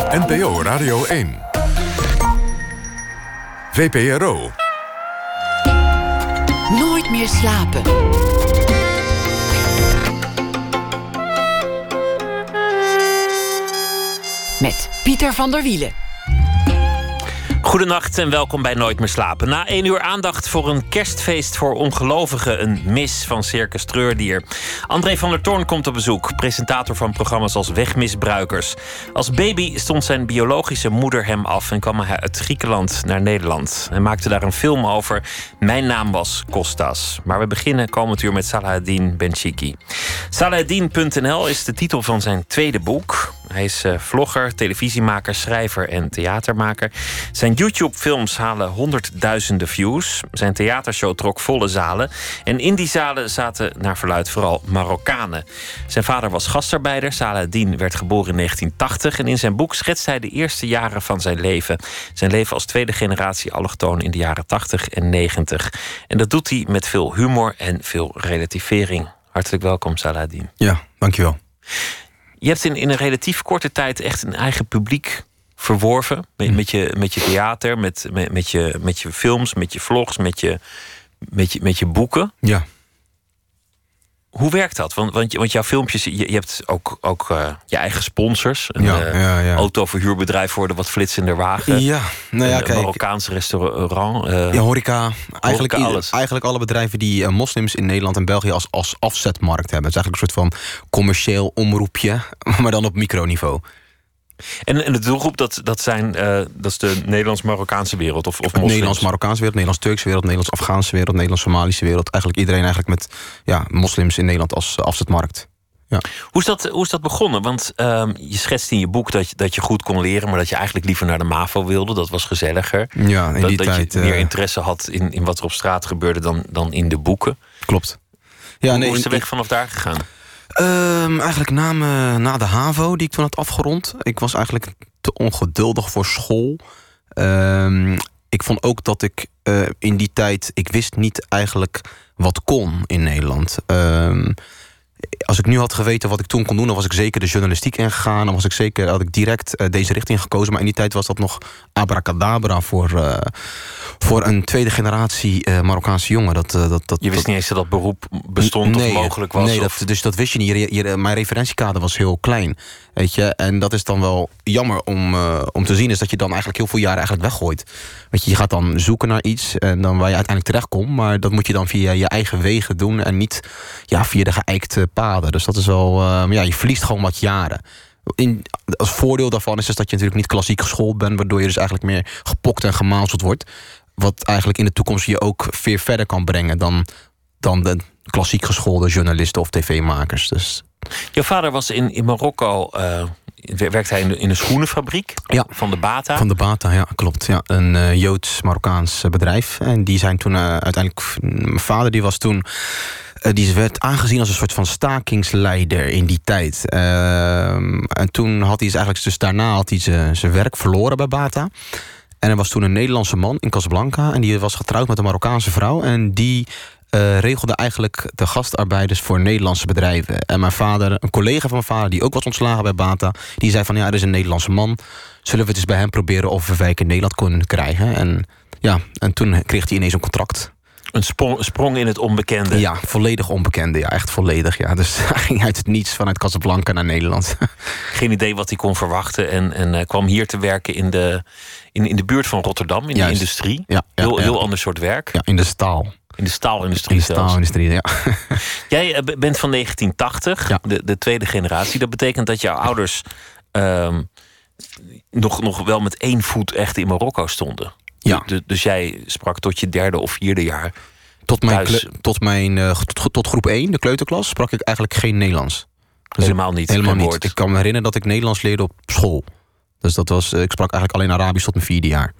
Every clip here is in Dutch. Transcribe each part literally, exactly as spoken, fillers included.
N P O Radio één. V P R O. Nooit meer slapen. Met Pieter van der Wielen. Goedenacht en welkom bij Nooit meer slapen. Na één uur aandacht voor een kerstfeest voor ongelovigen. Een mis van Circus Treurdier. André van der Toorn komt op bezoek. Presentator van programma's als Wegmisbruikers. Als baby stond zijn biologische moeder hem af en kwam hij uit Griekenland naar Nederland. Hij maakte daar een film over. Mijn naam was Kostas. Maar we beginnen komend uur met Salaheddin Benchiki. Salaheddin punt n l is de titel van zijn tweede boek. Hij is uh, vlogger, televisiemaker, schrijver en theatermaker. Zijn YouTube-films halen honderdduizenden views. Zijn theatershow trok volle zalen. En in die zalen zaten naar verluidt vooral Marokkanen. Zijn vader was gastarbeider. Salaheddin werd geboren in negentien tachtig. En in zijn boek schetst hij de eerste jaren van zijn leven. Zijn leven als tweede generatie allochtoon in de jaren tachtig en negentig. En dat doet hij met veel humor en veel relativering. Hartelijk welkom, Salaheddin. Ja, dankjewel. Je hebt in, in een relatief korte tijd echt een eigen publiek verworven. Met, met, je, met je theater, met, met, met, je, met je films, met je vlogs, met je, met je, met je boeken. Ja. Hoe werkt dat? Want, want, want jouw filmpjes, je, je hebt ook, ook uh, je eigen sponsors. Een ja, uh, ja, ja. autoverhuurbedrijf voor de wat flitsender wagen. Ja, nou ja, een kijk. Marokkaans restaurant. Uh, ja, horeca. Eigenlijk, horeca, alles. eigenlijk alle bedrijven die uh, moslims in Nederland en België als, als afzetmarkt hebben. Het is eigenlijk een soort van commercieel omroepje, maar dan op microniveau. En, en de doelgroep, dat, dat, zijn, uh, dat is de Nederlands-Marokkaanse wereld? Of, of Nederlands-Marokkaanse wereld, Nederlands-Turkse wereld, Nederlands-Afghaanse wereld, Nederlands-Somalische wereld. Eigenlijk iedereen eigenlijk met ja, moslims in Nederland als uh, afzetmarkt. Ja. Hoe is dat, hoe is dat begonnen? Want uh, je schetst in je boek dat je, dat je goed kon leren, maar dat je eigenlijk liever naar de MAVO wilde. Dat was gezelliger. Ja, in dat, die dat tijd, je meer uh... interesse had in, in wat er op straat gebeurde dan, dan in de boeken. Klopt. Ja, hoe nee, hoe is de weg in... vanaf daar gegaan? Um, eigenlijk na, me, na de HAVO die ik toen had afgerond. Ik was eigenlijk te ongeduldig voor school. Um, ik vond ook dat ik uh, in die tijd... Ik wist niet eigenlijk wat kon in Nederland. Um, als ik nu had geweten wat ik toen kon doen... dan was ik zeker de journalistiek ingegaan. Dan was ik zeker, had ik direct uh, deze richting gekozen. Maar in die tijd was dat nog abracadabra... voor, uh, voor een tweede generatie uh, Marokkaanse jongen. Dat, uh, dat, dat, je wist dat, niet eens dat dat beroep bestond nee, of mogelijk was? Nee, of... dat, dus dat wist je niet. Je, je, mijn referentiekader was heel klein. Weet je? En dat is dan wel jammer om, uh, om te zien... is dat je dan eigenlijk heel veel jaren eigenlijk weggooit. Weet je, je gaat dan zoeken naar iets... en dan waar je uiteindelijk terechtkomt... maar dat moet je dan via je eigen wegen doen... en niet ja, via de geëikte paden. Dus dat is wel... Uh, ja, je verliest gewoon wat jaren. In, als voordeel daarvan is dus dat je natuurlijk niet klassiek geschoold bent... waardoor je dus eigenlijk meer gepokt en gemazeld wordt... wat eigenlijk in de toekomst je ook veel verder kan brengen... dan, dan de klassiek geschoolde journalisten of tv-makers. Dus... Jouw vader was in, in Marokko... Uh... Werkte hij in, de, in een schoenenfabriek? Ja. Van de Bata? Van de Bata, ja, klopt. Ja. Een uh, Joods-Marokkaans bedrijf. En die zijn toen uh, uiteindelijk... Mijn vader die was toen... Uh, die werd aangezien als een soort van stakingsleider in die tijd. Uh, en toen had hij eigenlijk... Dus daarna had hij zijn werk verloren bij Bata. En er was toen een Nederlandse man in Casablanca. En die was getrouwd met een Marokkaanse vrouw. En die... Uh, regelde eigenlijk de gastarbeiders voor Nederlandse bedrijven. En mijn vader, een collega van mijn vader... die ook was ontslagen bij Bata... die zei van, ja, er is een Nederlandse man... zullen we het eens bij hem proberen of we werk in Nederland kunnen krijgen. En ja, en toen kreeg hij ineens een contract. Een sprong, sprong in het onbekende. Ja, volledig onbekende, ja, echt volledig. Ja. Dus hij ging uit het niets vanuit Casablanca naar Nederland. Geen idee wat hij kon verwachten... en, en uh, kwam hier te werken in de, in, in de buurt van Rotterdam... in Juist. de industrie. Ja, ja, heel, ja. heel ander soort werk. Ja, in de staal. In de staalindustrie In de staalindustrie, ja. Jij uh, bent van negentien tachtig, ja. de, de tweede generatie. Dat betekent dat jouw ouders... Uh, nog, nog wel met één voet echt in Marokko stonden. Ja. Dus, dus jij sprak tot je derde of vierde jaar... Tot mijn, kle- tot, mijn uh, tot, tot groep één, de kleuterklas, sprak ik eigenlijk geen Nederlands. Dus helemaal niet? Helemaal niet. Woord. Ik kan me herinneren dat ik Nederlands leerde op school. Dus dat was, ik sprak eigenlijk alleen Arabisch tot mijn vierde jaar.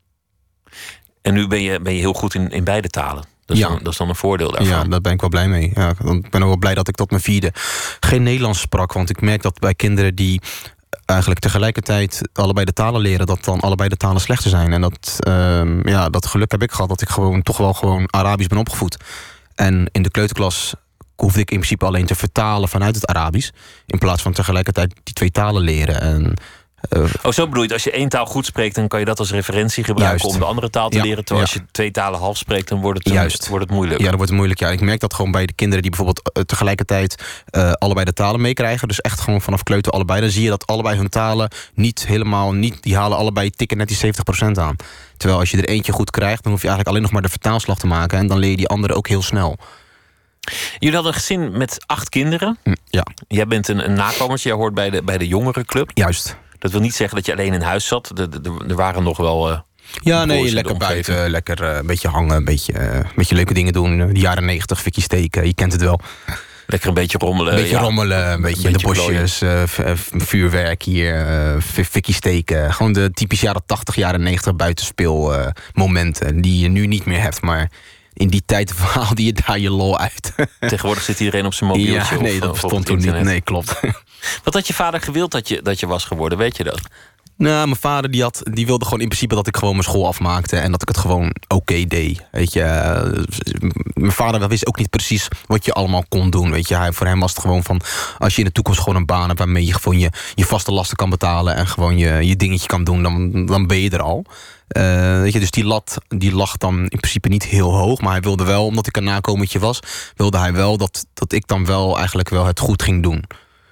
En nu ben je, ben je heel goed in, in beide talen. Dat is, ja. dan, dat is dan een voordeel daarvan. Ja, daar ben ik wel blij mee. Ja, ik ben ook wel blij dat ik tot mijn vierde geen Nederlands sprak. Want ik merk dat bij kinderen die eigenlijk tegelijkertijd allebei de talen leren, dat dan allebei de talen slechter zijn. En dat, uh, ja, dat geluk heb ik gehad dat ik gewoon toch wel gewoon Arabisch ben opgevoed. En in de kleuterklas hoefde ik in principe alleen te vertalen vanuit het Arabisch, in plaats van tegelijkertijd die twee talen leren. En Uh, oh, zo bedoel je het. Als je één taal goed spreekt, dan kan je dat als referentie gebruiken juist. om de andere taal te Ja, leren. Terwijl ja. als je twee talen half spreekt, dan wordt het, Juist. wordt het moeilijk. Ja, dan wordt het moeilijk. Ja. Ik merk dat gewoon bij de kinderen die bijvoorbeeld uh, tegelijkertijd uh, allebei de talen meekrijgen. Dus echt gewoon vanaf kleuter allebei. Dan zie je dat allebei hun talen niet helemaal niet. Die halen allebei tikken net die zeventig procent aan. Terwijl als je er eentje goed krijgt, dan hoef je eigenlijk alleen nog maar de vertaalslag te maken. En dan leer je die andere ook heel snel. Jullie hadden een gezin met acht kinderen. Ja. Jij bent een, een nakomertje. Jij hoort bij de, bij de jongerenclub. Juist. Dat wil niet zeggen dat je alleen in huis zat. Er, er, er waren nog wel... Uh, ja, nee, lekker buiten. Lekker uh, een beetje hangen, een beetje, uh, een beetje leuke dingen doen. De jaren negentig, fikkie steken, je kent het wel. Lekker een beetje rommelen. Een beetje ja. rommelen, een beetje in de bosjes, uh, vuurwerk hier, uh, fikkie steken. Gewoon de typisch jaren tachtig, jaren negentig buitenspeelmomenten. Uh, die je nu niet meer hebt, maar... In die tijd haalde je daar je lol uit. Tegenwoordig zit iedereen op zijn mobieltje. Ja, nee, of, dat of bestond toen niet. Nee, klopt. Wat had je vader gewild dat je, dat je was geworden? Weet je dat? Nou, mijn vader die had, die wilde gewoon in principe dat ik gewoon mijn school afmaakte. En dat ik het gewoon oké okay deed. Weet je, uh, mijn vader wist ook niet precies wat je allemaal kon doen. Weet je, hij, voor hem was het gewoon van... Als je in de toekomst gewoon een baan hebt waarmee je gewoon je, je vaste lasten kan betalen. En gewoon je, je dingetje kan doen, dan, dan ben je er al. Uh, weet je, dus die lat die lag dan in principe niet heel hoog. Maar hij wilde wel, omdat ik een nakomertje was... wilde hij wel dat, dat ik dan wel eigenlijk wel het goed ging doen.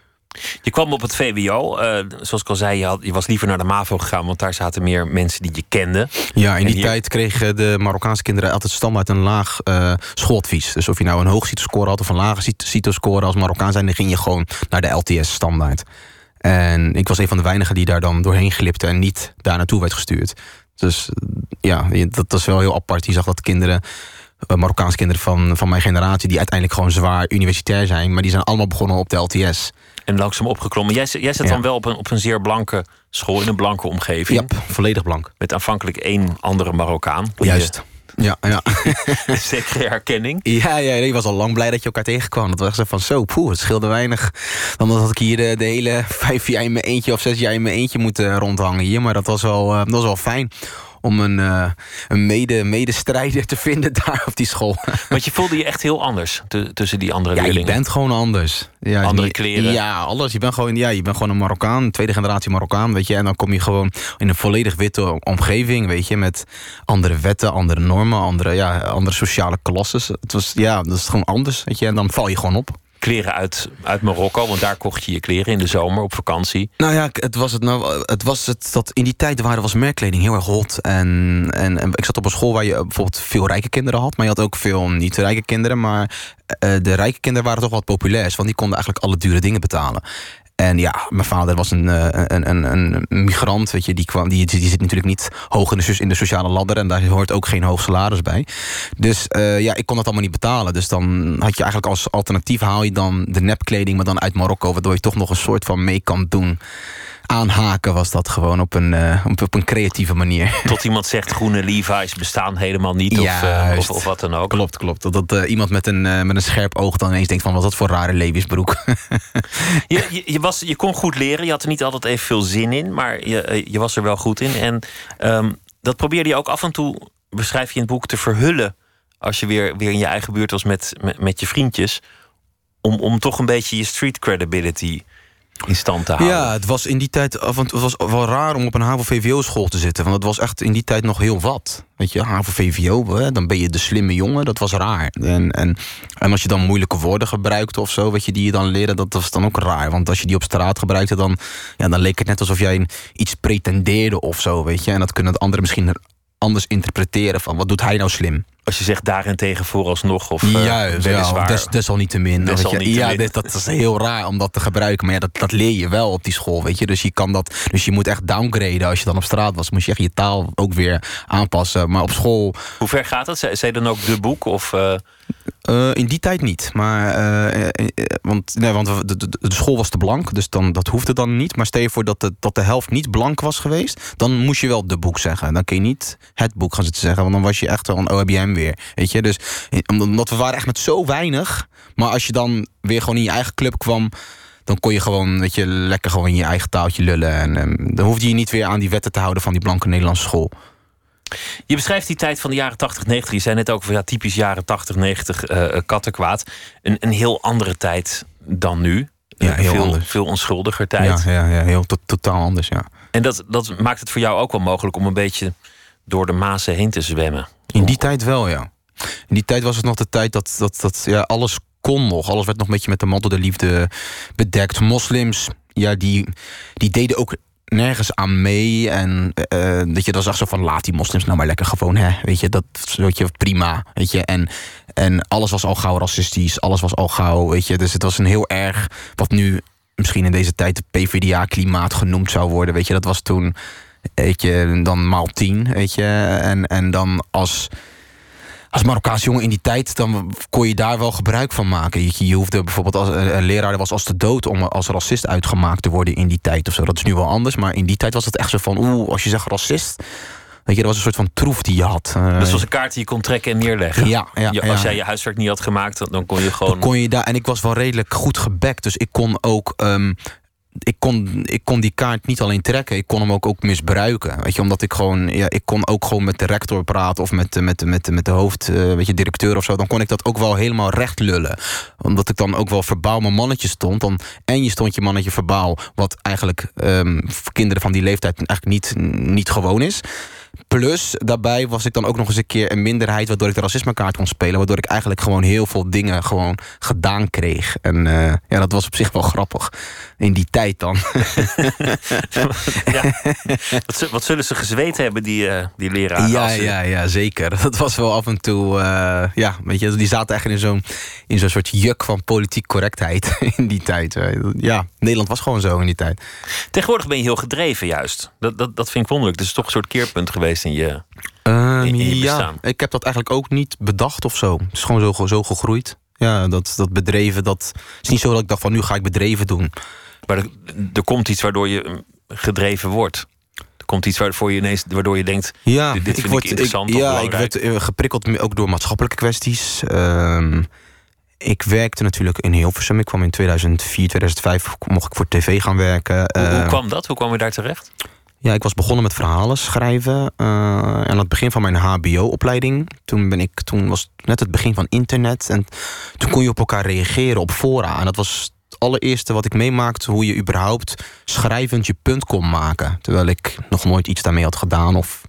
Je kwam op het V W O. Uh, zoals ik al zei, je, had, je was liever naar de MAVO gegaan... want daar zaten meer mensen die je kenden. Ja, in die hier... tijd kregen de Marokkaanse kinderen altijd standaard een laag uh, schooladvies. Dus of je nou een hoog CITO-score had of een lage CITO-score als Marokkaan zijn... dan ging je gewoon naar de L T S standaard. En ik was een van de weinigen die daar dan doorheen glipte... en niet daar naartoe werd gestuurd. Dus ja, dat, dat is wel heel apart. Je zag dat kinderen... Marokkaanse kinderen van, van mijn generatie... die uiteindelijk gewoon zwaar universitair zijn... maar die zijn allemaal begonnen op de L T S. En langzaam opgeklommen. Jij, jij zat ja. dan wel op een, op een zeer blanke school... in een blanke omgeving. Ja, volledig blank. Met aanvankelijk één andere Marokkaan. Juist. Ja, ja. Zekere herkenning. Ja, ja, je was al lang blij dat je elkaar tegenkwam. Dat was echt van zo, poeh, het scheelde weinig. Dan had ik hier de, de hele vijf jaar in mijn eentje... of zes jaar in mijn eentje moeten rondhangen hier. Maar dat was wel, uh, dat was wel fijn... om een, uh, een mede, medestrijder te vinden daar op die school. Want je voelde je echt heel anders te, tussen die andere ja, leerlingen. Ja, je bent gewoon anders. Ja, andere niet, kleren. Ja, alles. Je bent gewoon, ja, je bent gewoon een Marokkaan, tweede generatie Marokkaan, weet je. En dan kom je gewoon in een volledig witte omgeving, weet je, met andere wetten, andere normen, andere, ja, andere sociale klasses. Het was, ja, dat is gewoon anders, weet je. En dan val je gewoon op. Kleren uit, uit Marokko, want daar kocht je je kleren in de zomer op vakantie. Nou ja, het was het, nou, het was het dat in die tijd waren was merkkleding heel erg hot. En, en, en ik zat op een school waar je bijvoorbeeld veel rijke kinderen had, maar je had ook veel niet rijke kinderen. Maar uh, de rijke kinderen waren toch wat populair, want die konden eigenlijk alle dure dingen betalen. En ja, mijn vader was een, een, een, een migrant, weet je, die, kwam, die, die zit natuurlijk niet hoog in de, in de sociale ladder... en daar hoort ook geen hoog salaris bij. Dus uh, ja, ik kon dat allemaal niet betalen. Dus dan had je eigenlijk als alternatief haal je dan de nepkleding... maar dan uit Marokko, waardoor je toch nog een soort van mee kan doen... Aanhaken was dat gewoon op een, uh, op een creatieve manier. Tot iemand zegt groene Levi's bestaan helemaal niet of, uh, of, of wat dan ook. Klopt, klopt. Dat, dat uh, iemand met een, uh, met een scherp oog dan ineens denkt van... wat is dat voor rare Levi's-broek? je, je, je, was, je kon goed leren, je had er niet altijd even veel zin in... maar je, je was er wel goed in. En um, dat probeerde je ook af en toe, beschrijf je in het boek... te verhullen als je weer, weer in je eigen buurt was met, met, met je vriendjes... Om, om toch een beetje je street credibility... in stand te houden. Ja, het was in die tijd het was wel raar om op een H A V O V W O-school te zitten. Want het was echt in die tijd nog heel wat. Weet je, H A V O V W O, hè, dan ben je de slimme jongen. Dat was raar. En, en, en als je dan moeilijke woorden gebruikte of zo, weet je, die je dan leerde, dat was dan ook raar. Want als je die op straat gebruikte, dan, ja, dan leek het net alsof jij iets pretendeerde of zo, weet je. En dat kunnen de anderen misschien anders interpreteren van, wat doet hij nou slim? Als je zegt daarentegen vooralsnog of uh, juist, ja, des, desalniettemin. Desalniettemin. Ja, dit, dat is heel raar om dat te gebruiken. Maar ja, dat, dat leer je wel op die school, weet je. Dus je kan dat, dus je moet echt downgraden. Als je dan op straat was, moest je echt je taal ook weer aanpassen. Maar op school... Hoe ver gaat dat? Zei je dan ook de boek? Of, uh... Uh, in die tijd niet. Maar, uh, uh, uh, want nee, want de, de, de school was te blank, dus dan, dat hoefde dan niet. Maar stel je voor dat de, dat de helft niet blank was geweest, dan moest je wel de boek zeggen. Dan kun je niet het boek gaan zitten zeggen, want dan was je echt wel een O H B M weer. Weet je? Dus omdat we waren echt met zo weinig. Maar als je dan weer gewoon in je eigen club kwam, dan kon je gewoon, weet je, lekker gewoon in je eigen taaltje lullen. En um, dan hoefde je niet weer aan die wetten te houden van die blanke Nederlandse school. Je beschrijft die tijd van de jaren tachtig, negentig. Je zei net ook van ja, typisch jaren tachtig, negentig uh, kattenkwaad. Een, een heel andere tijd dan nu. Ja, heel veel, anders. veel onschuldiger tijd. Ja, ja, ja heel to- totaal anders, ja. En dat, dat maakt het voor jou ook wel mogelijk om een beetje door de mazen heen te zwemmen. In die tijd wel, ja. In die tijd was het nog de tijd dat, dat, dat ja, alles kon nog. Alles werd nog een beetje met de mantel der liefde bedekt. Moslims, ja, die, die deden ook nergens aan mee. En uh, dat je dan zag zo van, laat die moslims nou maar lekker gewoon, hè. Weet je, dat weet je, prima, weet je. En, en alles was al gauw racistisch, alles was al gauw, weet je. Dus het was een heel erg, wat nu misschien in deze tijd de P V D A-klimaat genoemd zou worden, weet je. Dat was toen, weet je, dan maal tien, weet je. En, en dan als... Als Marokkaans jongen in die tijd, dan kon je daar wel gebruik van maken. Je, je hoefde bijvoorbeeld als een leraar was als de dood om als racist uitgemaakt te worden in die tijd of zo. Dat is nu wel anders, maar in die tijd was het echt zo van, oeh, als je zegt racist, weet je, dat was een soort van troef die je had. Uh, dat was een kaart die je kon trekken en neerleggen. Ja, ja, je, als ja. jij je huiswerk niet had gemaakt, dan kon je gewoon. Dan kon je daar, en ik was wel redelijk goed gebekt, dus ik kon ook. Um, Ik kon, ik kon die kaart niet alleen trekken, ik kon hem ook, ook misbruiken. Weet je, omdat ik gewoon, ja, ik kon ook gewoon met de rector praten of met, met, met, met de hoofd, uh, weet je, directeur of zo. Dan kon ik dat ook wel helemaal recht lullen. Omdat ik dan ook wel verbaal mijn mannetje stond. Dan, en je stond je mannetje verbaal, wat eigenlijk um, voor kinderen van die leeftijd eigenlijk niet, niet gewoon is. Plus, daarbij was ik dan ook nog eens een keer een minderheid, waardoor ik de racismekaart kon spelen. Waardoor ik eigenlijk gewoon heel veel dingen gewoon gedaan kreeg. En uh, ja, dat was op zich wel grappig. In die tijd dan. Ja. Wat, wat zullen ze gezweet hebben, die, uh, die leraren? Ja, ze... ja, ja, zeker. Dat was wel af en toe, uh, ja, weet je, die zaten eigenlijk in zo'n, in zo'n soort juk van politiek correctheid in die tijd. Ja, Nederland was gewoon zo in die tijd. Tegenwoordig ben je heel gedreven, juist. Dat, dat, dat vind ik wonderlijk. Dat is toch een soort keerpunt geweest in je, um, in, in je ja, bestaan. Ik heb dat eigenlijk ook niet bedacht of zo. Het is gewoon zo, zo gegroeid. Ja, dat, dat bedreven, dat is niet zo dat ik dacht van, nu ga ik bedreven doen. Maar er, er komt iets waardoor je gedreven wordt. Er komt iets waarvoor je ineens, waardoor je denkt, ja, dit, dit vind ik word, ik interessant ik, of ja, belangrijk. ik werd uh, geprikkeld ook door maatschappelijke kwesties. Um, ik werkte natuurlijk in Hilversum. Ik kwam in tweeduizend vier, tweeduizend vijf, mocht ik voor tv gaan werken. Hoe, Uh, hoe kwam dat? Hoe kwam je daar terecht? Ja, ik was begonnen met verhalen schrijven. Uh, aan het begin van mijn H B O-opleiding. Toen, ben ik, toen was het net het begin van internet. En toen kon je op elkaar reageren op fora. En dat was het allereerste wat ik meemaakte, hoe je überhaupt schrijvend je punt kon maken. Terwijl ik nog nooit iets daarmee had gedaan. Of...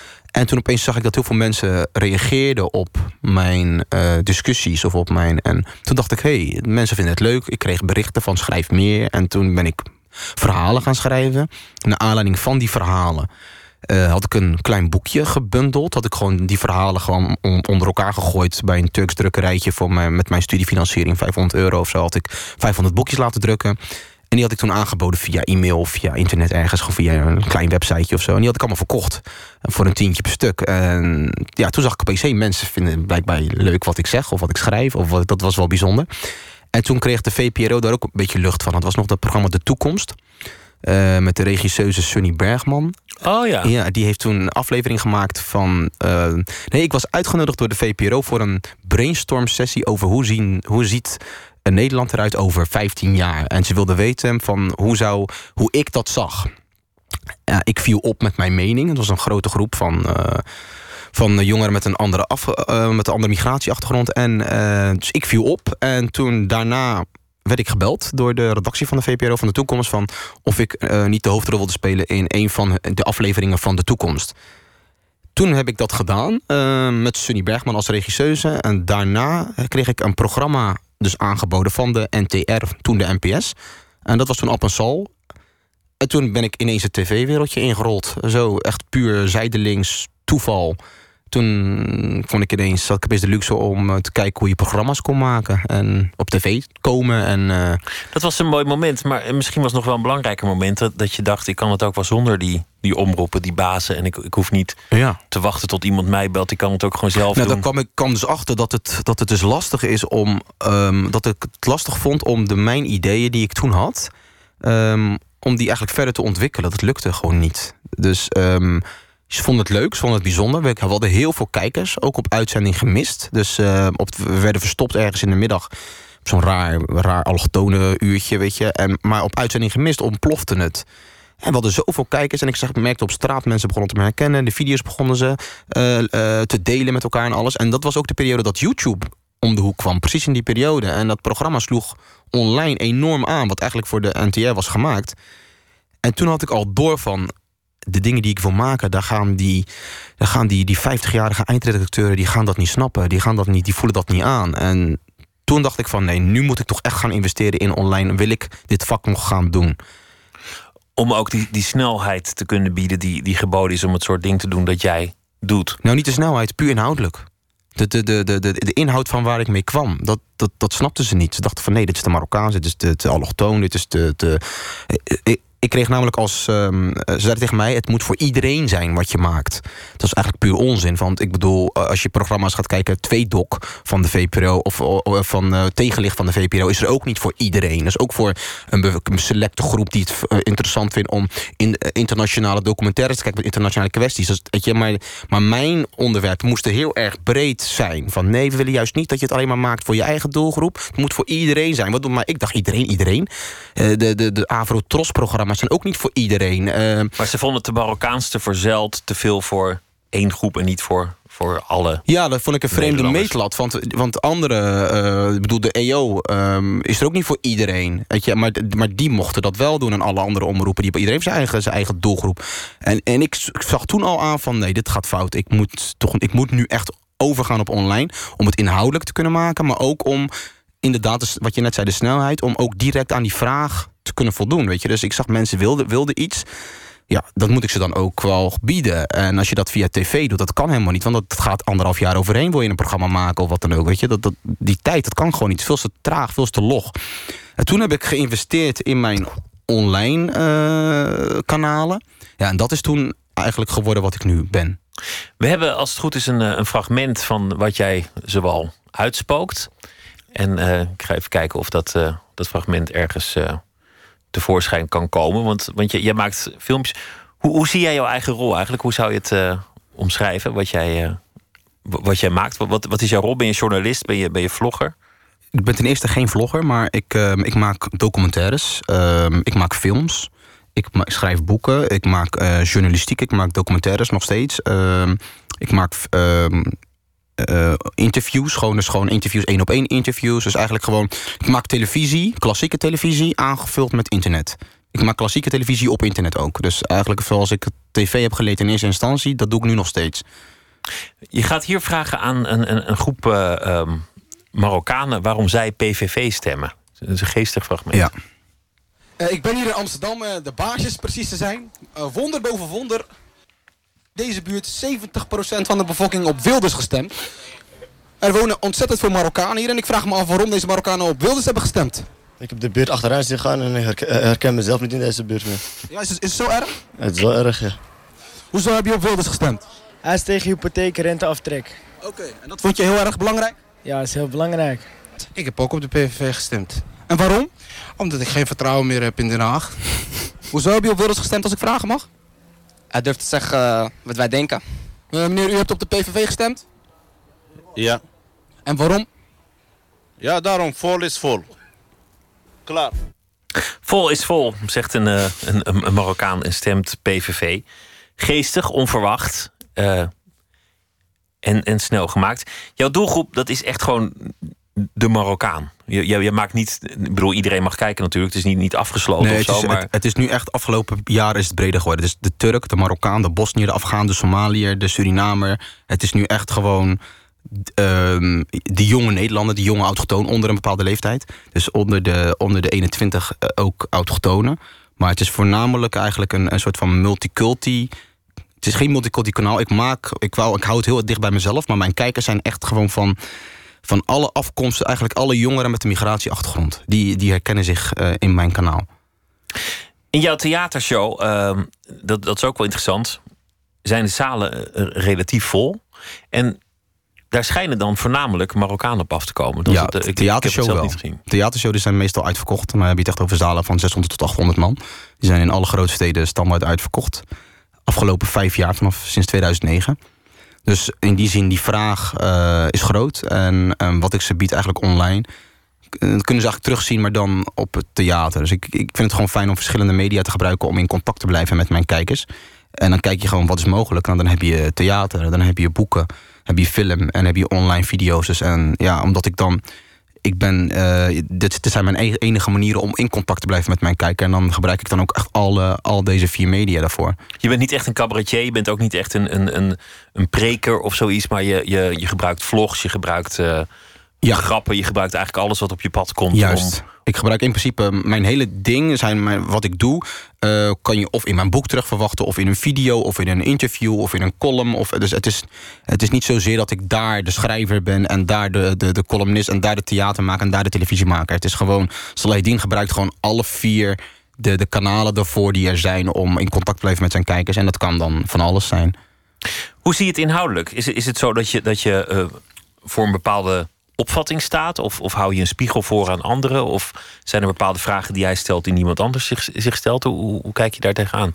En toen opeens zag ik dat heel veel mensen reageerden op mijn uh, discussies of op mijn. En toen dacht ik, hé, hey, mensen vinden het leuk. Ik kreeg berichten van schrijf meer. En toen ben ik verhalen gaan schrijven. Naar aanleiding van die verhalen uh, had ik een klein boekje gebundeld. Had ik gewoon die verhalen gewoon onder elkaar gegooid bij een Turks drukkerijtje voor mijn, met mijn studiefinanciering, vijfhonderd euro of zo. Had ik vijfhonderd boekjes laten drukken. En die had ik toen aangeboden via e-mail of via internet ergens, gewoon via een klein websiteje of zo. En die had ik allemaal verkocht voor een tientje per stuk. En ja, toen zag ik opeens, hey, mensen vinden blijkbaar leuk wat ik zeg of wat ik schrijf. Of wat, dat was wel bijzonder. En toen kreeg de V P R O daar ook een beetje lucht van. Het was nog dat programma De Toekomst. Uh, met de regisseuse Sunny Bergman. Oh ja. Ja, die heeft toen een aflevering gemaakt van... Uh, nee, ik was uitgenodigd door de V P R O voor een brainstorm sessie over hoe, zien, hoe ziet Nederland eruit over vijftien jaar. En ze wilde weten van hoe, zou, hoe ik dat zag. Ja, ik viel op met mijn mening. Het was een grote groep van... Uh, van jongeren met een andere, af, uh, met een andere migratieachtergrond. En uh, dus ik viel op. En toen daarna werd ik gebeld door de redactie van de V P R O van De Toekomst van of ik uh, niet de hoofdrol wilde spelen in een van de afleveringen van De Toekomst. Toen heb ik dat gedaan uh, met Sunny Bergman als regisseuse. En daarna kreeg ik een programma dus aangeboden van de N T R, toen de N P S. En dat was toen Ab en Sal. En toen ben ik ineens het tv-wereldje ingerold. Zo echt puur zijdelings toeval. Toen kon ik ineens, had ik opeens de luxe om te kijken hoe je programma's kon maken. En op tv komen. En, uh... Dat was een mooi moment, maar misschien was het nog wel een belangrijker moment. Dat, dat je dacht, ik kan het ook wel zonder die, die omroepen, die bazen. En ik, ik hoef niet ja. te wachten tot iemand mij belt. Ik kan het ook gewoon zelf nou, doen. Daar kwam ik kwam dus achter dat het, dat het dus lastig is om... Um, dat ik het lastig vond om de mijn ideeën die ik toen had... Um, om die eigenlijk verder te ontwikkelen. Dat lukte gewoon niet. Dus... Um, Ze vonden het leuk, ze vonden het bijzonder. We hadden heel veel kijkers, ook op uitzending gemist. Dus uh, op, we werden verstopt ergens in de middag. Op zo'n raar, raar allochtone uurtje, weet je. En, maar op uitzending gemist ontplofte het. En we hadden zoveel kijkers. En ik zag, ik merkte op straat, mensen begonnen te me herkennen. De video's begonnen ze uh, uh, te delen met elkaar en alles. En dat was ook de periode dat YouTube om de hoek kwam. Precies in die periode. En dat programma sloeg online enorm aan. Wat eigenlijk voor de N T R was gemaakt. En toen had ik al door van... de dingen die ik wil maken, daar gaan die, daar gaan die, die vijftigjarige eindredacteuren... die gaan dat niet snappen, die, gaan dat niet, die voelen dat niet aan. En toen dacht ik van, nee, nu moet ik toch echt gaan investeren in online. Wil ik dit vak nog gaan doen? Om ook die, die snelheid te kunnen bieden die, die geboden is... om het soort ding te doen dat jij doet. Nou, niet de snelheid, puur inhoudelijk. De, de, de, de, de, de inhoud van waar ik mee kwam, dat, dat, dat snapten ze niet. Ze dachten van, nee, dit is de Marokkaans, dit is de, de allochtoon, dit is de... de ik, Ik kreeg namelijk als... Um, ze zeiden tegen mij, het moet voor iedereen zijn wat je maakt. Dat is eigenlijk puur onzin. Want ik bedoel, als je programma's gaat kijken... Tweedok van de V P R O of, of van uh, Tegenlicht van de V P R O... is er ook niet voor iedereen. Dat is ook voor een, een selecte groep die het uh, interessant vindt... om in uh, internationale documentaires te kijken... met internationale kwesties. Dus, weet je, maar, maar mijn onderwerp moest heel erg breed zijn. Van nee, we willen juist niet dat je het alleen maar maakt... voor je eigen doelgroep. Het moet voor iedereen zijn. Wat doe maar? Ik dacht iedereen, iedereen. Uh, de de, de Avro-Tros-programma's zijn ook niet voor iedereen. Uh, maar ze vonden het te Marokkaans, te verzeild, te veel voor één groep en niet voor, voor alle. Ja, dat vond ik een vreemde meetlat. Want, want andere, uh, ik bedoel, de E O um, is er ook niet voor iedereen. Weet je, maar, maar die mochten dat wel doen en alle andere omroepen. Die, iedereen heeft zijn eigen, zijn eigen doelgroep. En, en ik, ik zag toen al aan van nee, dit gaat fout. Ik moet, toch, ik moet nu echt overgaan op online om het inhoudelijk te kunnen maken, maar ook om inderdaad, wat je net zei, de snelheid, om ook direct aan die vraag te kunnen voldoen, weet je. Dus ik zag mensen wilden, wilden iets. Ja, dat moet ik ze dan ook wel bieden. En als je dat via tv doet, dat kan helemaal niet. Want dat gaat anderhalf jaar overheen, wil je een programma maken of wat dan ook, weet je. Dat, dat, die tijd, dat kan gewoon niet. Veel te traag, veel te log. En toen heb ik geïnvesteerd in mijn online uh, kanalen. Ja, en dat is toen eigenlijk geworden wat ik nu ben. We hebben, als het goed is, een, een fragment van wat jij zoal uitspookt. En uh, ik ga even kijken of dat, uh, dat fragment ergens uh, tevoorschijn kan komen. Want, want je, jij maakt filmpjes. Hoe, hoe zie jij jouw eigen rol eigenlijk? Hoe zou je het uh, omschrijven, wat jij, uh, wat jij maakt? Wat, wat is jouw rol? Ben je journalist? Ben je, ben je vlogger? Ik ben ten eerste geen vlogger, maar ik, uh, ik maak documentaires. Uh, ik maak films. Ik, ma- ik schrijf boeken. Ik maak uh, journalistiek. Ik maak documentaires nog steeds. Uh, ik maak... Uh, Uh, interviews, gewoon, dus gewoon interviews, één op één interviews. Dus eigenlijk gewoon, ik maak televisie, klassieke televisie, aangevuld met internet. Ik maak klassieke televisie op internet ook. Dus eigenlijk zoals ik tv heb geleerd in eerste instantie, dat doe ik nu nog steeds. Je gaat hier vragen aan een, een, een groep uh, um, Marokkanen waarom zij P V V stemmen. Dat is een geestig fragment. Ja. Uh, ik ben hier in Amsterdam, uh, de baasjes precies te zijn. Uh, wonder boven wonder. Deze buurt zeventig procent van de bevolking op Wilders gestemd. Er wonen ontzettend veel Marokkanen hier en ik vraag me af waarom deze Marokkanen op Wilders hebben gestemd. Ik heb de buurt achteruit zien gaan en ik herken, herken mezelf niet in deze buurt meer. Ja, is het, is het zo erg? Het is wel erg, ja. Hoezo heb je op Wilders gestemd? Hij is tegen hypotheek, renteaftrek. Oké, okay, en dat vond je heel erg belangrijk? Ja, dat is heel belangrijk. Ik heb ook op de P V V gestemd. En waarom? Omdat ik geen vertrouwen meer heb in Den Haag. Hoezo heb je op Wilders gestemd als ik vragen mag? Hij durft te zeggen uh, wat wij denken. Uh, meneer, u hebt op de P V V gestemd? Ja. En waarom? Ja, daarom. Vol is vol. Klaar. Vol is vol, zegt een, uh, een, een Marokkaan en stemt P V V. Geestig, onverwacht uh, en, en snel gemaakt. Jouw doelgroep, dat is echt gewoon de Marokkaan. Je, je, je maakt niet, ik bedoel, iedereen mag kijken natuurlijk. Het is niet, niet afgesloten nee, of het zo. Is, maar... het, het is nu echt, afgelopen jaren is het breder geworden. Het is de Turk, de Marokkaan, de Bosniër, de Afghaan, de Somaliër, de Surinamer. Het is nu echt gewoon um, de jonge Nederlander, de jonge autochtoon onder een bepaalde leeftijd. Dus onder de, onder de eenentwintig uh, ook autochtonen. Maar het is voornamelijk eigenlijk een, een soort van multiculti. Het is geen multiculti kanaal. Ik maak, ik, wou, ik hou het heel dicht bij mezelf, maar mijn kijkers zijn echt gewoon van van alle afkomsten, eigenlijk alle jongeren met een migratieachtergrond. Die, die herkennen zich uh, in mijn kanaal. In jouw theatershow, uh, dat, dat is ook wel interessant, zijn de zalen uh, relatief vol. En daar schijnen dan voornamelijk Marokkanen op af te komen. Dat ja, het, uh, ik, theatershow ik heb het zelf wel. niet gezien. Theatershow die zijn meestal uitverkocht. Maar dan heb je het echt over zalen van zeshonderd tot achthonderd man. Die zijn in alle grote steden standaard uitverkocht. Afgelopen vijf jaar, vanaf sinds tweeduizend negen. Dus in die zin, die vraag uh, is groot. En um, wat ik ze bied eigenlijk online, dat kunnen ze eigenlijk terugzien, maar dan op het theater. Dus ik, ik vind het gewoon fijn om verschillende media te gebruiken om in contact te blijven met mijn kijkers. En dan kijk je gewoon wat is mogelijk. Nou, dan heb je theater, dan heb je boeken, heb je film en heb je online video's. Dus en ja, omdat ik dan... Ik ben, uh, dit, dit zijn mijn enige manieren om in contact te blijven met mijn kijker. En dan gebruik ik dan ook echt al, uh, al deze vier media daarvoor. Je bent niet echt een cabaretier, je bent ook niet echt een, een, een, een preker of zoiets. Maar je, je, je gebruikt vlogs, je gebruikt uh, ja. grappen. Je gebruikt eigenlijk alles wat op je pad komt. Juist. Om... Ik gebruik in principe mijn hele ding, zijn mijn, wat ik doe... Uh, kan je of in mijn boek terug verwachten, of in een video... of in een interview, of in een column. Of, dus het is, het is niet zozeer dat ik daar de schrijver ben... en daar de, de, de columnist en daar de theatermaker... en daar de televisiemaker. Het is gewoon... Saladin gebruikt gewoon alle vier de, de kanalen ervoor die er zijn... om in contact te blijven met zijn kijkers. En dat kan dan van alles zijn. Hoe zie je het inhoudelijk? Is, is het zo dat je, dat je uh, voor een bepaalde... opvatting staat? Of, of hou je een spiegel voor aan anderen? Of zijn er bepaalde vragen die hij stelt die niemand anders zich, zich stelt? Hoe, hoe kijk je daar tegenaan?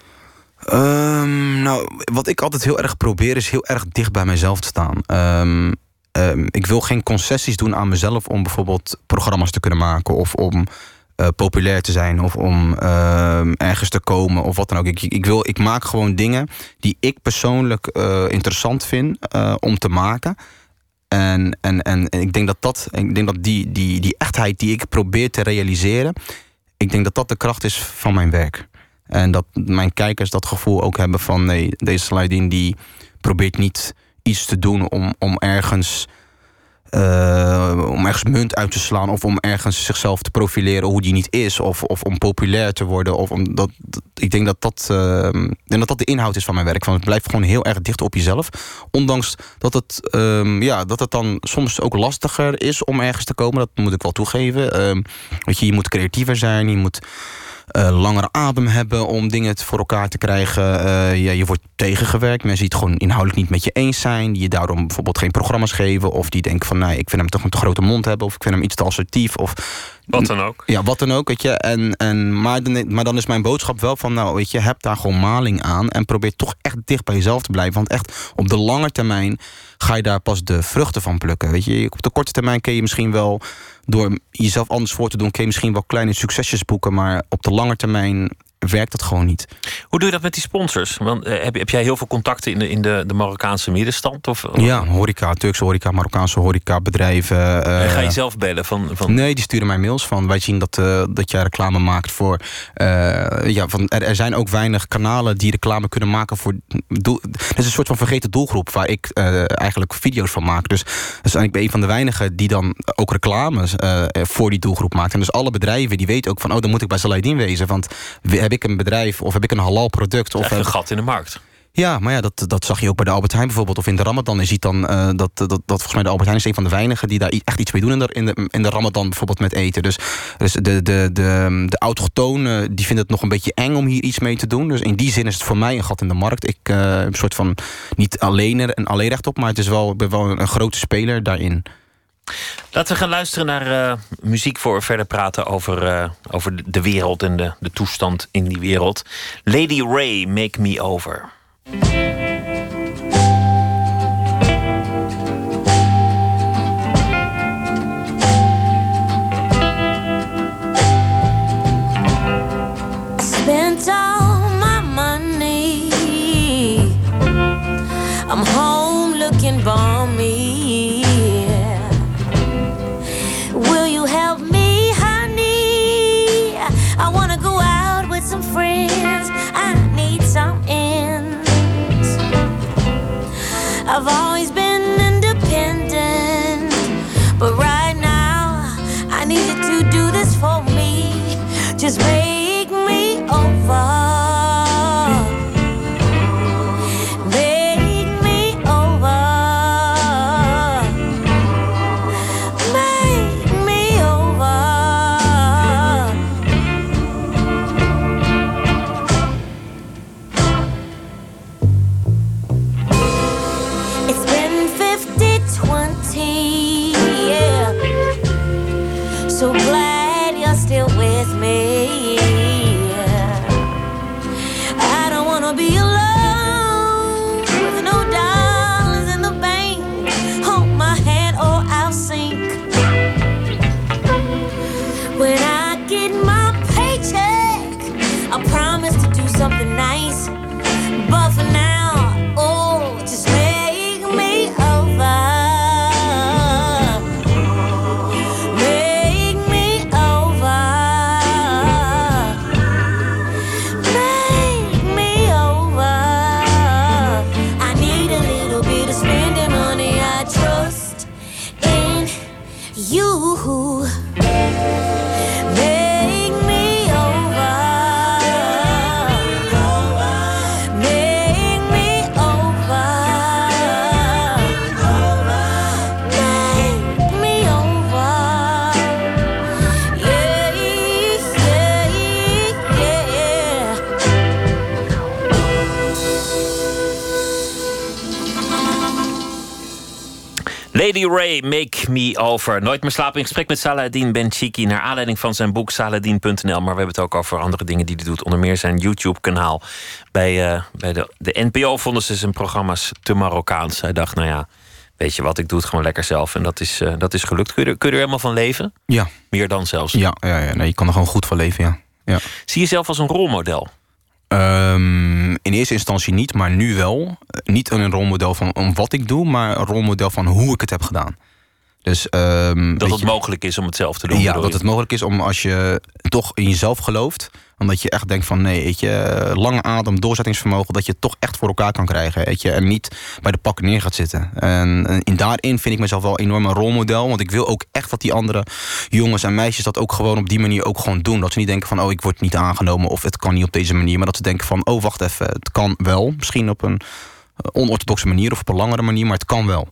Um, nou, wat ik altijd heel erg probeer is heel erg dicht bij mezelf te staan. Um, um, ik wil geen concessies doen aan mezelf om bijvoorbeeld programma's te kunnen maken of om uh, populair te zijn of om uh, ergens te komen of wat dan ook. Ik, ik, wil, ik maak gewoon dingen die ik persoonlijk uh, interessant vind uh, om te maken. En, en, en ik denk dat, dat, ik denk dat die, die, die echtheid die ik probeer te realiseren... ik denk dat dat de kracht is van mijn werk. En dat mijn kijkers dat gevoel ook hebben van... nee, deze Saladin die probeert niet iets te doen om, om ergens... Uh, om ergens munt uit te slaan of om ergens zichzelf te profileren hoe die niet is, of, of om populair te worden. Of om dat, dat, ik denk dat dat, uh, ik denk dat dat de inhoud is van mijn werk. Van het blijft gewoon heel erg dicht op jezelf. Ondanks dat het, um, ja, dat het dan soms ook lastiger is om ergens te komen. Dat moet ik wel toegeven. Um, weet je, je moet creatiever zijn, je moet Uh, langere adem hebben om dingen voor elkaar te krijgen. Uh, ja, je wordt tegengewerkt. Mensen die het gewoon inhoudelijk niet met je eens zijn. Die je daarom bijvoorbeeld geen programma's geven. Of die denken van, nee, ik vind hem toch een te grote mond hebben. Of ik vind hem iets te assertief. Of wat dan ook. Ja, wat dan ook, weet je. En, en, maar, dan, maar dan is mijn boodschap wel van, nou, weet je, heb daar gewoon maling aan. En probeer toch echt dicht bij jezelf te blijven. Want echt, op de lange termijn ga je daar pas de vruchten van plukken. Weet je, op de korte termijn kun je misschien wel, door jezelf anders voor te doen, kun je misschien wel kleine succesjes boeken. Maar op de lange termijn werkt dat gewoon niet. Hoe doe je dat met die sponsors? Want, uh, heb, heb jij heel veel contacten in de, in de, de Marokkaanse middenstand? Of, of? Ja, horeca, Turkse horeca, Marokkaanse horeca, bedrijven. Uh, ga je zelf bellen? Van, van... Nee, die sturen mij mails van, wij zien dat, uh, dat jij reclame maakt voor... Uh, ja, van, er, er zijn ook weinig kanalen die reclame kunnen maken voor... Doel, dat is een soort van vergeten doelgroep waar ik uh, eigenlijk video's van maak. Dus, dus ik ben een van de weinigen die dan ook reclames uh, voor die doelgroep maakt. En dus alle bedrijven die weten ook van, oh, dan moet ik bij Saladin wezen, want we heb ik een bedrijf of heb ik een halal product? Of heb... een gat in de markt. Ja, maar ja, dat, dat zag je ook bij de Albert Heijn bijvoorbeeld. Of in de Ramadan. Je ziet dan uh, dat, dat, dat volgens mij de Albert Heijn is een van de weinigen die daar echt iets mee doen in de, in de, in de Ramadan bijvoorbeeld met eten. Dus, dus de, de, de, de, de autochtonen die vinden het nog een beetje eng om hier iets mee te doen. Dus in die zin is het voor mij een gat in de markt. Ik uh, heb een soort van niet alleen er en alleen recht op, maar het is wel, ik ben wel een, een grote speler daarin. Laten we gaan luisteren naar uh, muziek voor we verder praten over, uh, over de wereld en de, de toestand in die wereld. Lady Ray, Make Me Over. Spent all my money. I'm home looking balmy. Will you help me, honey? I wanna go out with some friends. I need some ends. I've always been independent, but right now I need you to do this for me. Just make me over. So glad you're still with me. I don't wanna be alone with no dollars in the bank. Hold my hand or I'll sink. When I get my paycheck, I promise to do something nice. But for Lady Ray, Make Me Over. Nooit meer slapen in gesprek met Saladin Benchiki... naar aanleiding van zijn boek Saladin punt n l. Maar we hebben het ook over andere dingen die hij doet. Onder meer zijn YouTube-kanaal. Bij, uh, bij de, de N P O vonden ze zijn programma's te Marokkaans. Hij dacht, nou ja, weet je wat, ik doe het gewoon lekker zelf. En dat is, uh, dat is gelukt. Kun je, er, kun je er helemaal van leven? Ja. Meer dan zelfs? Ja, ja, ja nee, je kan er gewoon goed van leven, ja. ja. Zie je jezelf als een rolmodel? Um, in eerste instantie niet, maar nu wel. Niet een rolmodel van om wat ik doe, maar een rolmodel van hoe ik het heb gedaan. Dus, um, dat het je, mogelijk is om het zelf te doen? Ja, dat je? het mogelijk is om als je toch in jezelf gelooft... omdat je echt denkt van nee, weet je, lange adem, doorzettingsvermogen... dat je het toch echt voor elkaar kan krijgen. Weet je, en niet bij de pakken neer gaat zitten. En, en daarin vind ik mezelf wel enorm een rolmodel. Want ik wil ook echt dat die andere jongens en meisjes... dat ook gewoon op die manier ook gewoon doen. Dat ze niet denken van oh, ik word niet aangenomen... of het kan niet op deze manier. Maar dat ze denken van oh, wacht even, het kan wel. Misschien op een onorthodoxe manier of op een langere manier... maar het kan wel.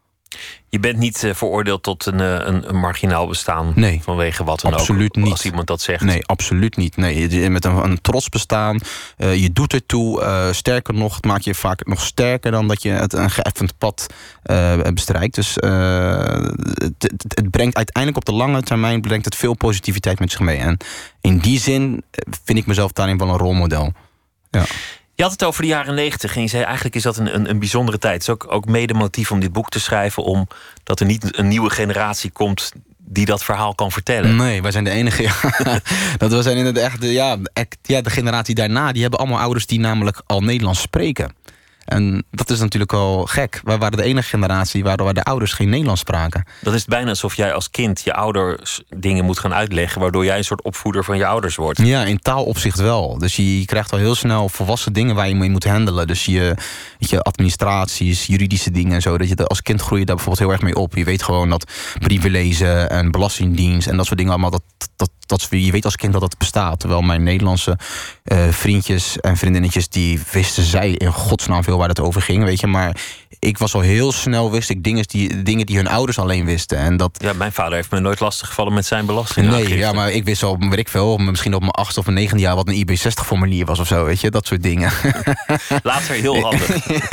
Je bent niet uh, veroordeeld tot een, uh, een, een marginaal bestaan nee, vanwege wat dan absoluut ook, niet. Als iemand dat zegt. Nee, absoluut niet. Nee, met een, een trots bestaan, uh, je doet ertoe. Uh, sterker nog, het maakt je vaak nog sterker dan dat je het een geëffend pad uh, bestrijkt. Dus uh, het, het, het brengt uiteindelijk op de lange termijn brengt het veel positiviteit met zich mee. En in die zin vind ik mezelf daarin wel een rolmodel. Ja. Je had het over de jaren negentig en je zei eigenlijk is dat een, een, een bijzondere tijd. Het is ook, ook mede motief om dit boek te schrijven... omdat er niet een nieuwe generatie komt die dat verhaal kan vertellen. Nee, wij zijn de enige. Ja. dat we zijn inderdaad echt de, ja, ja, de generatie daarna. Die hebben allemaal ouders die namelijk al Nederlands spreken. En dat is natuurlijk al gek. Wij waren de enige generatie waar de ouders geen Nederlands spraken. Dat is bijna alsof jij als kind je ouders dingen moet gaan uitleggen... waardoor jij een soort opvoeder van je ouders wordt. Ja, in taalopzicht wel. Dus je krijgt al heel snel volwassen dingen waar je mee moet handelen. Dus je, weet je administraties, juridische dingen en zo. Dat je als kind groei je daar bijvoorbeeld heel erg mee op. Je weet gewoon dat brieven lezen en belastingdienst... en dat soort dingen allemaal, dat, dat, dat, je weet als kind dat dat bestaat. Terwijl mijn Nederlandse uh, vriendjes en vriendinnetjes... die wisten zij in godsnaam veel waar het over ging, weet je. Maar ik was al heel snel, wist ik dingen die, dingen die hun ouders alleen wisten. En dat... Ja, mijn vader heeft me nooit lastiggevallen met zijn belasting. Nee, ja, maar ik wist al, weet ik veel, misschien op mijn achtste of mijn negende jaar... wat een I B zestig formulier was of zo, weet je. Dat soort dingen. Later heel handig.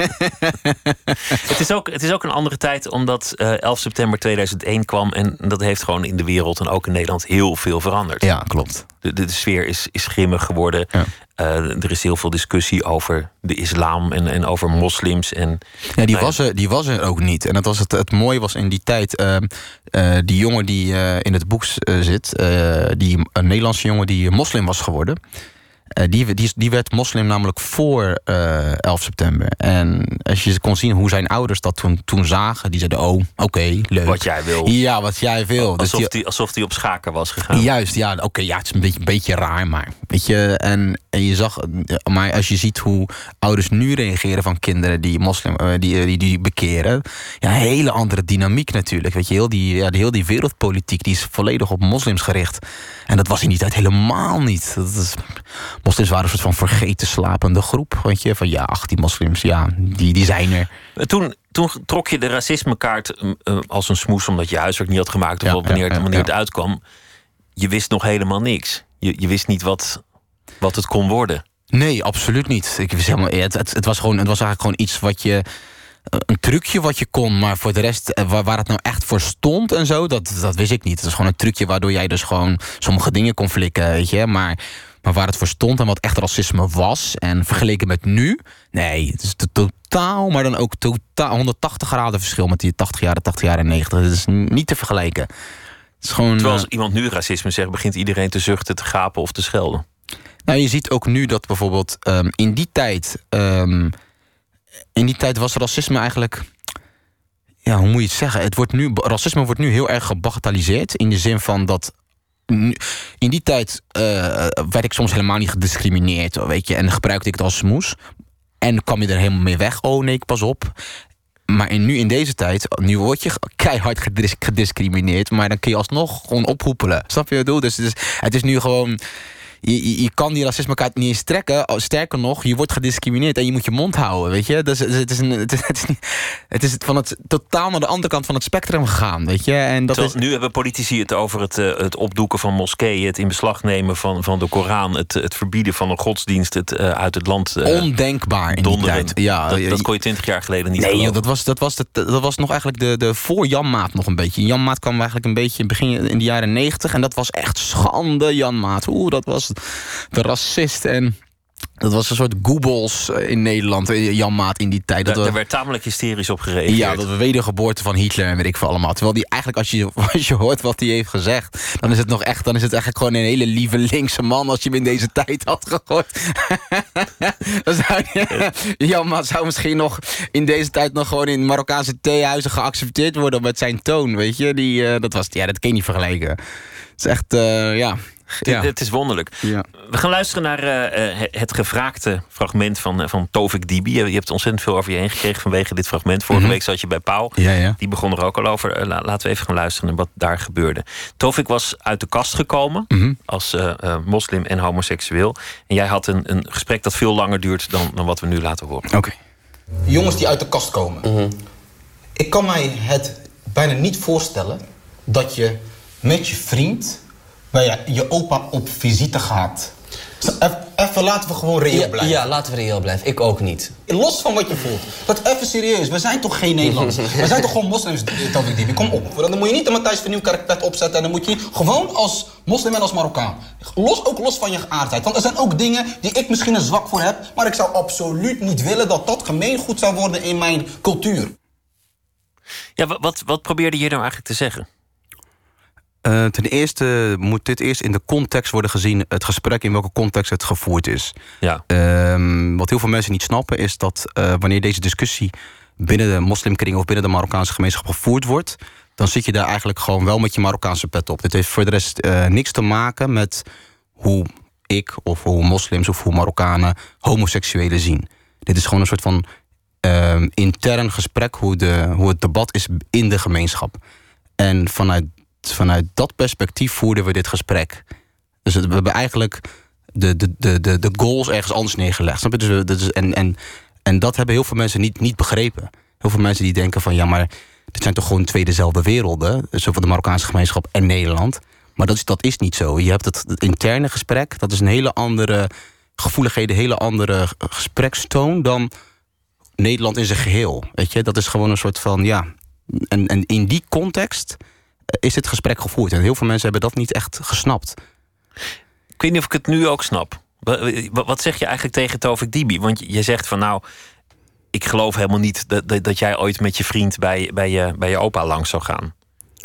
het, is ook, het is ook een andere tijd, omdat uh, elf september tweeduizend één kwam... en dat heeft gewoon in de wereld en ook in Nederland heel veel veranderd. Ja, klopt. De, de, de sfeer is, is grimmig geworden. Ja. Uh, er is heel veel discussie over de islam en, en over moslims. En, ja, die, was er, die was er ook niet. En dat was het, het mooie was in die tijd... Uh, uh, die jongen die uh, in het boek uh, zit... Uh, die, een Nederlandse jongen die moslim was geworden... Uh, die, die, die werd moslim namelijk voor uh, elf september. En als je kon zien hoe zijn ouders dat toen, toen zagen... die zeiden, oh, oké, okay, leuk. Wat jij wil. Ja, wat jij wil. Alsof dus die, alsof die op schaker was gegaan. Juist, ja, oké, okay, ja, het is een beetje, een beetje raar, maar... Weet je, en, en je zag... Maar als je ziet hoe ouders nu reageren van kinderen... die moslim, uh, die, die, die bekeren... Ja, een hele andere dynamiek natuurlijk. Weet je, heel die, ja, heel die wereldpolitiek... die is volledig op moslims gericht. En dat was in die tijd helemaal niet. Dat is... Moslims waren een soort van vergeten slapende groep. Weet je, van ja, ach, die moslims, ja, die, die zijn er. Toen, toen trok je de racismekaart uh, als een smoes... omdat je huiswerk niet had gemaakt of ja, wanneer, ja, ja, wanneer ja. het uitkwam. Je wist nog helemaal niks. Je, je wist niet wat, wat het kon worden. Nee, absoluut niet. Ik wist helemaal, het, het, het, was gewoon, het was eigenlijk gewoon iets wat je... Een trucje wat je kon, maar voor de rest... waar, waar het nou echt voor stond en zo, dat, dat wist ik niet. Het was gewoon een trucje waardoor jij dus gewoon... sommige dingen kon flikken, weet je, maar... Maar waar het voor stond en wat echt racisme was... en vergeleken met nu... nee, het is totaal, maar dan ook totaal... honderdtachtig graden verschil met die tachtig jaren, tachtig jaren, negentig. Het is niet te vergelijken. Het is gewoon, Terwijl als uh, iemand nu racisme zegt... begint iedereen te zuchten, te gapen of te schelden. Nou, je ziet ook nu dat bijvoorbeeld um, in die tijd... Um, in die tijd was racisme eigenlijk... Ja, hoe moet je het zeggen? Het wordt nu, racisme wordt nu heel erg gebagatelliseerd... in de zin van dat... In die tijd uh, werd ik soms helemaal niet gediscrimineerd, weet je, en gebruikte ik het als smoes. En kwam je er helemaal mee weg. Oh nee, pas op. Maar in, nu in deze tijd, nu word je keihard gedis- gediscrimineerd... maar dan kun je alsnog gewoon ophoepelen. Snap je wat ik bedoel? Dus, dus het is nu gewoon... je, je, je kan die racismekaart niet eens trekken. Sterker nog, je wordt gediscrimineerd en je moet je mond houden, weet je. Dus het is, een, het is, het is, niet, het is van het totaal naar de andere kant van het spectrum gegaan, weet je. En dat is... Nu hebben politici het over het, uh, het opdoeken van moskeeën, het in beslag nemen van, van de Koran, het, het verbieden van een godsdienst, het uh, uit het land uh, ondenkbaar in die tijd. Ja, dat, dat kon je twintig jaar geleden niet nee, joh, dat, was, dat, was de, dat was nog eigenlijk de, de voor Jan Maat nog een beetje. Jan Maat kwam eigenlijk een beetje begin in de jaren negentig en dat was echt schande, Jan Maat. Oeh, dat was de racist en... Dat was een soort Goebbels in Nederland, Jan Maat in die tijd. Dat Daar we, werd tamelijk hysterisch op gereageerd. Ja, dat we wedergeboorte van Hitler en weet ik veel allemaal. Terwijl die eigenlijk, als je, als je hoort wat hij heeft gezegd... dan is het nog echt, dan is het eigenlijk gewoon een hele lieve linkse man... als je hem in deze tijd had gegooid. Dan zou je, Jan Maat zou misschien nog in deze tijd... nog gewoon in Marokkaanse theehuizen geaccepteerd worden... met zijn toon, weet je. Die, uh, dat, was, ja, dat kun je niet vergelijken. Het is echt, uh, ja... Ja. Het is wonderlijk. Ja. We gaan luisteren naar uh, het gevraagde fragment van, uh, van Tovik Dibi. Je hebt ontzettend veel over je heen gekregen vanwege dit fragment. Vorige Mm-hmm. week zat je bij Pauw. Ja, ja. Die begon er ook al over. Uh, laten we even gaan luisteren naar wat daar gebeurde. Tovik was uit de kast gekomen Mm-hmm. als uh, uh, moslim en homoseksueel. En jij had een, een gesprek dat veel langer duurt dan, dan wat we nu laten horen. Oké. Okay. Jongens die uit de kast komen. Mm-hmm. Ik kan mij het bijna niet voorstellen dat je met je vriend... bij je, je opa op visite gaat. Even laten we gewoon reëel ja, blijven. Ja, laten we reëel blijven. Ik ook niet. Los van wat je voelt. Dat even serieus. We zijn toch geen Nederlanders? We zijn toch gewoon moslims, Tovik Dibi. Kom op. Dan moet je niet de Matthijs van Nieuwkerk pet opzetten. En dan moet je gewoon als moslim en als Marokkaan. Los, ook los van je geaardheid. Want er zijn ook dingen die ik misschien een zwak voor heb. Maar ik zou absoluut niet willen dat dat gemeengoed zou worden in mijn cultuur. Ja, wat, wat probeerde je nou eigenlijk te zeggen? Uh, ten eerste moet dit eerst in de context worden gezien... het gesprek in welke context het gevoerd is. Ja. Uh, wat heel veel mensen niet snappen is dat... Uh, wanneer deze discussie binnen de moslimkring... of binnen de Marokkaanse gemeenschap gevoerd wordt... dan zit je daar eigenlijk gewoon wel met je Marokkaanse pet op. Dit heeft voor de rest uh, niks te maken met hoe ik... of hoe moslims of hoe Marokkanen homoseksuelen zien. Dit is gewoon een soort van uh, intern gesprek... Hoe, de, hoe het debat is in de gemeenschap. En vanuit Vanuit dat perspectief voerden we dit gesprek. Dus we hebben eigenlijk de, de, de, de, de goals ergens anders neergelegd. Snap je? Dus we, dus, en, en, en dat hebben heel veel mensen niet, niet begrepen. Heel veel mensen die denken van... ja, maar dit zijn toch gewoon twee dezelfde werelden. Zo van de Marokkaanse gemeenschap en Nederland. Maar dat is, dat is niet zo. Je hebt het, het interne gesprek. Dat is een hele andere gevoeligheden, een hele andere gesprekstoon... dan Nederland in zijn geheel. Weet je? Dat is gewoon een soort van... ja. En, en in die context... is dit gesprek gevoerd. En heel veel mensen hebben dat niet echt gesnapt. Ik weet niet of ik het nu ook snap. Wat zeg je eigenlijk tegen Tovik Dibi? Want je zegt van nou... ik geloof helemaal niet dat, dat, dat jij ooit met je vriend... Bij, bij, je, bij je opa langs zou gaan.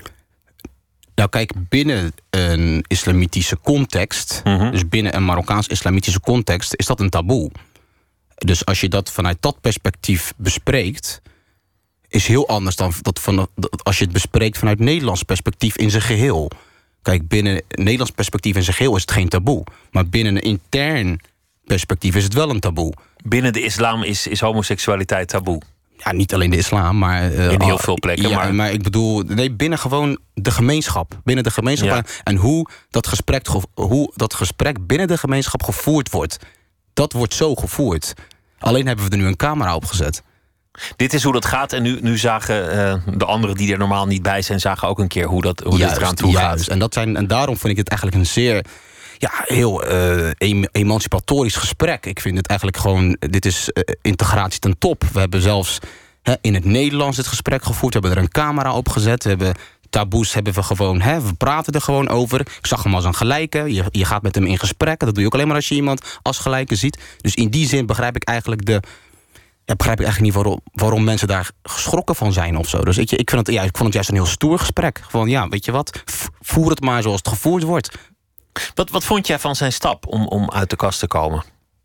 Nou kijk, binnen een islamitische context... Mm-hmm. dus binnen een Marokkaans-islamitische context... is dat een taboe. Dus als je dat vanuit dat perspectief bespreekt... is heel anders dan dat van, als je het bespreekt vanuit Nederlands perspectief in zijn geheel. Kijk, binnen Nederlands perspectief in zijn geheel is het geen taboe. Maar binnen een intern perspectief is het wel een taboe. Binnen de islam is, is homoseksualiteit taboe? Ja, niet alleen de islam, maar... Uh, in heel veel plekken. Ja, maar... maar ik bedoel, nee, binnen gewoon de gemeenschap. Binnen de gemeenschap. Ja. En hoe dat, gesprek, hoe dat gesprek binnen de gemeenschap gevoerd wordt. Dat wordt zo gevoerd. Alleen hebben we er nu een camera op gezet. Dit is hoe dat gaat en nu, nu zagen uh, de anderen die er normaal niet bij zijn... zagen ook een keer hoe, dat, hoe juist, dit eraan toe juist. gaat. En, dat zijn, en daarom vind ik het eigenlijk een zeer... ja, heel uh, em- emancipatorisch gesprek. Ik vind het eigenlijk gewoon... dit is uh, integratie ten top. We hebben zelfs hè, in het Nederlands dit gesprek gevoerd. We hebben er een camera op gezet. We hebben taboes hebben we gewoon... Hè, we praten er gewoon over. Ik zag hem als een gelijke. Je, je gaat met hem in gesprek. Dat doe je ook alleen maar als je iemand als gelijke ziet. Dus in die zin begrijp ik eigenlijk de... Ja, begrijp ik eigenlijk niet waarom, waarom mensen daar geschrokken van zijn of zo. Dus weet je, ik, vind het, ja, ik vond het juist een heel stoer gesprek. Gewoon, ja, weet je wat, voer het maar zoals het gevoerd wordt. Wat, wat vond jij van zijn stap om, om uit de kast te komen?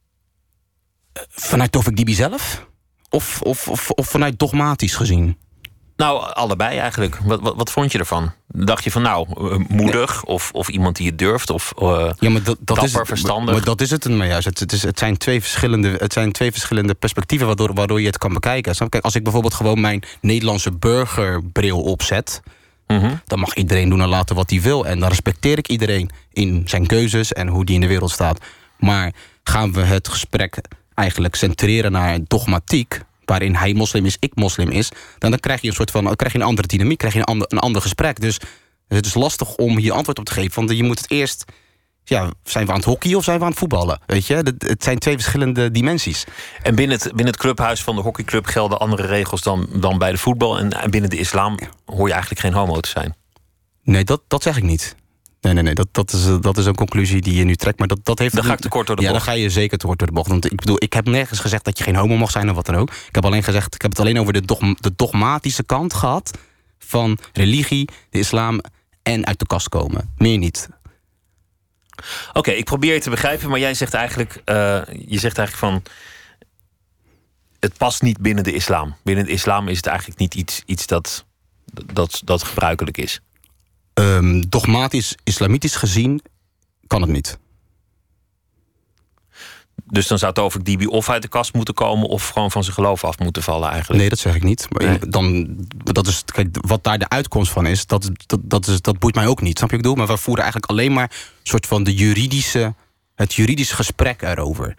Vanuit Tovik Dibi zelf? Of, of, of, of vanuit dogmatisch gezien? Nou, allebei eigenlijk. Wat, wat, wat vond je ervan? Dacht je van nou, uh, moedig nee. of, of iemand die het durft? Of uh, ja, maar dat, dat dapper, is, verstandig? Maar dat is het maar juist. Het, het, is, het, zijn twee verschillende, het zijn twee verschillende perspectieven waardoor, waardoor je het kan bekijken. Kijk, als ik bijvoorbeeld gewoon mijn Nederlandse burgerbril opzet... Mm-hmm. Dan mag iedereen doen en laten wat hij wil. En dan respecteer ik iedereen in zijn keuzes en hoe die in de wereld staat. Maar gaan we het gesprek eigenlijk centreren naar dogmatiek, waarin hij moslim is, ik moslim is, dan, dan krijg je een soort van, dan krijg je een andere dynamiek, krijg je een ander, een ander gesprek. Dus het is lastig om hier antwoord op te geven. Want je moet het eerst, ja, zijn we aan het hockey of zijn we aan het voetballen? Weet je, het, het zijn twee verschillende dimensies. En binnen het, binnen het clubhuis van de hockeyclub gelden andere regels dan, dan bij de voetbal. En, en binnen de islam hoor je eigenlijk geen homo te zijn. Nee, dat, dat zeg ik niet. Nee, nee, nee, dat, dat, is, dat is een conclusie die je nu trekt. Maar dat, dat heeft dan ga ik te kort door de ja, bocht. Ja, dan ga je zeker te kort door de bocht. Want ik bedoel, ik heb nergens gezegd dat je geen homo mag zijn of wat dan ook. Ik heb alleen gezegd, ik heb het alleen over de, dogma, de dogmatische kant gehad van religie, de islam en uit de kast komen. Meer niet. Oké, okay, ik probeer je te begrijpen, maar jij zegt eigenlijk, uh, je zegt eigenlijk van, het past niet binnen de islam. Binnen de islam is het eigenlijk niet iets, iets dat, dat, dat gebruikelijk is. Um, dogmatisch, islamitisch gezien, kan het niet. Dus dan zou Tovik Dibi of uit de kast moeten komen of gewoon van zijn geloof af moeten vallen eigenlijk? Nee, dat zeg ik niet. Maar nee. dan, dat is, kijk, wat daar de uitkomst van is, dat, dat, dat, is, dat boeit mij ook niet. Snap je wat ik bedoel? Maar we voeren eigenlijk alleen maar een soort van de juridische, het juridische gesprek erover.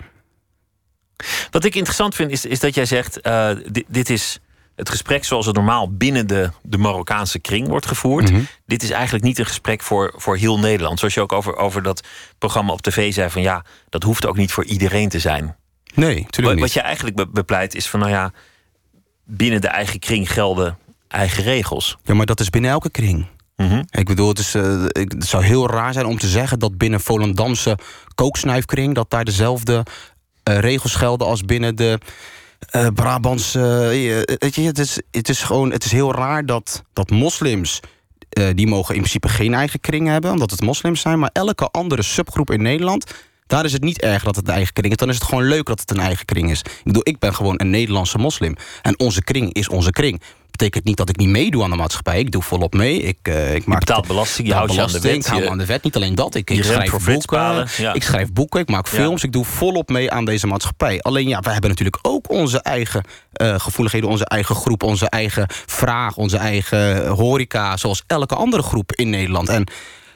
Wat ik interessant vind is, is dat jij zegt, uh, dit, dit is het gesprek zoals het normaal binnen de, de Marokkaanse kring wordt gevoerd. Mm-hmm. Dit is eigenlijk niet een gesprek voor, voor heel Nederland. Zoals je ook over, over dat programma op tv zei van ja, dat hoeft ook niet voor iedereen te zijn. Nee, natuurlijk wat, niet. Wat je eigenlijk be- bepleit is van nou ja, binnen de eigen kring gelden eigen regels. Ja, maar dat is binnen elke kring. Mm-hmm. Ik bedoel, het, is, uh, het zou heel raar zijn om te zeggen dat binnen Volendamse kooksnuifkring dat daar dezelfde uh, regels gelden als binnen de Uh, Brabants, uh, weet je, het is, het is gewoon, het is heel raar dat, dat moslims, uh, die mogen in principe geen eigen kring hebben, omdat het moslims zijn, maar elke andere subgroep in Nederland, daar is het niet erg dat het een eigen kring is, dan is het gewoon leuk dat het een eigen kring is. Ik bedoel, ik ben gewoon een Nederlandse moslim en onze kring is onze kring. Betekent niet dat ik niet meedoe aan de maatschappij. Ik doe volop mee. Ik, uh, ik maak je betaalt belasting, je houdt je aan de wet. Ik hou me aan de wet. Niet alleen dat. Ik, ik schrijf boeken. Ja. Ik schrijf boeken. Ik maak films. Ja. Ik doe volop mee aan deze maatschappij. Alleen ja, wij hebben natuurlijk ook onze eigen uh, gevoeligheden, onze eigen groep, onze eigen vraag, onze eigen horeca, zoals elke andere groep in Nederland. En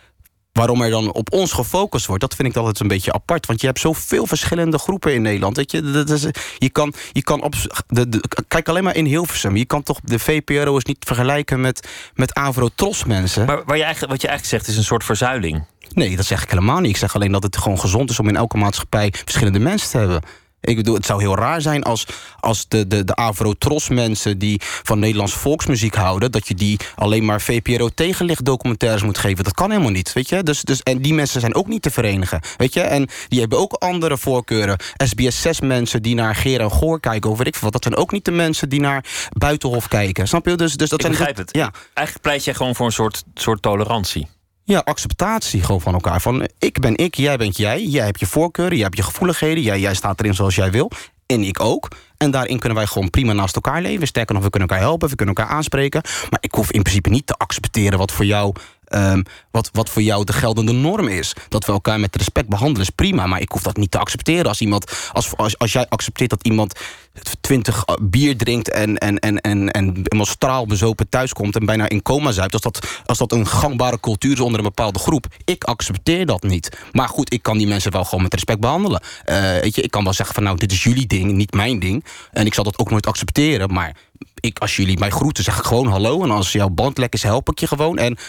waarom er dan op ons gefocust wordt, dat vind ik altijd een beetje apart. Want je hebt zoveel verschillende groepen in Nederland. Weet je, dat is, je kan, je kan op, de, de, kijk alleen maar in Hilversum. Je kan toch de V P R O eens niet vergelijken met, met Avro-Tros mensen. Maar waar je eigenlijk, wat je eigenlijk zegt is een soort verzuiling. Nee, dat zeg ik helemaal niet. Ik zeg alleen dat het gewoon gezond is om in elke maatschappij verschillende mensen te hebben. Ik bedoel, het zou heel raar zijn als, als de, de, de Avro-Tros mensen die van Nederlands volksmuziek houden, dat je die alleen maar V P R O tegenlicht documentaires moet geven. Dat kan helemaal niet, weet je. Dus, dus, en die mensen zijn ook niet te verenigen, weet je. En die hebben ook andere voorkeuren. S B S zes mensen die naar Geer en Goor kijken, of weet ik veel wat. Dat zijn ook niet de mensen die naar Buitenhof kijken. Snap je? Dus, dus dat ik zijn begrijp dat, het. Ja. Eigenlijk pleit jij gewoon voor een soort, soort tolerantie. Ja, acceptatie gewoon van elkaar. Van ik ben ik, jij bent jij. Jij hebt je voorkeuren, jij hebt je gevoeligheden. Jij, jij staat erin zoals jij wil. En ik ook. En daarin kunnen wij gewoon prima naast elkaar leven. Sterker nog, we kunnen elkaar helpen, we kunnen elkaar aanspreken. Maar ik hoef in principe niet te accepteren wat voor jou, um, wat, wat voor jou de geldende norm is. Dat we elkaar met respect behandelen is prima. Maar ik hoef dat niet te accepteren. Als, iemand, als, als, als jij accepteert dat iemand twintig bier drinkt en, en, en, en, en helemaal straalbezopen thuiskomt en bijna in coma zuipt, als dat, als dat een gangbare cultuur is onder een bepaalde groep. Ik accepteer dat niet. Maar goed, ik kan die mensen wel gewoon met respect behandelen. Uh, weet je, ik kan wel zeggen van nou, dit is jullie ding, niet mijn ding. En ik zal dat ook nooit accepteren. Maar ik, als jullie mij groeten, zeg ik gewoon hallo. En als jouw band lek is, help ik je gewoon. En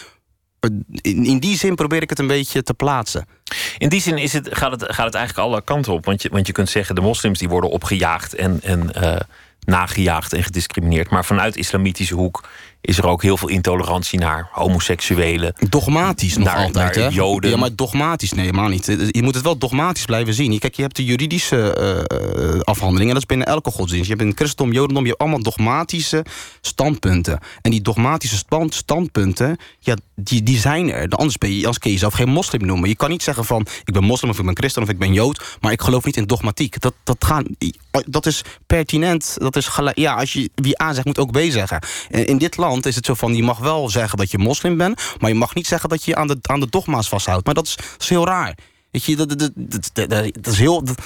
in, in die zin probeer ik het een beetje te plaatsen. In die zin is het, gaat, het, gaat het eigenlijk alle kanten op. Want je, want je kunt zeggen, de moslims die worden opgejaagd en, en uh, nagejaagd en gediscrimineerd. Maar vanuit de islamitische hoek is er ook heel veel intolerantie naar homoseksuelen. Dogmatisch nog naar, altijd, naar hè? Joden. Ja, maar dogmatisch, nee, helemaal niet. Je moet het wel dogmatisch blijven zien. Kijk, je hebt de juridische uh, afhandeling, en dat is binnen elke godsdienst. Je hebt in christendom, jodendom, je hebt allemaal dogmatische standpunten. En die dogmatische stand, standpunten, ja, die, die zijn er. Anders, ben je, anders kun je jezelf geen moslim noemen. Je kan niet zeggen van, ik ben moslim of ik ben christen of ik ben jood, maar ik geloof niet in dogmatiek. Dat, dat, gaan, dat is pertinent, dat is gelijk. Ja, als je wie A zegt, moet ook B zeggen. In dit land is het zo van, je mag wel zeggen dat je moslim bent, maar je mag niet zeggen dat je aan de, aan de dogma's vasthoudt. Maar dat is, dat is heel raar. Weet je, dat, dat, dat, dat, dat is heel... Dat,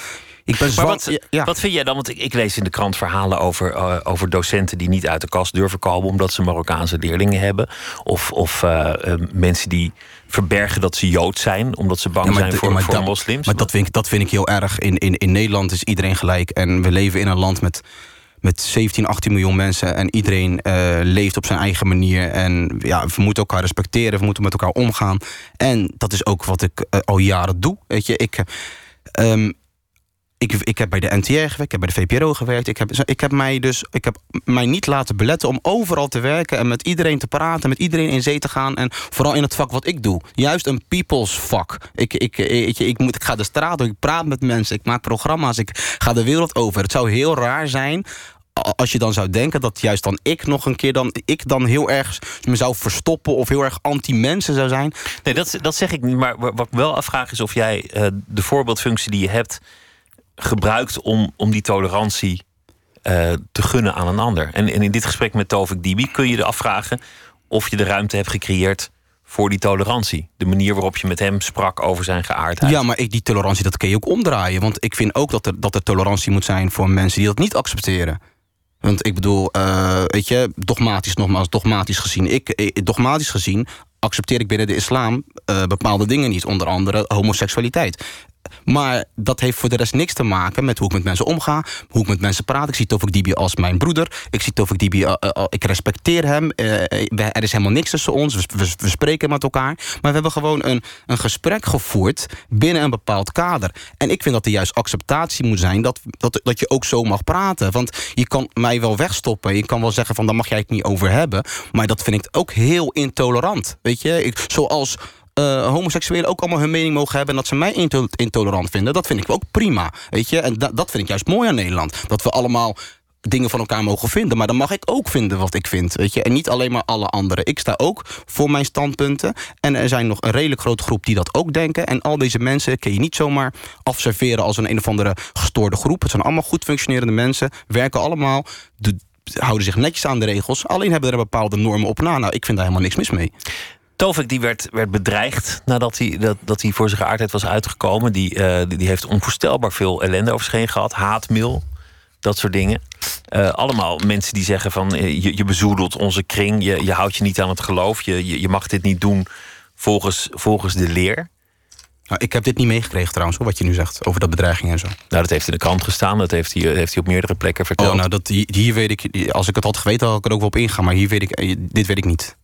Ik ben maar wat, ja, ja. wat vind jij dan? Want ik, ik lees in de krant verhalen over, uh, over docenten die niet uit de kast durven komen omdat ze Marokkaanse leerlingen hebben. Of, of uh, uh, mensen die verbergen dat ze Jood zijn omdat ze bang ja, zijn de, voor, maar voor dat, moslims. Maar dat vind ik, dat vind ik heel erg. In, in, in Nederland is iedereen gelijk. En we leven in een land met, met zeventien, achttien miljoen mensen. En iedereen uh, leeft op zijn eigen manier. En ja, we moeten elkaar respecteren. We moeten met elkaar omgaan. En dat is ook wat ik uh, al jaren doe. Weet je, ik... Um, Ik, ik heb bij de N T R gewerkt, ik heb bij de V P R O gewerkt. Ik heb, ik heb mij dus ik heb mij niet laten beletten om overal te werken en met iedereen te praten, met iedereen in zee te gaan. En vooral in het vak wat ik doe. Juist een people's vak. Ik, ik, ik, ik, moet, ik ga de straat door, ik praat met mensen, ik maak programma's, ik ga de wereld over. Het zou heel raar zijn als je dan zou denken dat juist dan ik nog een keer dan ik dan heel erg me zou verstoppen of heel erg anti-mensen zou zijn. Nee, dat, dat zeg ik niet. Maar wat ik wel afvraag is of jij uh, de voorbeeldfunctie die je hebt gebruikt om, om die tolerantie uh, te gunnen aan een ander. En, en in dit gesprek met Tovik Dibi kun je je afvragen of je de ruimte hebt gecreëerd voor die tolerantie. De manier waarop je met hem sprak over zijn geaardheid. Ja, maar ik, die tolerantie, dat kun je ook omdraaien. Want ik vind ook dat er, dat er tolerantie moet zijn voor mensen die dat niet accepteren. Want ik bedoel, uh, weet je, dogmatisch nogmaals, dogmatisch gezien. Ik, dogmatisch gezien accepteer ik binnen de islam uh, bepaalde dingen niet. Onder andere homoseksualiteit. Maar dat heeft voor de rest niks te maken met hoe ik met mensen omga, hoe ik met mensen praat. Ik zie Tovik Dibi als mijn broeder. Ik zie Tovik Dibi, uh, uh, ik respecteer hem. Uh, er is helemaal niks tussen ons. We, we, we spreken met elkaar. Maar we hebben gewoon een, een gesprek gevoerd binnen een bepaald kader. En ik vind dat er juist acceptatie moet zijn dat, dat, dat je ook zo mag praten. Want je kan mij wel wegstoppen. Je kan wel zeggen van, daar mag jij het niet over hebben. Maar dat vind ik ook heel intolerant. Weet je, ik, zoals Uh, homoseksuelen ook allemaal hun mening mogen hebben en dat ze mij into- intolerant vinden, dat vind ik ook prima. Weet je? En da- dat vind ik juist mooi aan Nederland. Dat we allemaal dingen van elkaar mogen vinden. Maar dan mag ik ook vinden wat ik vind. Weet je? En niet alleen maar alle anderen. Ik sta ook voor mijn standpunten. En er zijn nog een redelijk grote groep die dat ook denken. En al deze mensen kun je niet zomaar afserveren als een een of andere gestoorde groep. Het zijn allemaal goed functionerende mensen. Werken allemaal, de, houden zich netjes aan de regels. Alleen hebben er bepaalde normen op na. Nou, ik vind daar helemaal niks mis mee. Tovik die werd, werd bedreigd nadat hij, dat, dat hij voor zijn geaardheid was uitgekomen. Die, uh, die, die heeft onvoorstelbaar veel ellende over zich heen gehad. Haatmail, dat soort dingen. Uh, allemaal mensen die zeggen van uh, je, je bezoedelt onze kring. Je, je houdt je niet aan het geloof. Je, je, je mag dit niet doen volgens, volgens de leer. Nou, ik heb dit niet meegekregen trouwens, wat je nu zegt over dat bedreiging en zo. Nou, dat heeft in de krant gestaan. Dat heeft hij, heeft hij op meerdere plekken verteld. Oh, nou, dat, hier weet ik, als ik het had geweten, had ik er ook wel op ingaan. Maar hier weet ik, dit weet ik niet.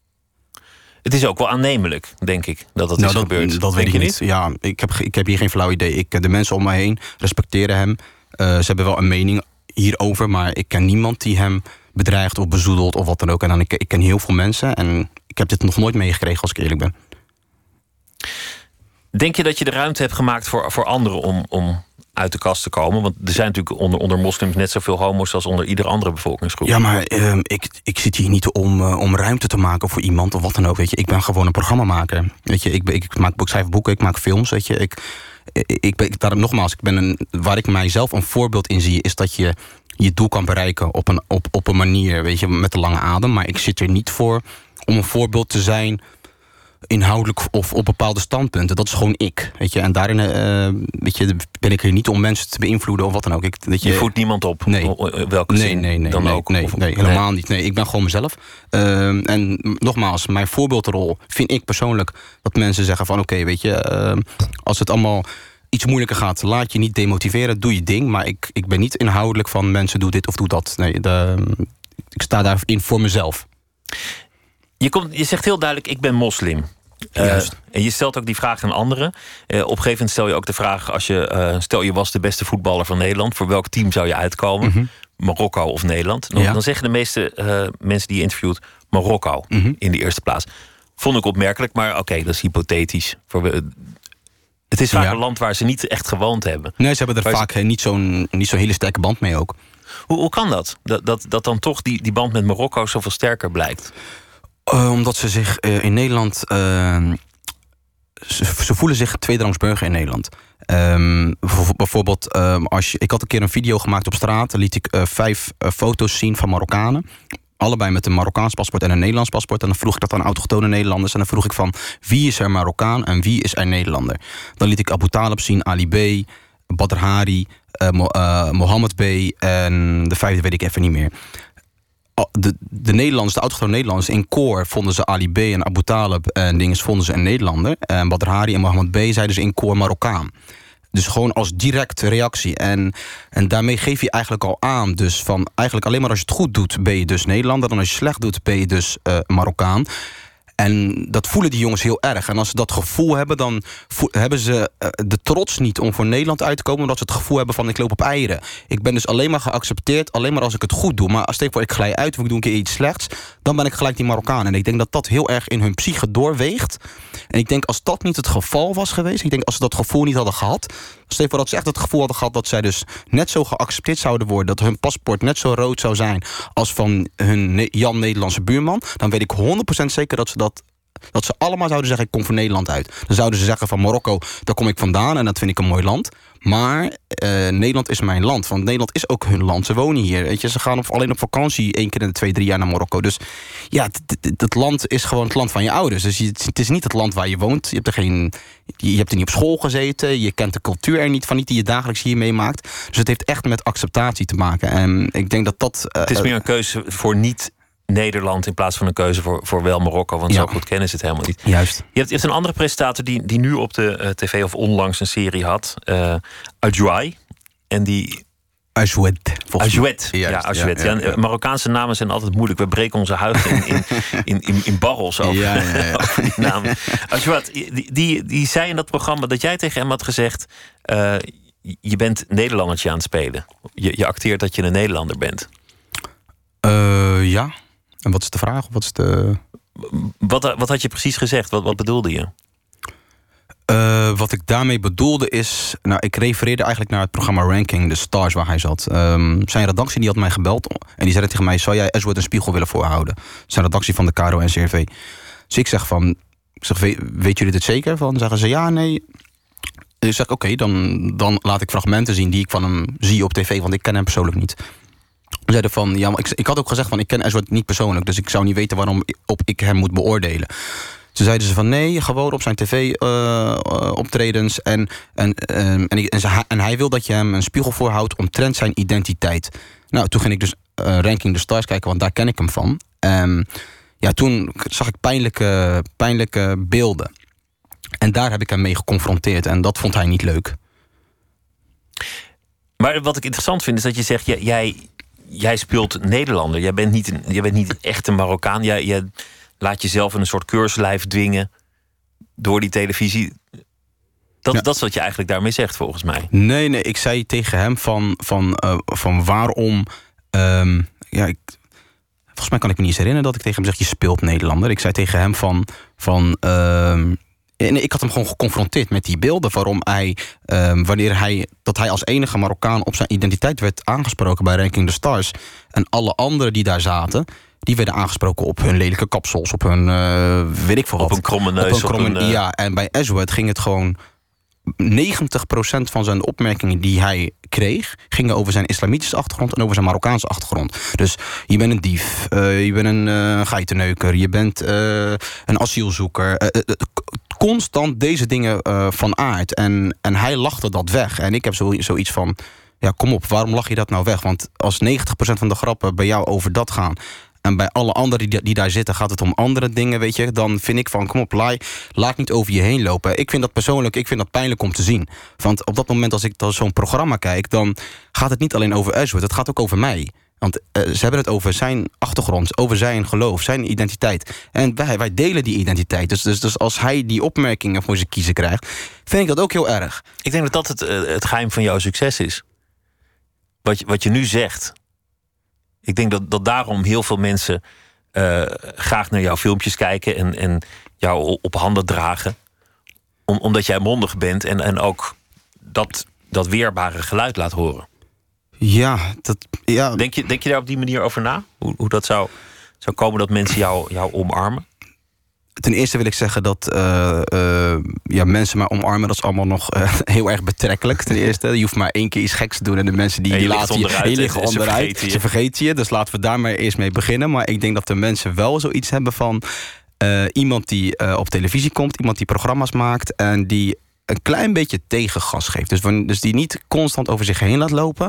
Het is ook wel aannemelijk, denk ik, dat dat nou, is dat, gebeurd. Dat weet ik niet. Ja, ik heb, ik heb hier geen flauw idee. Ik, de mensen om mij heen respecteren hem. Uh, ze hebben wel een mening hierover, maar ik ken niemand die hem bedreigt of bezoedelt of wat dan ook. En dan, ik, ik ken heel veel mensen en ik heb dit nog nooit meegekregen, als ik eerlijk ben. Denk je dat je de ruimte hebt gemaakt voor, voor anderen om, om uit de kast te komen? Want er zijn natuurlijk onder, onder moslims net zoveel homo's als onder iedere andere bevolkingsgroep. Ja, maar uh, ik, ik zit hier niet om, uh, om ruimte te maken voor iemand of wat dan ook. Weet je, ik ben gewoon een programmamaker. Weet je, ik, ik, maak, ik schrijf boeken, ik maak films. Weet je, ik, ik, ik, ik daar, nogmaals, ik ben een, waar ik mijzelf een voorbeeld in zie, is dat je je doel kan bereiken op een, op, op een manier, weet je, met een lange adem. Maar ik zit er niet voor om een voorbeeld te zijn, inhoudelijk of op bepaalde standpunten. Dat is gewoon ik. Weet je? En daarin uh, weet je, ben ik er niet om mensen te beïnvloeden of wat dan ook. Ik, dat je, je voedt niemand op? Nee. Welke nee, zin nee, nee, dan nee, ook? Nee, of, nee helemaal nee. niet. Nee, ik ben gewoon mezelf. Uh, en nogmaals, mijn voorbeeldrol vind ik persoonlijk dat mensen zeggen van oké, okay, weet je, uh, als het allemaal iets moeilijker gaat, laat je niet demotiveren, doe je ding. Maar ik, ik ben niet inhoudelijk van mensen doe dit of doe dat. Nee, de, ik sta daarin voor mezelf. Je, komt, je zegt heel duidelijk, ik ben moslim. Uh, en je stelt ook die vraag aan anderen. Uh, op een gegeven moment stel je ook de vraag, als je, uh, stel je was de beste voetballer van Nederland, voor welk team zou je uitkomen? Mm-hmm. Marokko of Nederland? Dan, ja. dan zeggen de meeste uh, mensen die je interviewt Marokko mm-hmm. in de eerste plaats. Vond ik opmerkelijk, maar oké, okay, dat is hypothetisch. Voor, uh, het is vaak ja. een land waar ze niet echt gewoond hebben. Nee, ze hebben er vaak ze... niet zo'n niet zo'n hele sterke band mee ook. Hoe, hoe kan dat? Dat, dat? dat dan toch die, die band met Marokko zoveel sterker blijkt? Uh, omdat ze zich uh, in Nederland Uh, ze, ze voelen zich tweederangs burger in Nederland. Um, bijvoorbeeld, um, als je, ik had een keer een video gemaakt op straat. Dan liet ik uh, vijf uh, foto's zien van Marokkanen. Allebei met een Marokkaans paspoort en een Nederlands paspoort. En dan vroeg ik dat aan autochtone Nederlanders. En dan vroeg ik van, wie is er Marokkaan en wie is er Nederlander? Dan liet ik Abu Talib zien, Ali B, Badr Hari, uh, Mo, uh, Mohammed B. en de vijfde weet ik even niet meer. De, de Nederlanders, de autochtone Nederlanders in koor vonden ze Ali B. en Abu Talib en dinges vonden ze een Nederlander. En Badr Hari en Mohammed B. zeiden ze in koor Marokkaan. Dus gewoon als directe reactie. En, en daarmee geef je eigenlijk al aan. Dus van eigenlijk alleen maar als je het goed doet, ben je dus Nederlander. En als je slecht doet, ben je dus uh, Marokkaan. En dat voelen die jongens heel erg. En als ze dat gevoel hebben, dan vo- hebben ze uh, de trots niet om voor Nederland uit te komen, omdat ze het gevoel hebben van ik loop op eieren. Ik ben dus alleen maar geaccepteerd, alleen maar als ik het goed doe. Maar als stel voor ik glij uit of ik doe een keer iets slechts, dan ben ik gelijk die Marokkaan. En ik denk dat dat heel erg in hun psyche doorweegt. En ik denk als dat niet het geval was geweest, ik denk als ze dat gevoel niet hadden gehad, stel voor dat ze echt het gevoel hadden gehad dat zij dus net zo geaccepteerd zouden worden, dat hun paspoort net zo rood zou zijn als van hun ne- Jan Nederlandse buurman, dan weet ik honderd procent zeker dat ze dat Dat ze allemaal zouden zeggen, ik kom voor Nederland uit. Dan zouden ze zeggen van Marokko, daar kom ik vandaan en dat vind ik een mooi land. Maar uh, Nederland is mijn land, want Nederland is ook hun land. Ze wonen hier, weet je. Ze gaan op, alleen op vakantie één keer in de twee, drie jaar naar Marokko. Dus ja, het land is gewoon het land van je ouders. Dus je, het is niet het land waar je woont. Je hebt, er geen, je hebt er niet op school gezeten. Je kent de cultuur er niet van, niet die je dagelijks hier meemaakt. Dus het heeft echt met acceptatie te maken. En ik denk dat dat... Uh, het is meer een keuze voor niet Nederland in plaats van een keuze voor, voor wel Marokko. Want ja. Zo goed kennen ze het helemaal niet. Juist. Je hebt, je hebt een andere presentator die, die nu op de uh, tv of onlangs een serie had. Uh, Ajouai. En die... Ajouet. Ajouet. Ja, Ajouet. Ja, ja, ja. Marokkaanse namen zijn altijd moeilijk. We breken onze huid in, in, in, in, in barrels over, ja, ja, ja. over die naam. Ajouet, die, die, die zei in dat programma dat jij tegen hem had gezegd... Uh, je bent Nederlandertje aan het spelen. Je, je acteert dat je een Nederlander bent. Uh, ja. En wat is de vraag? Wat, is de... wat, wat had je precies gezegd? Wat, wat bedoelde je? Uh, wat ik daarmee bedoelde is... Nou, ik refereerde eigenlijk naar het programma Ranking, de Stars waar hij zat. Um, zijn redactie die had mij gebeld en die zei tegen mij... zou jij Ajouet een spiegel willen voorhouden? Zijn redactie van de K R O en C R V. Dus ik zeg van... Ik zeg, weet, weet jullie dit zeker? Van, zeggen ze ja, nee... Dus ik zeg, oké, okay, dan, dan laat ik fragmenten zien die ik van hem zie op tv... want ik ken hem persoonlijk niet. Ze zeiden van, ja, maar ik, ik had ook gezegd van... ik ken Ajouet niet persoonlijk, dus ik zou niet weten... waarom op ik hem moet beoordelen. Toen zeiden ze van nee, gewoon op zijn tv-optredens. Uh, en, en, um, en, en, ze, en hij wil dat je hem een spiegel voorhoudt omtrent zijn identiteit. Nou, toen ging ik dus uh, Ranking the Stars kijken, want daar ken ik hem van. Um, ja, toen zag ik pijnlijke, pijnlijke beelden. En daar heb ik hem mee geconfronteerd. En dat vond hij niet leuk. Maar wat ik interessant vind, is dat je zegt... jij, jij, jij speelt Nederlander. Jij bent niet een, jij bent niet een echte Marokkaan. Jij... jij laat jezelf in een soort keurslijf dwingen door die televisie. Dat, ja. dat is wat je eigenlijk daarmee zegt, volgens mij. Nee, nee, ik zei tegen hem van, van, uh, van waarom... Um, ja, ik, volgens mij kan ik me niet eens herinneren dat ik tegen hem zeg... je speelt Nederlander. Ik zei tegen hem van... van um, en ik had hem gewoon geconfronteerd met die beelden... waarom hij, um, wanneer hij, dat hij als enige Marokkaan op zijn identiteit werd aangesproken... bij Ranking the Stars. En alle anderen die daar zaten... die werden aangesproken op hun lelijke kapsels, op hun, uh, weet ik veel wat. Op een kromme neus. Op een kromme, op een, uh... Ja, en bij Ajouet ging het gewoon... negentig procent van zijn opmerkingen die hij kreeg... gingen over zijn islamitische achtergrond en over zijn Marokkaanse achtergrond. Dus je bent een dief, uh, je bent een uh, geitenneuker... je bent uh, een asielzoeker... Uh, uh, constant deze dingen uh, van aard. En, en hij lachte dat weg. En ik heb zo, zoiets van... ja, kom op, waarom lach je dat nou weg? Want als negentig procent van de grappen bij jou over dat gaan... en bij alle anderen die, die daar zitten gaat het om andere dingen, weet je... dan vind ik van, kom op, laai, laat niet over je heen lopen. Ik vind dat persoonlijk, ik vind dat pijnlijk om te zien. Want op dat moment als ik dan zo'n programma kijk... dan gaat het niet alleen over Ajouet, het gaat ook over mij. Want uh, ze hebben het over zijn achtergrond, over zijn geloof, zijn identiteit. En wij, wij delen die identiteit. Dus, dus, dus als hij die opmerkingen voor zijn kiezen krijgt... vind ik dat ook heel erg. Ik denk dat dat het, uh, het geheim van jouw succes is. Wat je, wat je nu zegt... Ik denk dat, dat daarom heel veel mensen uh, graag naar jouw filmpjes kijken... en, en jou op handen dragen. Om, omdat jij mondig bent en, en ook dat, dat weerbare geluid laat horen. Ja, dat... Ja. Denk je, denk je daar op die manier over na? Hoe, hoe dat zou, zou komen dat mensen jou, jou omarmen? Ten eerste wil ik zeggen dat uh, uh, ja, mensen mij omarmen... dat is allemaal nog uh, heel erg betrekkelijk. Ten eerste, je hoeft maar één keer iets geks te doen... en de mensen die, die laten je, die liggen onderuit. Ze vergeten, je. ze vergeten je. Dus laten we daar maar eerst mee beginnen. Maar ik denk dat de mensen wel zoiets hebben van... Uh, iemand die uh, op televisie komt, iemand die programma's maakt... en die een klein beetje tegengas geeft. Dus, dus die niet constant over zich heen laat lopen.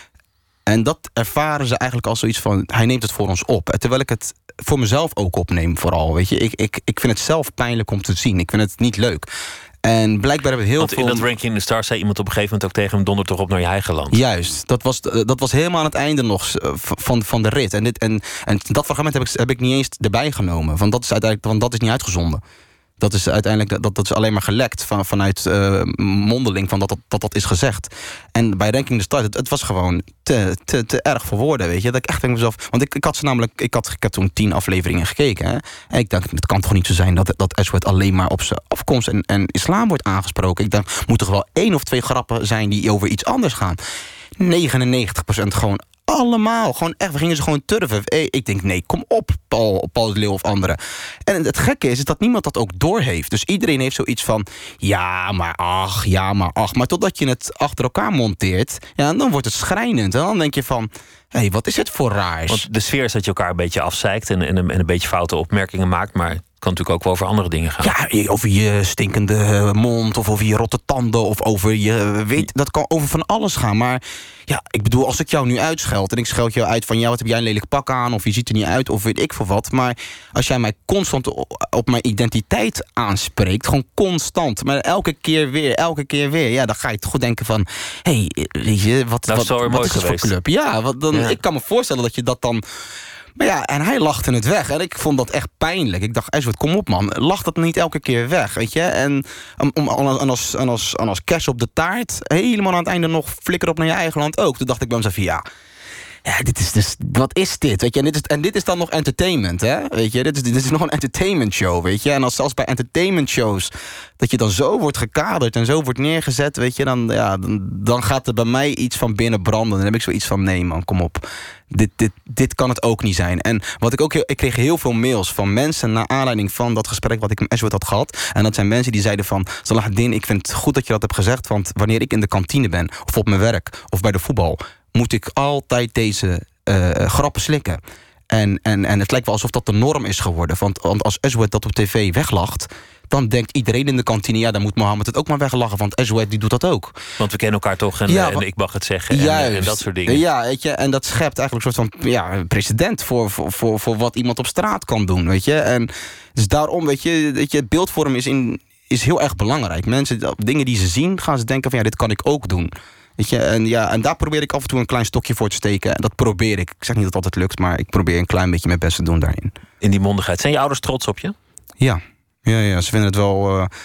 En dat ervaren ze eigenlijk als zoiets van, hij neemt het voor ons op. Terwijl ik het voor mezelf ook opneem vooral. Weet je? Ik, ik, ik vind het zelf pijnlijk om te zien. Ik vind het niet leuk. En blijkbaar hebben we heel Want veel... in dat Ranking the Stars zei iemand op een gegeven moment ook tegen hem, donder toch op naar je eigen land. Juist, dat was, dat was helemaal aan het einde nog van, van de rit. En, dit, en, en dat fragment heb ik, heb ik niet eens erbij genomen. Want dat is uiteindelijk, want dat is niet uitgezonden. Dat is uiteindelijk dat, dat is alleen maar gelekt van, vanuit uh, mondeling van dat dat, dat dat is gezegd. En bij Ranking the Stars, het, het was gewoon te, te, te erg voor woorden, weet je. Dat ik echt denk mezelf, want ik, ik had ze namelijk, ik had, ik had toen tien afleveringen gekeken. Hè? En ik dacht, het kan toch niet zo zijn dat, dat Aswad alleen maar op zijn afkomst en, en islam wordt aangesproken. Ik dacht, moet toch wel één of twee grappen zijn die over iets anders gaan. negenennegentig procent gewoon allemaal. Gewoon echt, we gingen ze gewoon turven. Ik denk, nee, kom op, Paul, Paul de Leeuw of anderen. En het gekke is, is dat niemand dat ook doorheeft. Dus iedereen heeft zoiets van, ja, maar ach, ja, maar ach. Maar totdat je het achter elkaar monteert, ja, dan wordt het schrijnend. En dan denk je van, hé, hey, wat is het voor raars? Want de sfeer is dat je elkaar een beetje afzeikt en, en, en een beetje foute opmerkingen maakt, maar het kan natuurlijk ook wel over andere dingen gaan. Ja, over je stinkende mond of over je rotte tanden of over je, weet, dat kan over van alles gaan. Maar ja, ik bedoel, als ik jou nu uitscheld en ik scheld jou uit van, ja, wat heb jij een lelijk pak aan of je ziet er niet uit of weet ik veel wat. Maar als jij mij constant op mijn identiteit aanspreekt, gewoon constant, maar elke keer weer, elke keer weer, ja, dan ga je toch goed denken van, hé, hey, weet je, wat, nou, wat, wat is het voor club? Ja, wat, dan, ja. Ik kan me voorstellen dat je dat dan... Maar ja, en hij lachte het weg. En ik vond dat echt pijnlijk. Ik dacht, Aswad, kom op man, lach dat niet elke keer weg, weet je. En, om, om, en, als, en, als, en als kers op de taart, helemaal aan het einde nog flikker op naar je eigen land ook. Toen dacht ik bij mezelf, ja, ja, dit is dus, wat is dit, weet je. En dit is, en dit is dan nog entertainment, hè, weet je. Dit is, dit is nog een entertainment show, weet je. En als zelfs bij entertainment shows, dat je dan zo wordt gekaderd en zo wordt neergezet, weet je, dan, ja, dan, dan gaat er bij mij iets van binnen branden. Dan heb ik zoiets van, nee man, kom op. Dit, dit, dit kan het ook niet zijn. En wat ik ook heel, ik kreeg heel veel mails van mensen naar aanleiding van dat gesprek wat ik met Aswad had gehad. En dat zijn mensen die zeiden van, Salahuddin, ik vind het goed dat je dat hebt gezegd, want wanneer ik in de kantine ben, of op mijn werk, of bij de voetbal, moet ik altijd deze uh, grappen slikken. En, en, en het lijkt wel alsof dat de norm is geworden. Want, want als Aswad dat op tv weglacht, dan denkt iedereen in de kantine, ja, dan moet Mohammed het ook maar weglachen, want Aswad die doet dat ook. Want we kennen elkaar toch en, ja, en ik mag het zeggen juist, en, en dat soort dingen. Ja, weet je, en dat schept eigenlijk een soort van, ja, precedent voor, voor, voor, voor wat iemand op straat kan doen, weet je. En dus daarom, weet je, weet je, het beeldvorm is, in, is heel erg belangrijk. Mensen, dingen die ze zien, gaan ze denken van, ja, dit kan ik ook doen. Weet je, en, ja, en daar probeer ik af en toe een klein stokje voor te steken. En dat probeer ik. Ik zeg niet dat het altijd lukt, maar ik probeer een klein beetje mijn best te doen daarin. In die mondigheid. Zijn je ouders trots op je? Ja, ja, ja, ze vinden het wel, uh,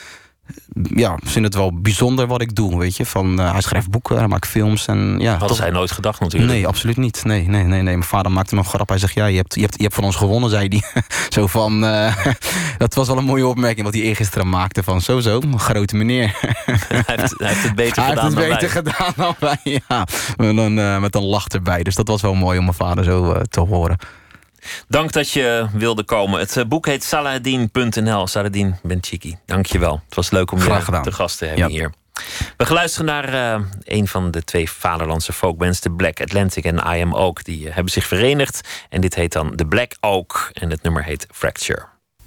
ja, ze vinden het wel bijzonder wat ik doe, weet je. Van, uh, hij schrijft boeken, hij maakt films. En, ja, Hadden toch... zij nooit gedacht natuurlijk? Nee, absoluut niet. Nee, nee, nee, nee. Mijn vader maakte me een grap. Hij zegt, ja, je hebt, je hebt, je hebt van ons gewonnen, zei hij. Zo van, uh, dat was wel een mooie opmerking wat hij eergisteren maakte. Van, zo, zo, een grote meneer. hij, heeft, hij heeft het beter hij gedaan heeft het dan beter wij. gedaan dan wij, ja. Met een, uh, met een lach erbij. Dus dat was wel mooi om mijn vader zo uh, te horen. Dank dat je wilde komen. Het boek heet Salahuddin punt n l. Salahuddin Benchiki. Dank je wel. Het was leuk om Graag je gedaan. te gast te hebben Ja. hier. We gaan luisteren naar uh, een van de twee vaderlandse folkbands, de Black Atlantic en I Am Oak. Die uh, hebben zich verenigd en dit heet dan The Black Oak en het nummer heet Fracture.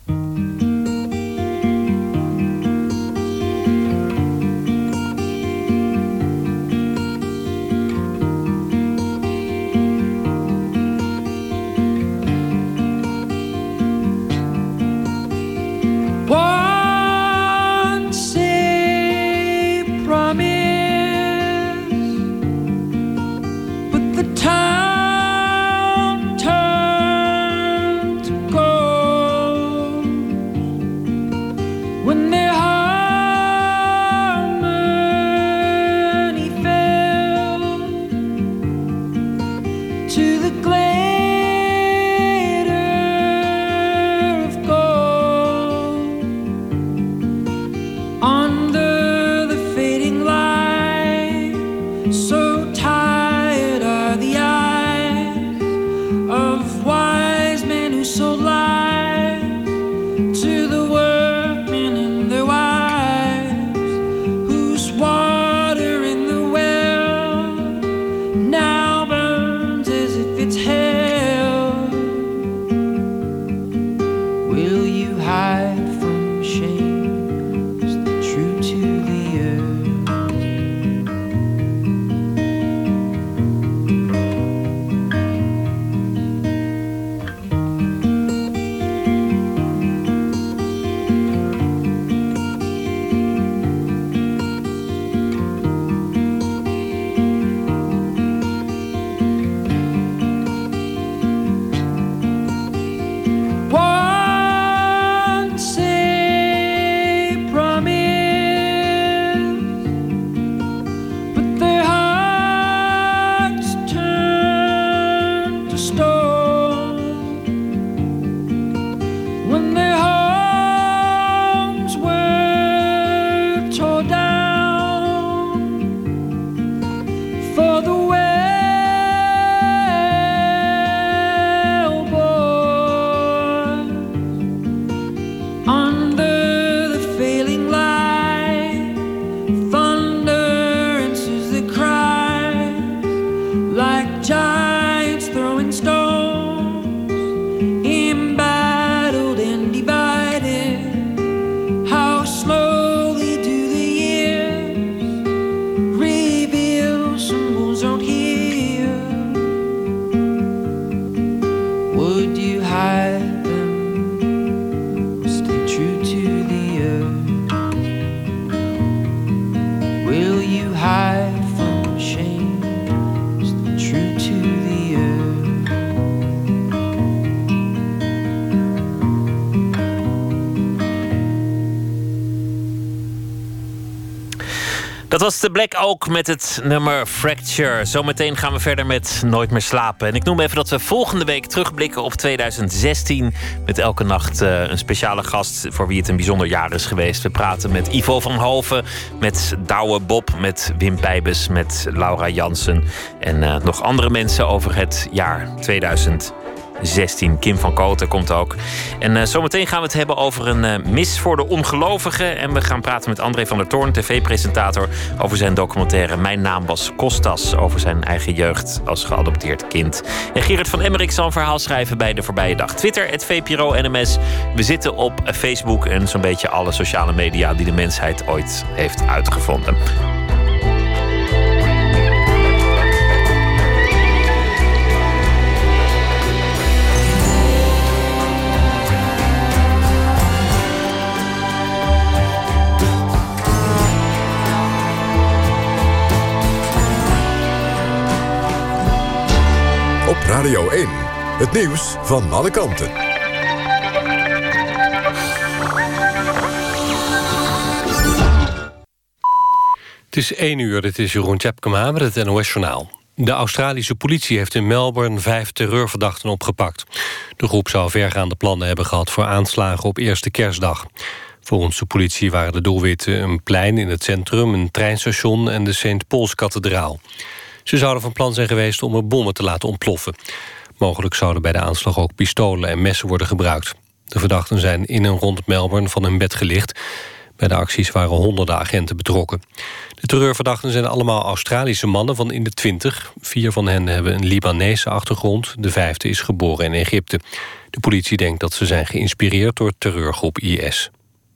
Once a promise, but the town turned to gold when their harmony fell to the glitter of gold. Under the fading light, so tired are the eyes of wise men who sold lies to the workmen and their wives, whose water in the well now burns as if it's hell. Would you hide them? Stay true to the earth. Will you hide from shame? Stay true to the earth. Dat was de Black Oak met het nummer Fracture. Zometeen gaan we verder met Nooit meer slapen. En ik noem even dat we volgende week terugblikken op tweeduizend zestien... met elke nacht uh, een speciale gast voor wie het een bijzonder jaar is geweest. We praten met Ivo van Hoven, met Douwe Bob, met Wim Pijbes, met Laura Jansen... en uh, nog andere mensen over het jaar tweeduizend zestien. Kim van Kooten komt ook. En uh, zometeen gaan we het hebben over een uh, mis voor de ongelovigen. En we gaan praten met André van der Toorn, tv-presentator... over zijn documentaire Mijn naam was Kostas... over zijn eigen jeugd als geadopteerd kind. En Gerard van Emmerik zal een verhaal schrijven bij De Voorbije Dag. Twitter, het V P R O N M S. We zitten op Facebook en zo'n beetje alle sociale media... die de mensheid ooit heeft uitgevonden. Op Radio één, het nieuws van alle kanten. Het is één uur, dit is Jeroen Tjepkema met het N O S-journaal. De Australische politie heeft in Melbourne vijf terreurverdachten opgepakt. De groep zou vergaande plannen hebben gehad voor aanslagen op eerste kerstdag. Volgens de politie waren de doelwitten een plein in het centrum, een treinstation en de Saint Paul's-kathedraal. Ze zouden van plan zijn geweest om er bommen te laten ontploffen. Mogelijk zouden bij de aanslag ook pistolen en messen worden gebruikt. De verdachten zijn in en rond Melbourne van hun bed gelicht. Bij de acties waren honderden agenten betrokken. De terreurverdachten zijn allemaal Australische mannen van in de twintig. Vier van hen hebben een Libanese achtergrond. De vijfde is geboren in Egypte. De politie denkt dat ze zijn geïnspireerd door terreurgroep I S.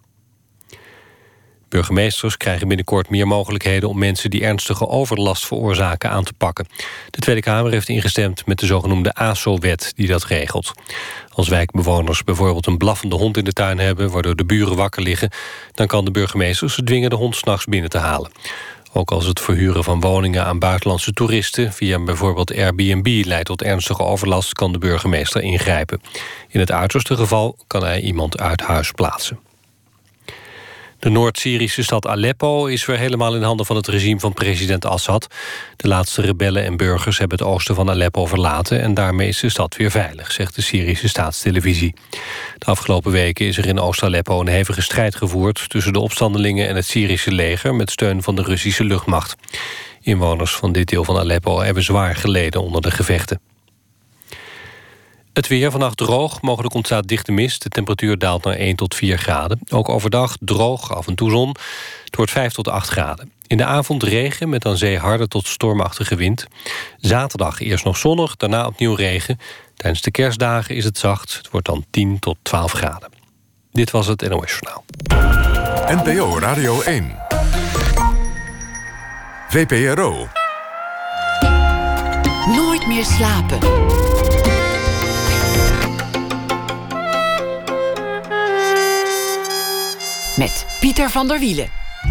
Burgemeesters krijgen binnenkort meer mogelijkheden om mensen die ernstige overlast veroorzaken aan te pakken. De Tweede Kamer heeft ingestemd met de zogenoemde A S O-wet die dat regelt. Als wijkbewoners bijvoorbeeld een blaffende hond in de tuin hebben, waardoor de buren wakker liggen, dan kan de burgemeester ze dwingen de hond 's nachts binnen te halen. Ook als het verhuren van woningen aan buitenlandse toeristen via bijvoorbeeld Airbnb leidt tot ernstige overlast, kan de burgemeester ingrijpen. In het uiterste geval kan hij iemand uit huis plaatsen. De Noord-Syrische stad Aleppo is weer helemaal in handen van het regime van president Assad. De laatste rebellen en burgers hebben het oosten van Aleppo verlaten en daarmee is de stad weer veilig, zegt de Syrische staatstelevisie. De afgelopen weken is er in Oost-Aleppo een hevige strijd gevoerd tussen de opstandelingen en het Syrische leger met steun van de Russische luchtmacht. Inwoners van dit deel van Aleppo hebben zwaar geleden onder de gevechten. Het weer, vannacht droog, mogelijk ontstaat dichte mist. De temperatuur daalt naar één tot vier graden. Ook overdag droog, af en toe zon. Het wordt vijf tot acht graden. In de avond regen met aan zee harde tot stormachtige wind. Zaterdag eerst nog zonnig, daarna opnieuw regen. Tijdens de kerstdagen is het zacht. Het wordt dan tien tot twaalf graden. Dit was het N O S-journaal. N P O Radio één. V P R O. Nooit meer slapen. Met Pieter van der Wielen.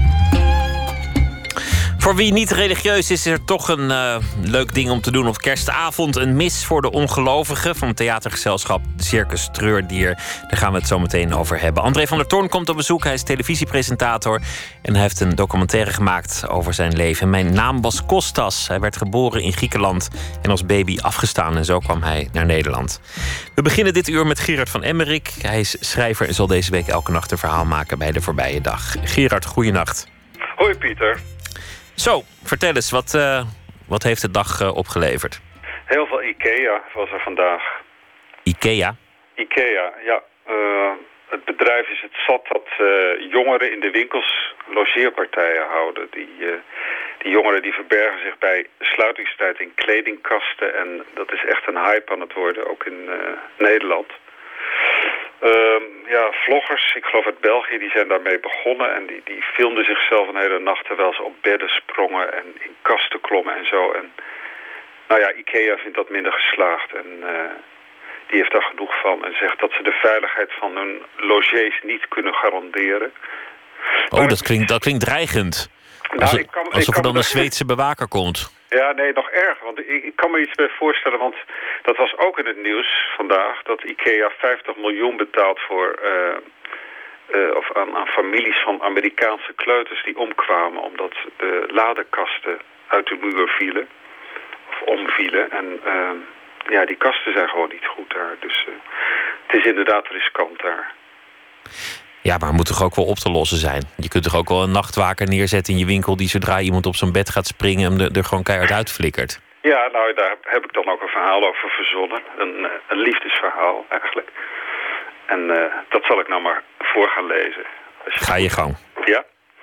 Voor wie niet religieus is, is er toch een uh, leuk ding om te doen op kerstavond. Een mis voor de ongelovigen van het theatergezelschap Circus Treurdier. Daar gaan we het zo meteen over hebben. André van der Toorn komt op bezoek. Hij is televisiepresentator en hij heeft een documentaire gemaakt over zijn leven. Mijn naam was Kostas. Hij werd geboren in Griekenland en als baby afgestaan en zo kwam hij naar Nederland. We beginnen dit uur met Gerard van Emmerik. Hij is schrijver en zal deze week elke nacht een verhaal maken bij De Voorbije Dag. Gerard, goeienacht. Hoi Pieter. Zo, vertel eens, wat, uh, wat heeft de dag uh, opgeleverd? Heel veel IKEA was er vandaag. IKEA? IKEA, ja. Uh, het bedrijf is het zat dat uh, jongeren in de winkels logeerpartijen houden. Die, uh, die jongeren die verbergen zich bij sluitingstijd in kledingkasten. En dat is echt een hype aan het worden, ook in uh, Nederland. Uh, ja, vloggers, ik geloof uit België, die zijn daarmee begonnen. En die, die filmden zichzelf een hele nacht terwijl ze op bedden sprongen en in kasten klommen en zo. En nou ja, IKEA vindt dat minder geslaagd. En uh, Die heeft daar genoeg van en zegt dat ze de veiligheid van hun logés niet kunnen garanderen. Oh, maar dat klinkt, dat klinkt dreigend. Nou, alsof ik kan, alsof ik er kan dan me- een Zweedse bewaker komt. Ja, nee, nog erger. Want ik, ik kan me iets bij voorstellen, want dat was ook in het nieuws vandaag, dat IKEA vijftig miljoen betaalt voor, uh, uh, of aan, aan families van Amerikaanse kleuters die omkwamen omdat de ladekasten uit de muur vielen, of omvielen. En uh, ja, die kasten zijn gewoon niet goed daar. Dus uh, het is inderdaad riskant daar. Ja, maar het moet toch ook wel op te lossen zijn? Je kunt toch ook wel een nachtwaker neerzetten in je winkel die zodra iemand op zijn bed gaat springen hem er, er gewoon keihard uitflikkert. Ja, nou, daar heb ik dan ook een verhaal over verzonnen. Een, uh, een liefdesverhaal eigenlijk. En uh, dat zal ik nou maar voor gaan lezen. Ga je gang. Ja.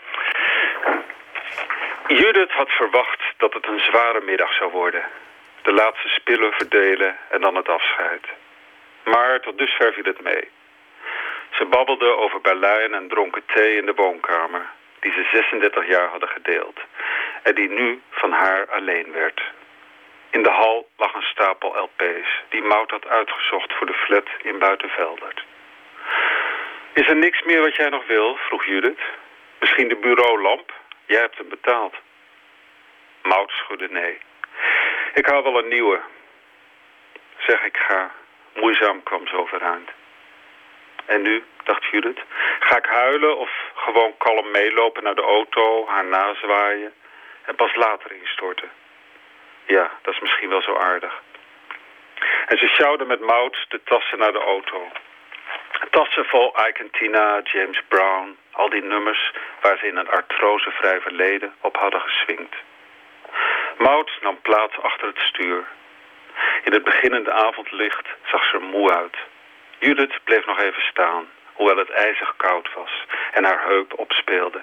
Judith had verwacht dat het een zware middag zou worden. De laatste spillen verdelen en dan het afscheid. Maar tot dusver viel het mee. Ze babbelden over Berlijn en dronken thee in de woonkamer, die ze zesendertig jaar hadden gedeeld. En die nu van haar alleen werd. In de hal lag een stapel L P's die Maud had uitgezocht voor de flat in Buitenveldert. Is er niks meer wat jij nog wil? Vroeg Judith. Misschien de bureaulamp? Jij hebt hem betaald. Maud schudde nee. Ik haal wel een nieuwe. Zeg, ik ga. Moeizaam kwam ze overeind. En nu, dacht Judith, ga ik huilen of gewoon kalm meelopen naar de auto, haar nazwaaien en pas later instorten? Ja, dat is misschien wel zo aardig. En ze sjouwde met Maud de tassen naar de auto. Tassen vol Ike en Tina, James Brown, al die nummers waar ze in een artrosevrij verleden op hadden geswingd. Maud nam plaats achter het stuur. In het beginnende avondlicht zag ze er moe uit. Judith bleef nog even staan, hoewel het ijzig koud was en haar heup opspeelde.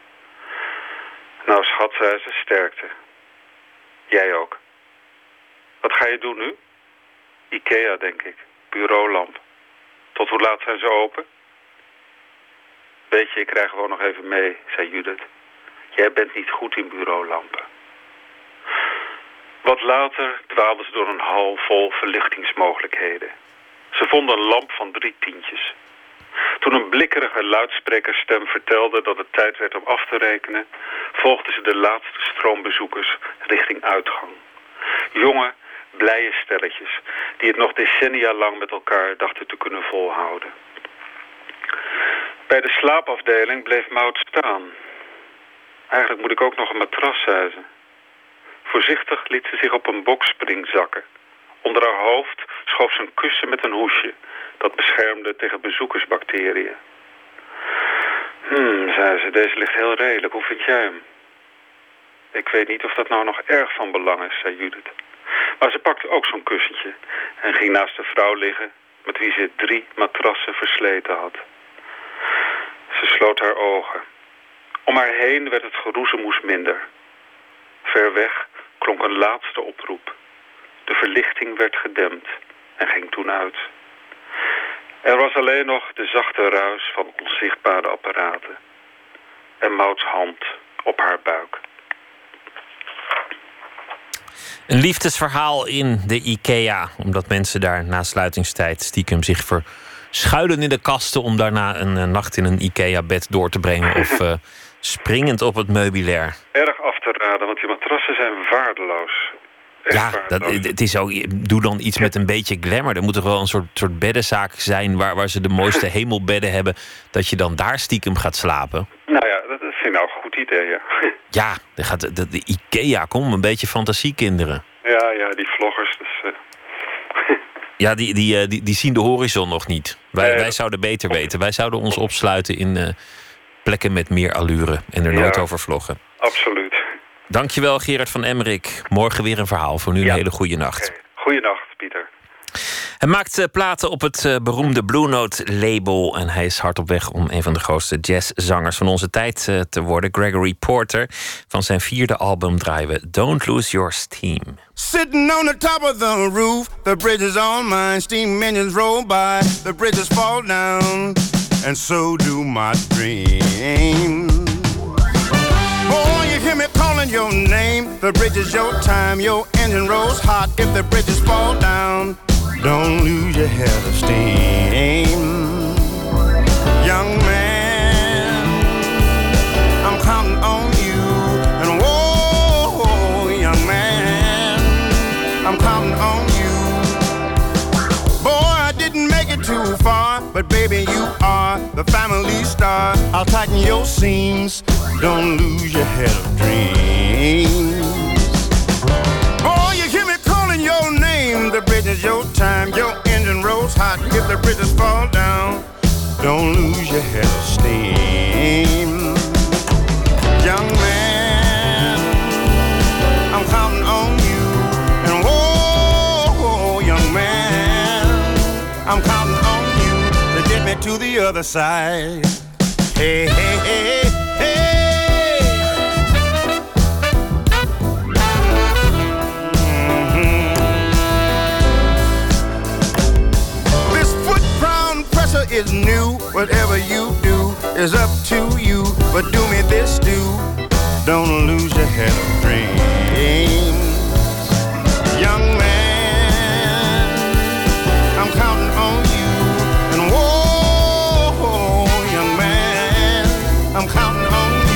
Nou schat, zei ze, sterkte. Jij ook. Wat ga je doen nu? Ikea, denk ik. Bureaulamp. Tot hoe laat zijn ze open? Weet je, ik krijg gewoon nog even mee, zei Judith. Jij bent niet goed in bureaulampen. Wat later dwaalden ze door een hal vol verlichtingsmogelijkheden. Ze vonden een lamp van drie tientjes. Toen een blikkerige luidsprekerstem vertelde dat het tijd werd om af te rekenen, volgden ze de laatste stroom bezoekers richting uitgang. Jonge, blije stelletjes die het nog decennia lang met elkaar dachten te kunnen volhouden. Bij de slaapafdeling bleef Maud staan. Eigenlijk moet ik ook nog een matras, zei ze. Voorzichtig liet ze zich op een bokspring zakken. Onder haar hoofd schoof ze een kussen met een hoesje dat beschermde tegen bezoekersbacteriën. Hmm, zei ze, deze ligt heel redelijk. Hoe vind jij hem? Ik weet niet of dat nou nog erg van belang is, zei Judith. Maar ze pakte ook zo'n kussentje en ging naast de vrouw liggen met wie ze drie matrassen versleten had. Ze sloot haar ogen. Om haar heen werd het geroezemoes minder. Ver weg klonk een laatste oproep. De verlichting werd gedempt en ging toen uit. Er was alleen nog de zachte ruis van onzichtbare apparaten. En Mauds hand op haar buik. Een liefdesverhaal in de Ikea. Omdat mensen daar na sluitingstijd stiekem zich verschuilen in de kasten om daarna een uh, nacht in een Ikea-bed door te brengen. Of uh, springend op het meubilair. Erg af te raden, want die matrassen zijn waardeloos. Ja, dat, het is ook, doe dan iets met een beetje glamour. Er moet toch wel een soort, soort beddenzaak zijn waar, waar ze de mooiste hemelbedden hebben, dat je dan daar stiekem gaat slapen. Nou ja, dat vind ik nou een goed idee, ja. Ja, de, gaat, de, de Ikea, kom, een beetje fantasie, kinderen. Ja, ja, die vloggers. Dus, uh... Ja, die, die, uh, die, die zien de horizon nog niet. Wij, Nee, wij zouden beter weten. Wij zouden ons opsluiten in uh, plekken met meer allure en er nooit Ja. over vloggen. Absoluut. Dankjewel, Gerard van Emmerik. Morgen weer een verhaal. Voor nu een hele goede nacht. Okay. Goeienacht, Pieter. Hij maakt uh, platen op het uh, beroemde Blue Note label. En hij is hard op weg om een van de grootste jazzzangers van onze tijd uh, te worden. Gregory Porter. Van zijn vierde album draaien we Don't Lose Your Steam. Sitting on the top of the roof, the bridge is on mine. Steam engines roll by, the bridges fall down, and so do my dreams. Oh, you hear me calling your name. The bridge is your time, your engine rolls hot. If the bridges fall down, don't lose your your head of steam. Young man, I'm counting on you. And whoa, young man, I'm counting on you. Boy, I didn't make it too far, but baby, you are the family star. I'll tighten your seams, don't lose your head of dreams. Boy, you hear me calling your name. The bridge is your time, your engine rolls hot. If the bridges fall down, don't lose your head of steam. Young man, I'm counting on you. And whoa, young man, I'm counting on you to get me to the other side. Hey, hey, hey, hey. Mm-hmm. This foot ground pressure is new. Whatever you do is up to you. But do me this, do. Don't lose your head of dreams. Young man, I'm counting on you. And whoa, young man, I'm counting on you.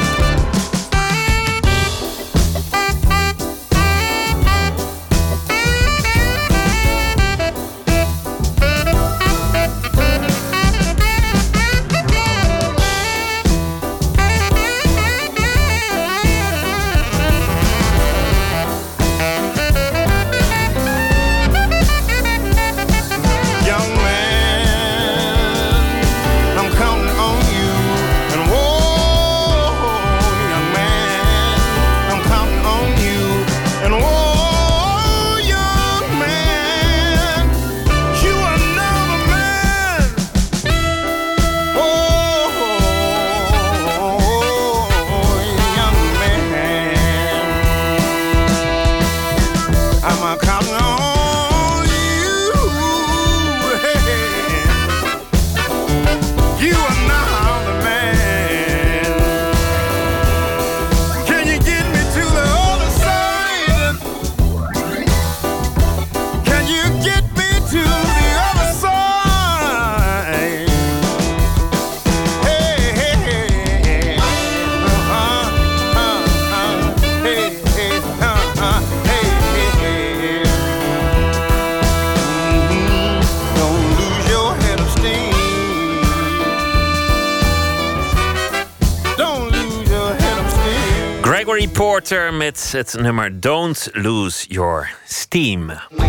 Gregory Porter met het nummer Don't Lose Your Steam.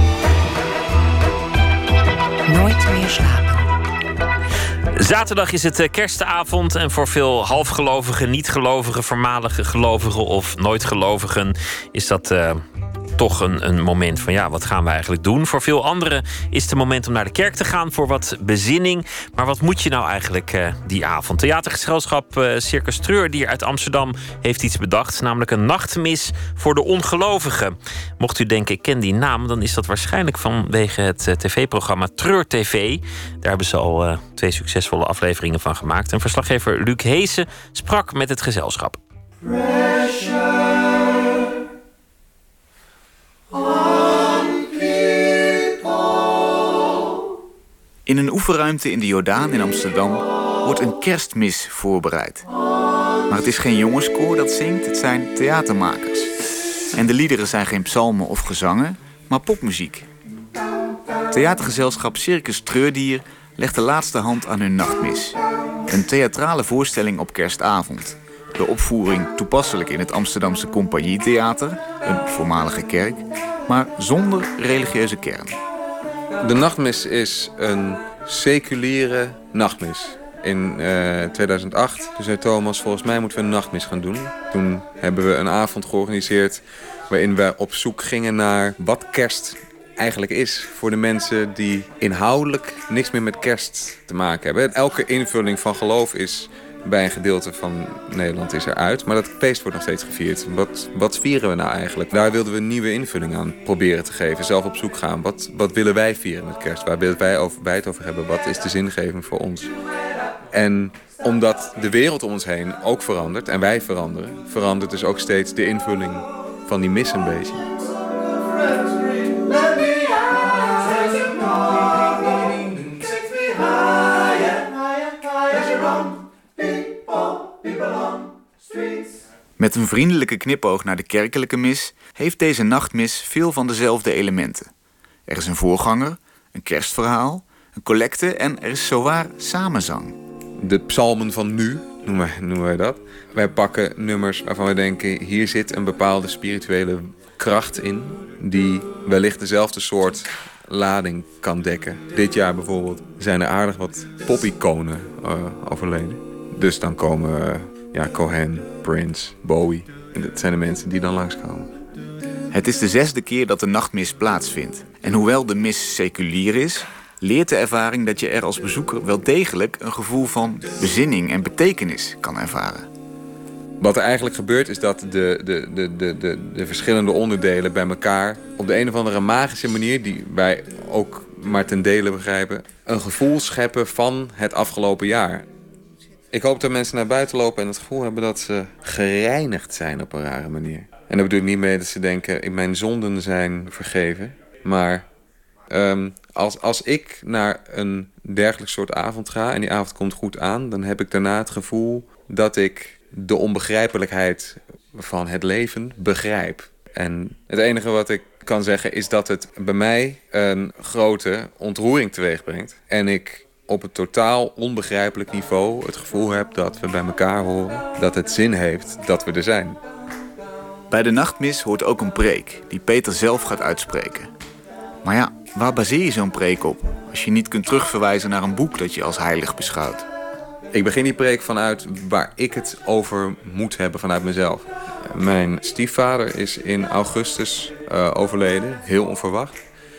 Nooit meer slapen. Zaterdag is het kerstavond en voor veel halfgelovigen, niet-gelovigen, voormalige gelovigen of nooit-gelovigen is dat uh, toch een, een moment van ja, wat gaan we eigenlijk doen? Voor veel anderen is het een moment om naar de kerk te gaan voor wat bezinning. Maar wat moet je nou eigenlijk uh, die avond? Theatergezelschap uh, Circus Treurdier uit Amsterdam heeft iets bedacht, namelijk een nachtmis voor de ongelovigen. Mocht u denken, ik ken die naam, dan is dat waarschijnlijk vanwege het uh, tv-programma Treur T V. Daar hebben ze al uh, twee succesvolle afleveringen van gemaakt. En verslaggever Luc Heesen sprak met het gezelschap. In een oefenruimte in de Jordaan in Amsterdam wordt een kerstmis voorbereid. Maar het is geen jongenskoor dat zingt, het zijn theatermakers. En de liederen zijn geen psalmen of gezangen, maar popmuziek. Theatergezelschap Circus Treurdier legt de laatste hand aan hun nachtmis. Een theatrale voorstelling op kerstavond. De opvoering toepasselijk in het Amsterdamse Compagnietheater, een voormalige kerk, maar zonder religieuze kern. De nachtmis is een seculiere nachtmis. In uh, tweeduizend acht toen zei Thomas, volgens mij moeten we een nachtmis gaan doen. Toen hebben we een avond georganiseerd waarin we op zoek gingen naar wat kerst eigenlijk is voor de mensen die inhoudelijk niks meer met kerst te maken hebben. Elke invulling van geloof is bij een gedeelte van Nederland is eruit, maar dat feest wordt nog steeds gevierd. Wat, wat vieren we nou eigenlijk? Daar wilden we een nieuwe invulling aan proberen te geven. Zelf op zoek gaan. Wat, wat willen wij vieren met kerst? Waar willen wij, over, wij het over hebben? Wat is de zingeving voor ons? En omdat de wereld om ons heen ook verandert en wij veranderen, verandert dus ook steeds de invulling van die mis een beetje. Met een vriendelijke knipoog naar de kerkelijke mis heeft deze nachtmis veel van dezelfde elementen. Er is een voorganger, een kerstverhaal, een collecte en er is zowaar samenzang. De psalmen van nu, noemen wij, noemen wij dat. Wij pakken nummers waarvan we denken, hier zit een bepaalde spirituele kracht in die wellicht dezelfde soort lading kan dekken. Dit jaar bijvoorbeeld zijn er aardig wat pop-iconen uh, overleden. Dus dan komen uh, ja, Cohen, Prince, Bowie. En dat zijn de mensen die dan langskomen. Het is de zesde keer dat de nachtmis plaatsvindt. En hoewel de mis seculier is, leert de ervaring dat je er als bezoeker wel degelijk een gevoel van bezinning en betekenis kan ervaren. Wat er eigenlijk gebeurt is dat de, de, de, de, de, de verschillende onderdelen bij elkaar op de een of andere magische manier, die wij ook maar ten dele begrijpen, een gevoel scheppen van het afgelopen jaar. Ik hoop dat mensen naar buiten lopen en het gevoel hebben dat ze gereinigd zijn op een rare manier. En daar bedoel ik niet mee dat ze denken, mijn zonden zijn vergeven. Maar um, als, als ik naar een dergelijk soort avond ga en die avond komt goed aan, dan heb ik daarna het gevoel dat ik de onbegrijpelijkheid van het leven begrijp. En het enige wat ik kan zeggen is dat het bij mij een grote ontroering teweeg brengt. En ik op een totaal onbegrijpelijk niveau het gevoel heb dat we bij elkaar horen, dat het zin heeft dat we er zijn. Bij de nachtmis hoort ook een preek die Peter zelf gaat uitspreken. Maar ja, waar baseer je zo'n preek op als je niet kunt terugverwijzen naar een boek dat je als heilig beschouwt? Ik begin die preek vanuit waar ik het over moet hebben vanuit mezelf. Mijn stiefvader is in augustus uh, overleden, heel onverwacht.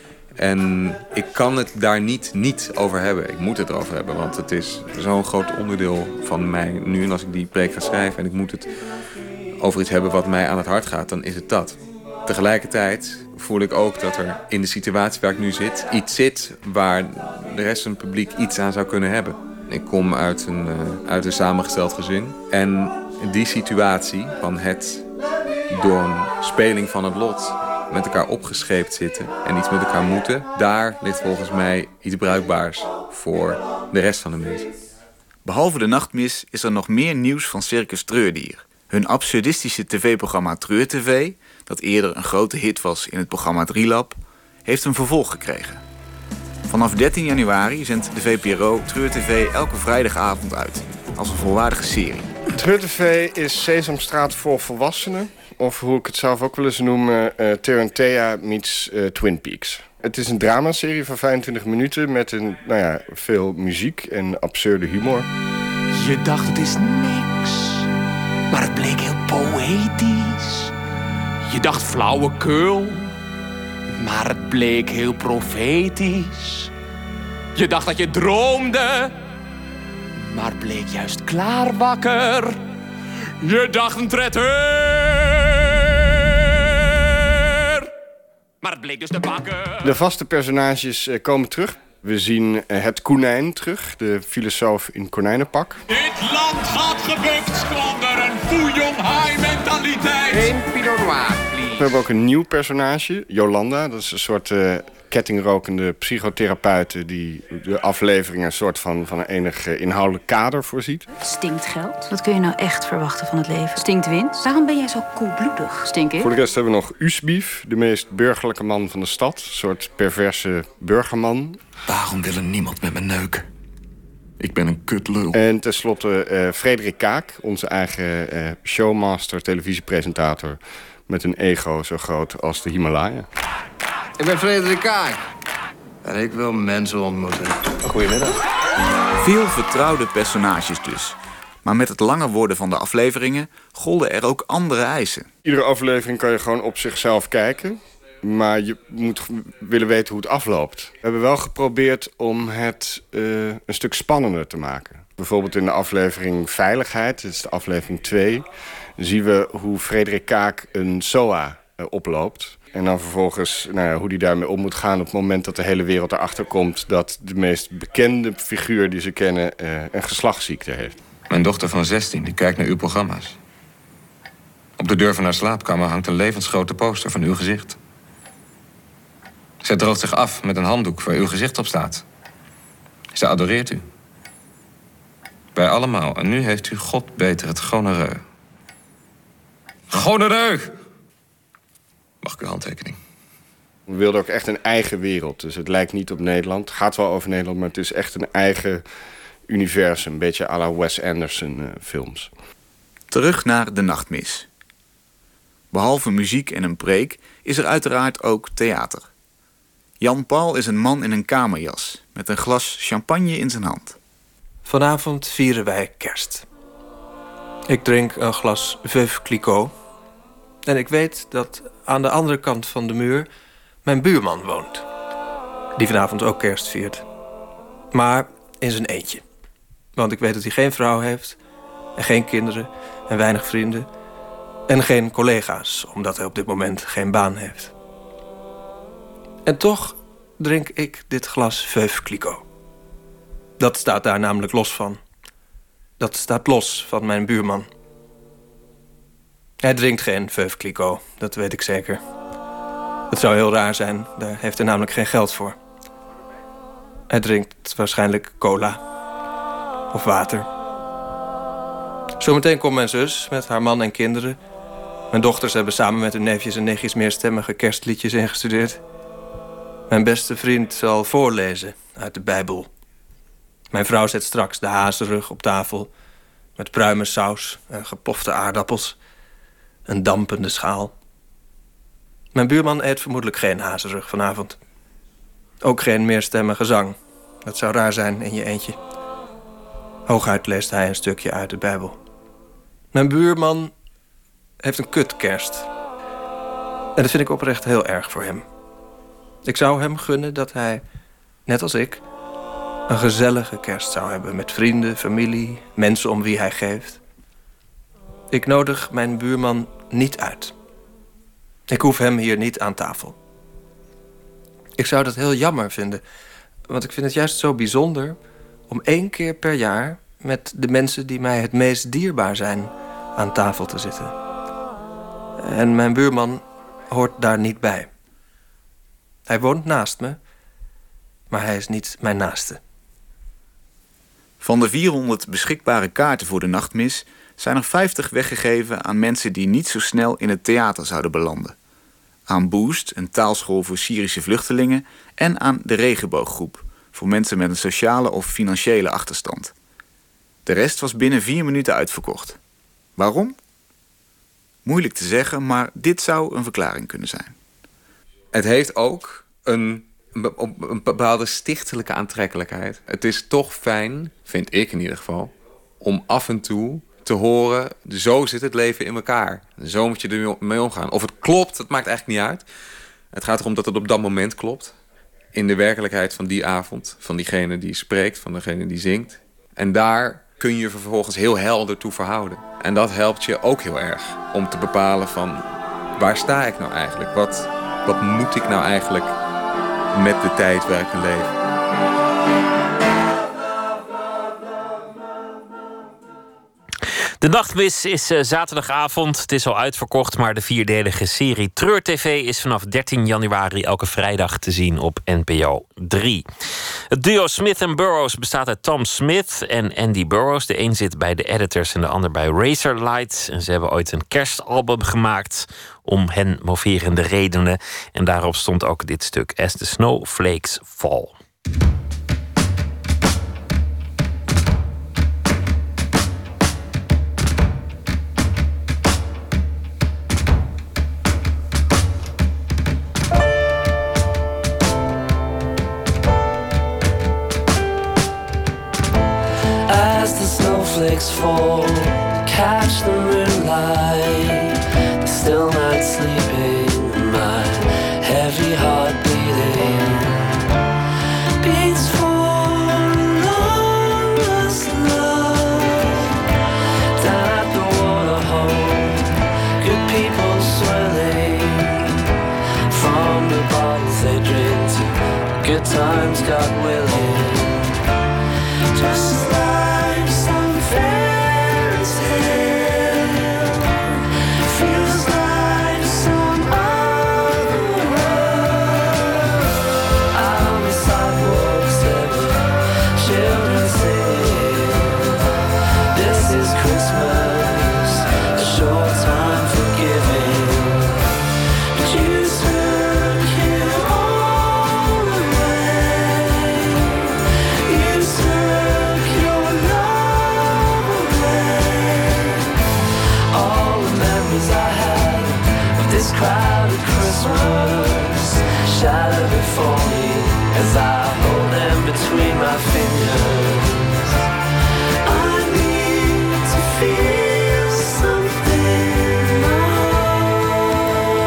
En ik kan het daar niet niet over hebben. Ik moet het erover hebben, want het is zo'n groot onderdeel van mij nu. En als ik die preek ga schrijven en ik moet het over iets hebben wat mij aan het hart gaat, dan is het dat. Tegelijkertijd voel ik ook dat er in de situatie waar ik nu zit iets zit waar de rest van het publiek iets aan zou kunnen hebben. Ik kom uit een, uh, uit een samengesteld gezin. En die situatie van het door een speling van het lot met elkaar opgescheept zitten en iets met elkaar moeten, daar ligt volgens mij iets bruikbaars voor de rest van de mensen. Behalve de nachtmis is er nog meer nieuws van Circus Treurdier. Hun absurdistische tv-programma Treur T V, dat eerder een grote hit was in het programma Drielab, heeft een vervolg gekregen. Vanaf dertien januari zendt de V P R O Treur T V elke vrijdagavond uit, als een volwaardige serie. Treur T V is Sesamstraat voor volwassenen, of hoe ik het zelf ook wel eens noem, uh, Tarantea meets uh, Twin Peaks. Het is een dramaserie van vijfentwintig minuten met een, nou ja, veel muziek en absurde humor. Je dacht het is niks, maar het bleek heel poëtisch. Je dacht flauwekul, maar het bleek heel profetisch. Je dacht dat je droomde, maar bleek juist klaar wakker. Je dacht een traiteur, maar het bleek dus de bakker. De vaste personages uh, komen terug. We zien uh, het konijn terug, de filosoof in konijnenpak. Dit land gaat gebukt onder een fouillon high mentaliteit. Geen Pinot Noir, please. We hebben ook een nieuw personage, Jolanda. Dat is een soort uh, kettingrokende psychotherapeute die de afleveringen een soort van, van een enig uh, inhoudelijk kader voorziet. Stinkt geld? Wat kun je nou echt verwachten van het leven? Stinkt winst? Waarom ben jij zo koelbloedig? Stink ik? Voor de rest hebben we nog Usbief, de meest burgerlijke man van de stad. Een soort perverse burgerman. Waarom wil er niemand met me neuken? Ik ben een kutlul. En tenslotte uh, Frederik Kaak, onze eigen uh, showmaster, televisiepresentator, met een ego zo groot als de Himalaya. Ik ben Frederik Kaak. En ik wil mensen ontmoeten. Goedemiddag. Veel vertrouwde personages dus. Maar met het langer worden van de afleveringen golden er ook andere eisen. Iedere aflevering kan je gewoon op zichzelf kijken. Maar je moet willen weten hoe het afloopt. We hebben wel geprobeerd om het uh, een stuk spannender te maken. Bijvoorbeeld in de aflevering Veiligheid, dat is de aflevering twee... zien we hoe Frederik Kaak een S O A uh, oploopt. En dan vervolgens nou ja, hoe hij daarmee om moet gaan op het moment dat de hele wereld erachter komt dat de meest bekende figuur die ze kennen uh, een geslachtsziekte heeft. Mijn dochter van zestien die kijkt naar uw programma's. Op de deur van haar slaapkamer hangt een levensgrote poster van uw gezicht. Zij droogt zich af met een handdoek waar uw gezicht op staat. Ze adoreert u. Wij allemaal. En nu heeft u God beter het gonoreu. Goede deug! Mag ik uw handtekening? We wilden ook echt een eigen wereld. Dus het lijkt niet op Nederland. Het gaat wel over Nederland, maar het is echt een eigen universum. Een beetje à la Wes Anderson uh, films. Terug naar de nachtmis. Behalve muziek en een preek is er uiteraard ook theater. Jan Paul is een man in een kamerjas met een glas champagne in zijn hand. Vanavond vieren wij kerst. Ik drink een glas Veuve Clicquot. En ik weet dat aan de andere kant van de muur mijn buurman woont. Die vanavond ook kerst viert. Maar in zijn eentje. Want ik weet dat hij geen vrouw heeft en geen kinderen en weinig vrienden. En geen collega's, omdat hij op dit moment geen baan heeft. En toch drink ik dit glas Veuve Clicquot. Dat staat daar namelijk los van. Dat staat los van mijn buurman. Hij drinkt geen Veuve Clicquot, dat weet ik zeker. Het zou heel raar zijn, daar heeft hij namelijk geen geld voor. Hij drinkt waarschijnlijk cola. Of water. Zometeen komt mijn zus met haar man en kinderen. Mijn dochters hebben samen met hun neefjes en nichtjes meerstemmige kerstliedjes ingestudeerd. Mijn beste vriend zal voorlezen uit de Bijbel. Mijn vrouw zet straks de hazenrug op tafel met pruimensaus en gepofte aardappels. Een dampende schaal. Mijn buurman eet vermoedelijk geen hazenrug vanavond. Ook geen meerstemmige zang. Dat zou raar zijn in je eentje. Hooguit leest hij een stukje uit de Bijbel. Mijn buurman heeft een kutkerst. En dat vind ik oprecht heel erg voor hem. Ik zou hem gunnen dat hij, net als ik, een gezellige kerst zou hebben met vrienden, familie, mensen om wie hij geeft. Ik nodig mijn buurman niet uit. Ik hoef hem hier niet aan tafel. Ik zou dat heel jammer vinden, want ik vind het juist zo bijzonder om één keer per jaar met de mensen die mij het meest dierbaar zijn aan tafel te zitten. En mijn buurman hoort daar niet bij. Hij woont naast me, maar hij is niet mijn naaste. Van de vierhonderd beschikbare kaarten voor de nachtmis zijn er vijftig weggegeven aan mensen die niet zo snel in het theater zouden belanden. Aan Boost, een taalschool voor Syrische vluchtelingen, en aan de Regenbooggroep, voor mensen met een sociale of financiële achterstand. De rest was binnen vier minuten uitverkocht. Waarom? Moeilijk te zeggen, maar dit zou een verklaring kunnen zijn. Het heeft ook een, een bepaalde stichtelijke aantrekkelijkheid. Het is toch fijn, vind ik in ieder geval, om af en toe te horen, zo zit het leven in elkaar. Zo moet je ermee omgaan. Of het klopt, dat maakt eigenlijk niet uit. Het gaat erom dat het op dat moment klopt. In de werkelijkheid van die avond, van diegene die spreekt, van degene die zingt. En daar kun je vervolgens heel helder toe verhouden. En dat helpt je ook heel erg om te bepalen van, waar sta ik nou eigenlijk? Wat, wat moet ik nou eigenlijk met de tijd, werk en leven? De Nachtmis is uh, zaterdagavond. Het is al uitverkocht, maar de vierdelige serie Treur T V is vanaf dertien januari elke vrijdag te zien op N P O drie. Het duo Smith en Burroughs bestaat uit Tom Smith en Andy Burroughs. De een zit bij de editors en de ander bij Razorlight. En ze hebben ooit een kerstalbum gemaakt om hen moverende redenen. En daarop stond ook dit stuk, As the Snowflakes Fall. Snowflakes fall, catch the moonlight. The still night sleeping, my heavy heart beating. Beats for enormous love. Down at the waterhole, good people swilling from the bottles they drink to good times, God willing. Just like some fairy tale, feels like some other world. On the sidewalks there were children singing, this is Christmas, a short time forgiven. between my fingers. I need to feel something more.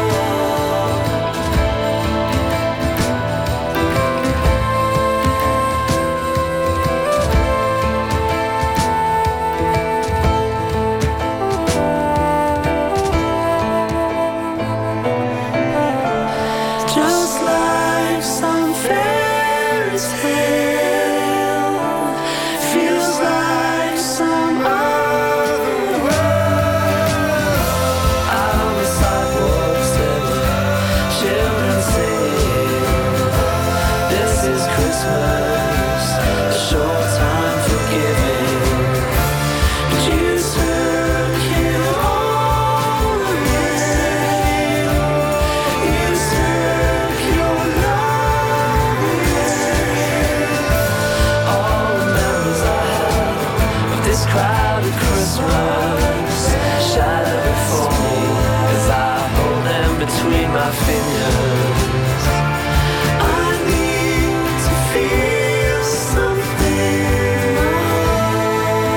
Just like some fairy tale, feels like some other world. Out on the sidewalks there were children singing, this is Christmas, a short time for giving. But you took it all away. You took your love away. All the memories I have of this crowded Christmas shadow before me as I hold them between my fingers. I need to feel something more.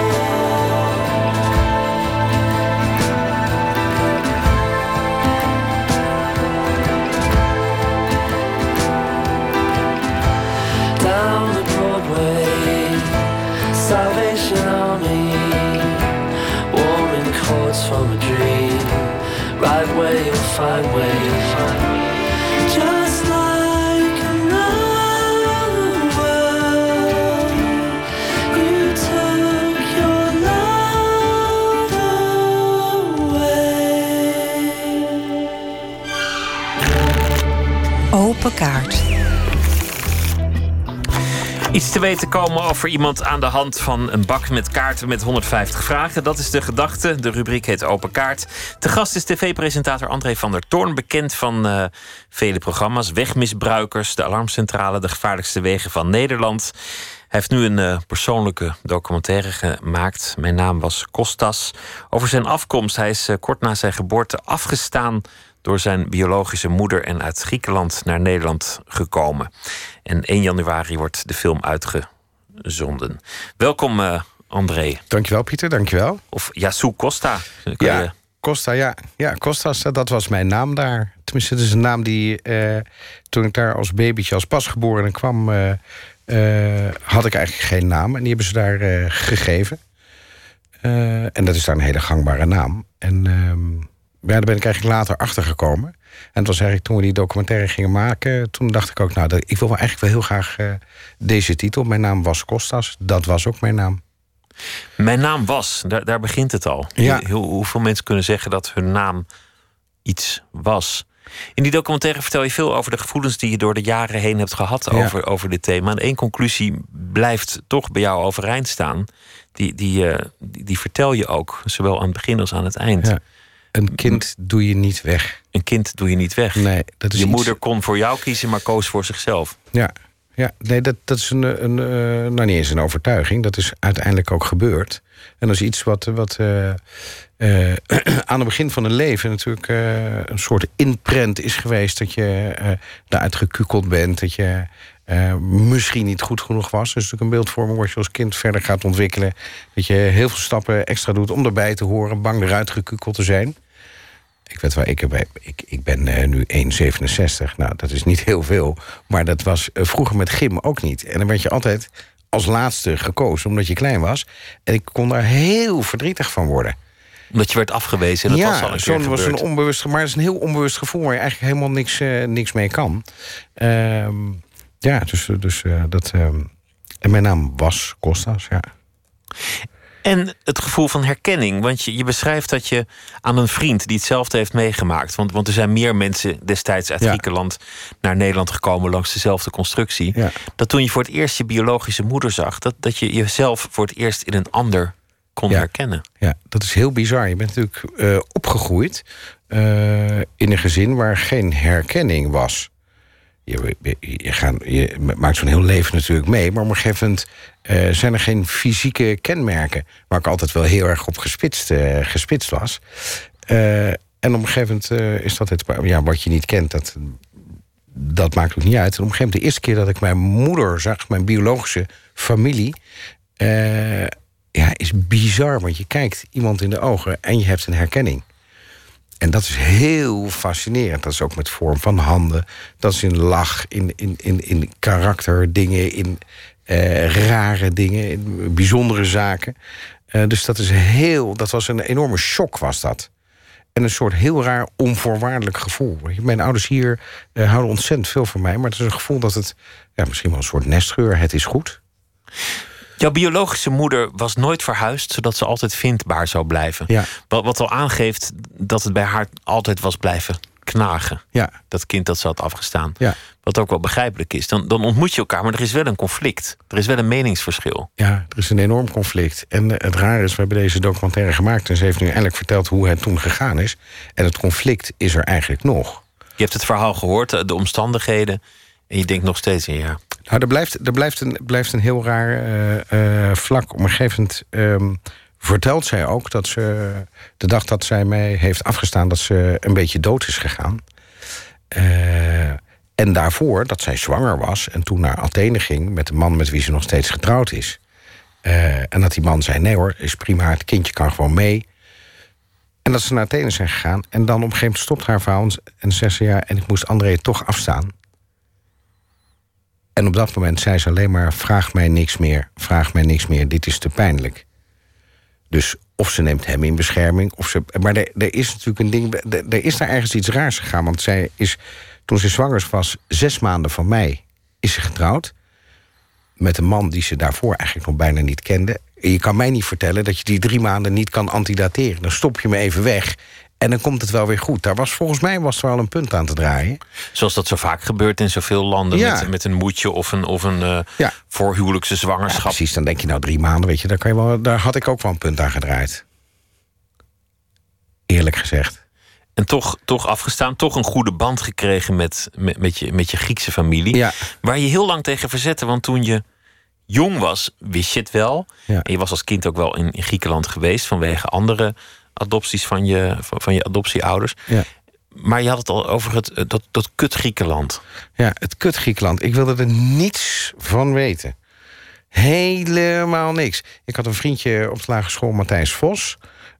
Down the Broadway, Salvation Army, warming chords from a dream, right where you'll find ways. Just like another world, you took your love away. Open kaart. Iets te weten komen over iemand aan de hand van een bak met kaarten met honderdvijftig vragen. Dat is de gedachte. De rubriek heet Open Kaart. Te gast is tv-presentator André van der Toorn. Bekend van uh, vele programma's. Wegmisbruikers, de Alarmcentrale, de gevaarlijkste wegen van Nederland. Hij heeft nu een uh, persoonlijke documentaire gemaakt. Mijn naam was Kostas. Over zijn afkomst. Hij is uh, kort na zijn geboorte afgestaan door zijn biologische moeder en uit Griekenland naar Nederland gekomen. En één januari wordt de film uitgezonden. Welkom, uh, André. Dankjewel, Pieter, dankjewel. Of Yasu Costa. Ja, je... Costa, ja. Ja, Costas, dat was mijn naam daar. Tenminste, het is een naam die uh, toen ik daar als babytje, als pasgeborene kwam, Uh, uh, had ik eigenlijk geen naam. En die hebben ze daar uh, gegeven. Uh, en dat is daar een hele gangbare naam. En Uh, Ja, daar ben ik eigenlijk later achter gekomen. En het was eigenlijk toen we die documentaire gingen maken, toen dacht ik ook, nou, ik wil wel eigenlijk wel heel graag uh, deze titel. Mijn naam was Kostas. Dat was ook mijn naam. Mijn naam was, daar, daar begint het al. Ja. Heel, hoeveel mensen kunnen zeggen dat hun naam iets was? In die documentaire vertel je veel over de gevoelens die je door de jaren heen hebt gehad Ja. over, over dit thema. En één conclusie blijft toch bij jou overeind staan. Die, die, uh, die, die vertel je ook, zowel aan het begin als aan het eind. Ja. Een kind doe je niet weg. Een kind doe je niet weg. Nee, dat is je iets... moeder kon voor jou kiezen, maar koos voor zichzelf. Ja, ja nee, dat, dat is een, een, uh, nou niet eens een overtuiging. Dat is uiteindelijk ook gebeurd. En dat is iets wat, wat uh, uh, aan het begin van een leven natuurlijk uh, een soort imprint is geweest. Dat je uh, daaruit gekukeld bent. Dat je uh, misschien niet goed genoeg was. Dus natuurlijk een beeldvorming waar je als kind verder gaat ontwikkelen. Dat je heel veel stappen extra doet om erbij te horen. Bang eruit gekukeld te zijn. Ik weet wel, ik, heb, ik, ik ben uh, nu één komma zevenenzestig. Nou, dat is niet heel veel. Maar dat was uh, vroeger met gym ook niet. En dan werd je altijd als laatste gekozen, omdat je klein was. En ik kon daar heel verdrietig van worden. Omdat je werd afgewezen en dat ja, was al een zo'n keer was gebeurd. een onbewust, maar het is een heel onbewust gevoel waar je eigenlijk helemaal niks, uh, niks mee kan. Uh, ja, dus, dus uh, dat. Uh, en mijn naam was Kostas, ja. En het gevoel van herkenning. Want je, je beschrijft dat je aan een vriend die hetzelfde heeft meegemaakt. Want, want er zijn meer mensen destijds uit Ja. Griekenland naar Nederland gekomen langs dezelfde constructie. Ja. Dat toen je voor het eerst je biologische moeder zag, dat, dat je jezelf voor het eerst in een ander kon Ja. herkennen. Ja, dat is heel bizar. Je bent natuurlijk uh, opgegroeid uh, in een gezin waar geen herkenning was. Je, je, je, gaan, je maakt zo'n heel leven natuurlijk mee, maar op een gegeven moment uh, zijn er geen fysieke kenmerken, waar ik altijd wel heel erg op gespitst, uh, gespitst was. Uh, en op een gegeven moment uh, is dat het, ja, wat je niet kent, dat dat maakt ook niet uit. En op een gegeven moment, de eerste keer dat ik mijn moeder zag, mijn biologische familie, uh, ja, is bizar. Want je kijkt iemand in de ogen en je hebt een herkenning. En dat is heel fascinerend. Dat is ook met vorm van handen. Dat is in lach, in, in, in, in karakterdingen, in uh, rare dingen, in bijzondere zaken. Uh, dus dat is heel, dat was een enorme shock, was dat. En een soort heel raar onvoorwaardelijk gevoel. Mijn ouders hier uh, houden ontzettend veel van mij, maar het is een gevoel dat het, ja, misschien wel een soort nestgeur, het is goed. Jouw biologische moeder was nooit verhuisd, zodat ze altijd vindbaar zou blijven. Ja. Wat, wat al aangeeft dat het bij haar altijd was blijven knagen. Ja. Dat kind dat ze had afgestaan. Ja. Wat ook wel begrijpelijk is. Dan, dan ontmoet je elkaar, maar er is wel een conflict. Er is wel een meningsverschil. Ja, er is een enorm conflict. En het rare is, we hebben deze documentaire gemaakt en ze heeft nu eindelijk verteld hoe het toen gegaan is. En het conflict is er eigenlijk nog. Je hebt het verhaal gehoord, de omstandigheden, en je denkt nog steeds in ja. Nou, er blijft, er blijft, een, blijft een heel raar uh, uh, vlak. Op een gegeven moment um, vertelt zij ook dat ze, de dag dat zij mij heeft afgestaan, dat ze een beetje dood is gegaan. Uh, en daarvoor dat zij zwanger was en toen naar Athene ging met de man met wie ze nog steeds getrouwd is. Uh, en dat die man zei, nee hoor, is prima, het kindje kan gewoon mee. En dat ze naar Athene zijn gegaan. En dan op een gegeven moment stopt haar verhaal en zegt ze, ja, en ik moest André toch afstaan. En op dat moment zei ze alleen maar, vraag mij niks meer, vraag mij niks meer, dit is te pijnlijk. Dus of ze neemt hem in bescherming, of ze. Maar er, er is natuurlijk een ding, er, er is daar ergens iets raars gegaan. Want zij is, toen ze zwanger was, zes maanden van mij, is ze getrouwd. Met een man die ze daarvoor eigenlijk nog bijna niet kende. En je kan mij niet vertellen dat je die drie maanden niet kan antidateren. Dan stop je me even weg. En dan komt het wel weer goed. Daar was, volgens mij was er al een punt aan te draaien. Zoals dat zo vaak gebeurt in zoveel landen. Ja. Met, met een moedje of een, of een uh, ja. voorhuwelijkse zwangerschap. Ja, precies, dan denk je nou drie maanden. Weet je, daar, kan je wel, daar had ik ook wel een punt aan gedraaid. Eerlijk gezegd. En toch, toch afgestaan, toch een goede band gekregen met, met, met, je, met je Griekse familie. Ja. Waar je heel lang tegen verzette. Want toen je jong was, wist je het wel. Ja. En je was als kind ook wel in, in Griekenland geweest vanwege andere adopties van je, van, van je adoptieouders. Ja. Maar je had het al over het, dat, dat kut Griekenland. Ja, het kut Griekenland. Ik wilde er niets van weten. Helemaal niks. Ik had een vriendje op de lagere school, Matthijs Vos.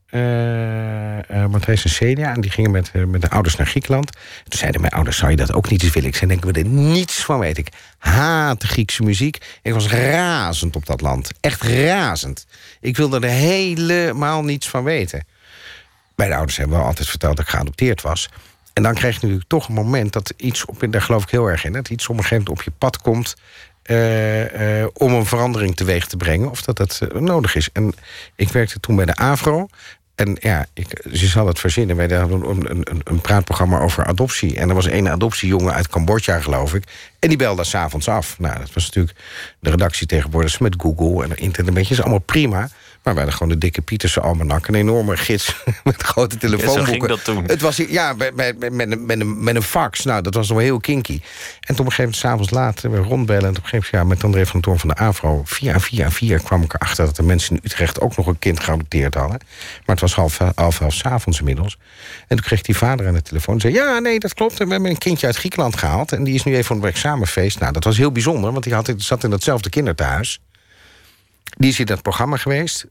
Uh, uh, Matthijs en Celia. En die gingen met, uh, met de ouders naar Griekenland. Toen zeiden mijn ouders, zou je dat ook niet eens willen? Ik zei, denk ik wil er niets van weten. Ik haat de Griekse muziek. Ik was razend op dat land. Echt razend. Ik wilde er helemaal niets van weten. Mijn ouders hebben wel altijd verteld dat ik geadopteerd was. En dan krijg je natuurlijk toch een moment dat iets, op, daar geloof ik heel erg in, dat iets op een gegeven moment op je pad komt uh, uh, om een verandering teweeg te brengen, of dat dat uh, nodig is. En ik werkte toen bij de AVRO. En ja, ik, je zal het verzinnen. Wij hadden een, een, een, een praatprogramma over adoptie. En er was een adoptiejongen uit Cambodja, geloof ik. En die belde 's avonds af. Nou, dat was natuurlijk de redactie tegenwoordig met Google en internet. Dat is allemaal prima. Maar we hadden gewoon de dikke Pieterse almanak. Een enorme gids met grote telefoonboeken. Ja, zo ging dat toen. Het was, ja, met, met, met, met, met, een, met een fax. Nou, dat was nog wel heel kinky. En toen op een gegeven moment, 's avonds laat, we rondbellen. En op een gegeven moment, ja, met André van Toorn van de AVRO. Via, via, via kwam ik erachter dat de mensen in Utrecht ook nog een kind geadopteerd hadden. Maar het was half, half elf 's avonds inmiddels. En toen kreeg die vader aan de telefoon en zei, ja, nee, dat klopt. We hebben een kindje uit Griekenland gehaald. En die is nu even op een examenfeest. Nou, dat was heel bijzonder, want die had, zat in datzelfde kinderthuis. Die is in dat programma geweest.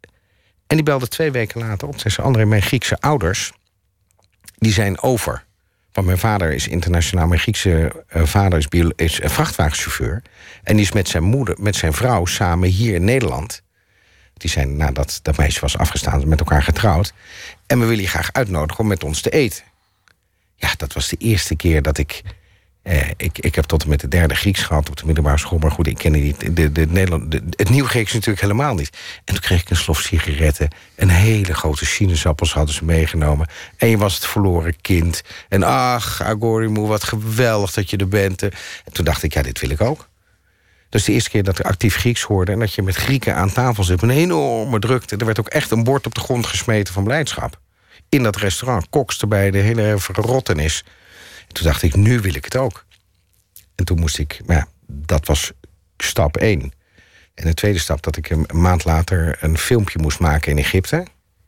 En die belde twee weken later op. Zei ze, André, mijn Griekse ouders, die zijn over. Want mijn vader is internationaal. Mijn Griekse uh, vader is, bio- is uh, vrachtwagenchauffeur. En die is met zijn moeder, met zijn vrouw samen hier in Nederland. Die zijn, nadat dat meisje was afgestaan, met elkaar getrouwd. En we willen je graag uitnodigen om met ons te eten. Ja, dat was de eerste keer dat ik... Eh, ik, ik heb tot en met de derde Grieks gehad op de middelbare school. Maar goed, ik kende niet de, de, de Nederland, de, het nieuw Grieks natuurlijk helemaal niet. En toen kreeg ik een slof sigaretten. Een hele grote sinaasappels hadden ze meegenomen. En je was het verloren kind. En ach, Agorimu, wat geweldig dat je er bent. En toen dacht ik, ja, dit wil ik ook. Dat is de eerste keer dat ik actief Grieks hoorde. En dat je met Grieken aan tafel zit. Met een enorme drukte. Er werd ook echt een bord op de grond gesmeten van blijdschap. In dat restaurant. Koks erbij, de hele verrottenis. Toen dacht ik, nu wil ik het ook. En toen moest ik, ja, dat was stap één. En de tweede stap, dat ik een maand later een filmpje moest maken in Egypte.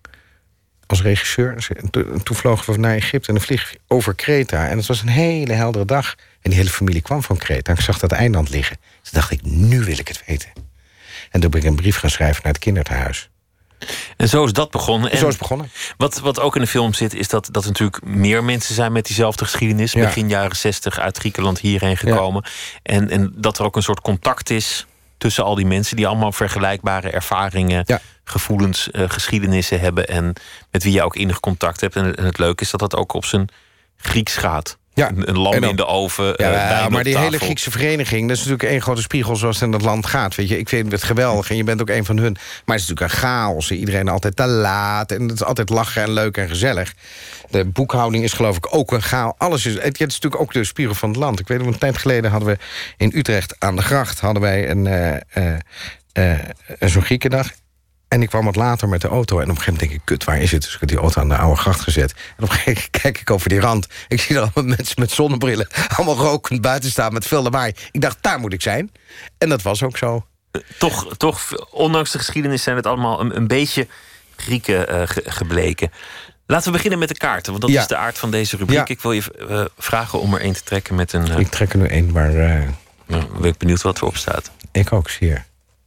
Als regisseur. En toen vlogen we naar Egypte en dan vlieg over Kreta. En het was een hele heldere dag. En die hele familie kwam van Kreta. En ik zag dat eiland liggen. Toen dacht ik, nu wil ik het weten. En toen ben ik een brief gaan schrijven naar het kinderthuis. En zo is dat begonnen. En zo is het begonnen. Wat, wat ook in de film zit, is dat, dat er natuurlijk meer mensen zijn met diezelfde geschiedenis. Ja. Begin jaren zestig uit Griekenland hierheen gekomen. Ja. En, en dat er ook een soort contact is tussen al die mensen die allemaal vergelijkbare ervaringen, ja. gevoelens, uh, geschiedenissen hebben. En met wie je ook enig contact hebt. En, en het leuke is dat dat ook op zijn Grieks gaat. Ja. Een, een lam in de oven. Ja, uh, ja, maar die tafel. hele Griekse vereniging, dat is natuurlijk één grote spiegel zoals het in dat land gaat. Weet je, ik vind het geweldig en je bent ook een van hun. Maar het is natuurlijk een chaos. Iedereen altijd te laat. En het is altijd lachen en leuk en gezellig. De boekhouding is geloof ik ook een chaos. Alles is. Het is natuurlijk ook de spiegel van het land. Ik weet nog, een tijd geleden hadden we in Utrecht aan de gracht hadden wij een, uh, uh, uh, zo'n Griekendag. En ik kwam wat later met de auto. En op een gegeven moment denk ik, kut, waar is het? Dus ik heb die auto aan de oude gracht gezet. En op een gegeven moment kijk ik over die rand. Ik zie er allemaal mensen met zonnebrillen. Allemaal rokend buiten staan met veel lawaai. Ik dacht, daar moet ik zijn. En dat was ook zo. Toch, toch ondanks de geschiedenis zijn het allemaal een, een beetje Grieken uh, ge, gebleken. Laten we beginnen met de kaarten. Want dat ja. is de aard van deze rubriek. Ja. Ik wil je uh, vragen om er één te trekken met een... Uh, ik trek er nu één, maar... Uh... Nou, ben ik benieuwd wat erop staat. Ik ook, zeer.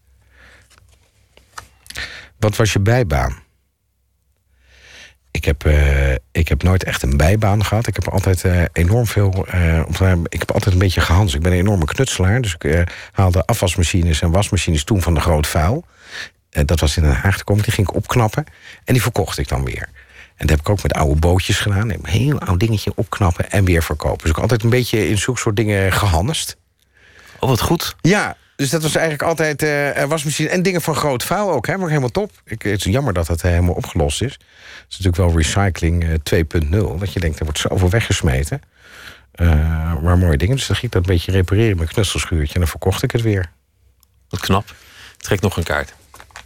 Wat was je bijbaan? Ik heb, uh, ik heb nooit echt een bijbaan gehad. Ik heb altijd uh, enorm veel... Uh, ik heb altijd een beetje gehandeld. Ik ben een enorme knutselaar. Dus ik uh, haalde afwasmachines en wasmachines toen van de groot vuil. Uh, dat was in Den Haag te komen. Die ging ik opknappen. En die verkocht ik dan weer. En dat heb ik ook met oude bootjes gedaan. Een heel oud dingetje opknappen en weer verkopen. Dus ik heb altijd een beetje in zulke soort dingen gehandeld. Oh, wat goed. Ja. Dus dat was eigenlijk altijd uh, wasmachine en dingen van groot vuil ook. Hè, maar helemaal top. Ik, het is jammer dat dat uh, helemaal opgelost is. Het is natuurlijk wel recycling uh, twee punt nul. Dat je denkt, er wordt zoveel weggesmeten. Uh, maar mooie dingen. Dus dan ging ik dat een beetje repareren met een knutselschuurtje. En dan verkocht ik het weer. Wat knap. Trek nog een kaart.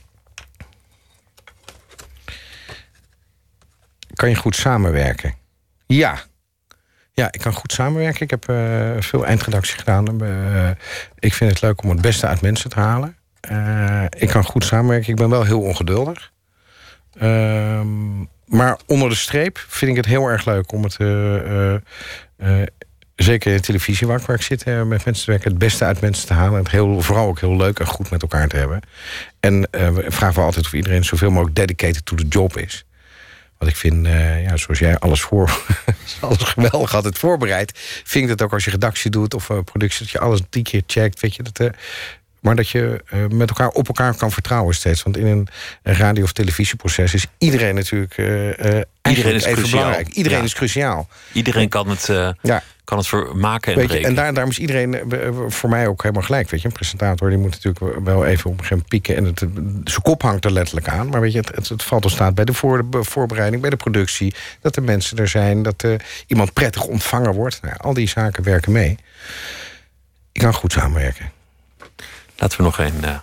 Kan je goed samenwerken? Ja. Ja, ik kan goed samenwerken. Ik heb uh, veel eindredactie gedaan. Uh, ik vind het leuk om het beste uit mensen te halen. Uh, ik kan goed samenwerken. Ik ben wel heel ongeduldig. Uh, maar onder de streep vind ik het heel erg leuk om het... Uh, uh, uh, zeker in de televisie waar ik, waar ik zit, uh, met mensen te werken... het beste uit mensen te halen. En het heel, vooral ook heel leuk en goed met elkaar te hebben. En uh, we vragen we altijd of iedereen zoveel mogelijk dedicated to the job is. Want ik vind, uh, ja, zoals jij alles, voor, alles geweldig altijd voorbereidt... vind ik dat ook als je redactie doet of uh, productie... dat je alles tien keer checkt, weet je. Dat, uh, maar dat je uh, met elkaar op elkaar kan vertrouwen steeds. Want in een, een radio- of televisieproces is iedereen natuurlijk... Uh, uh, iedereen is even cruciaal. belangrijk. Iedereen ja. is cruciaal. Iedereen kan het, uh, ja. kan het vermaken en weet breken. Je, en daar, daarom is iedereen uh, voor mij ook helemaal gelijk. Weet je, een presentator die moet natuurlijk wel even op een gegeven moment pieken... en het, zijn kop hangt er letterlijk aan. Maar weet je, het, het, het valt of staat bij de voor, voorbereiding, bij de productie... dat de mensen er zijn, dat uh, iemand prettig ontvangen wordt. Nou, al die zaken werken mee. Ik kan goed samenwerken. Laten we nog een... Uh...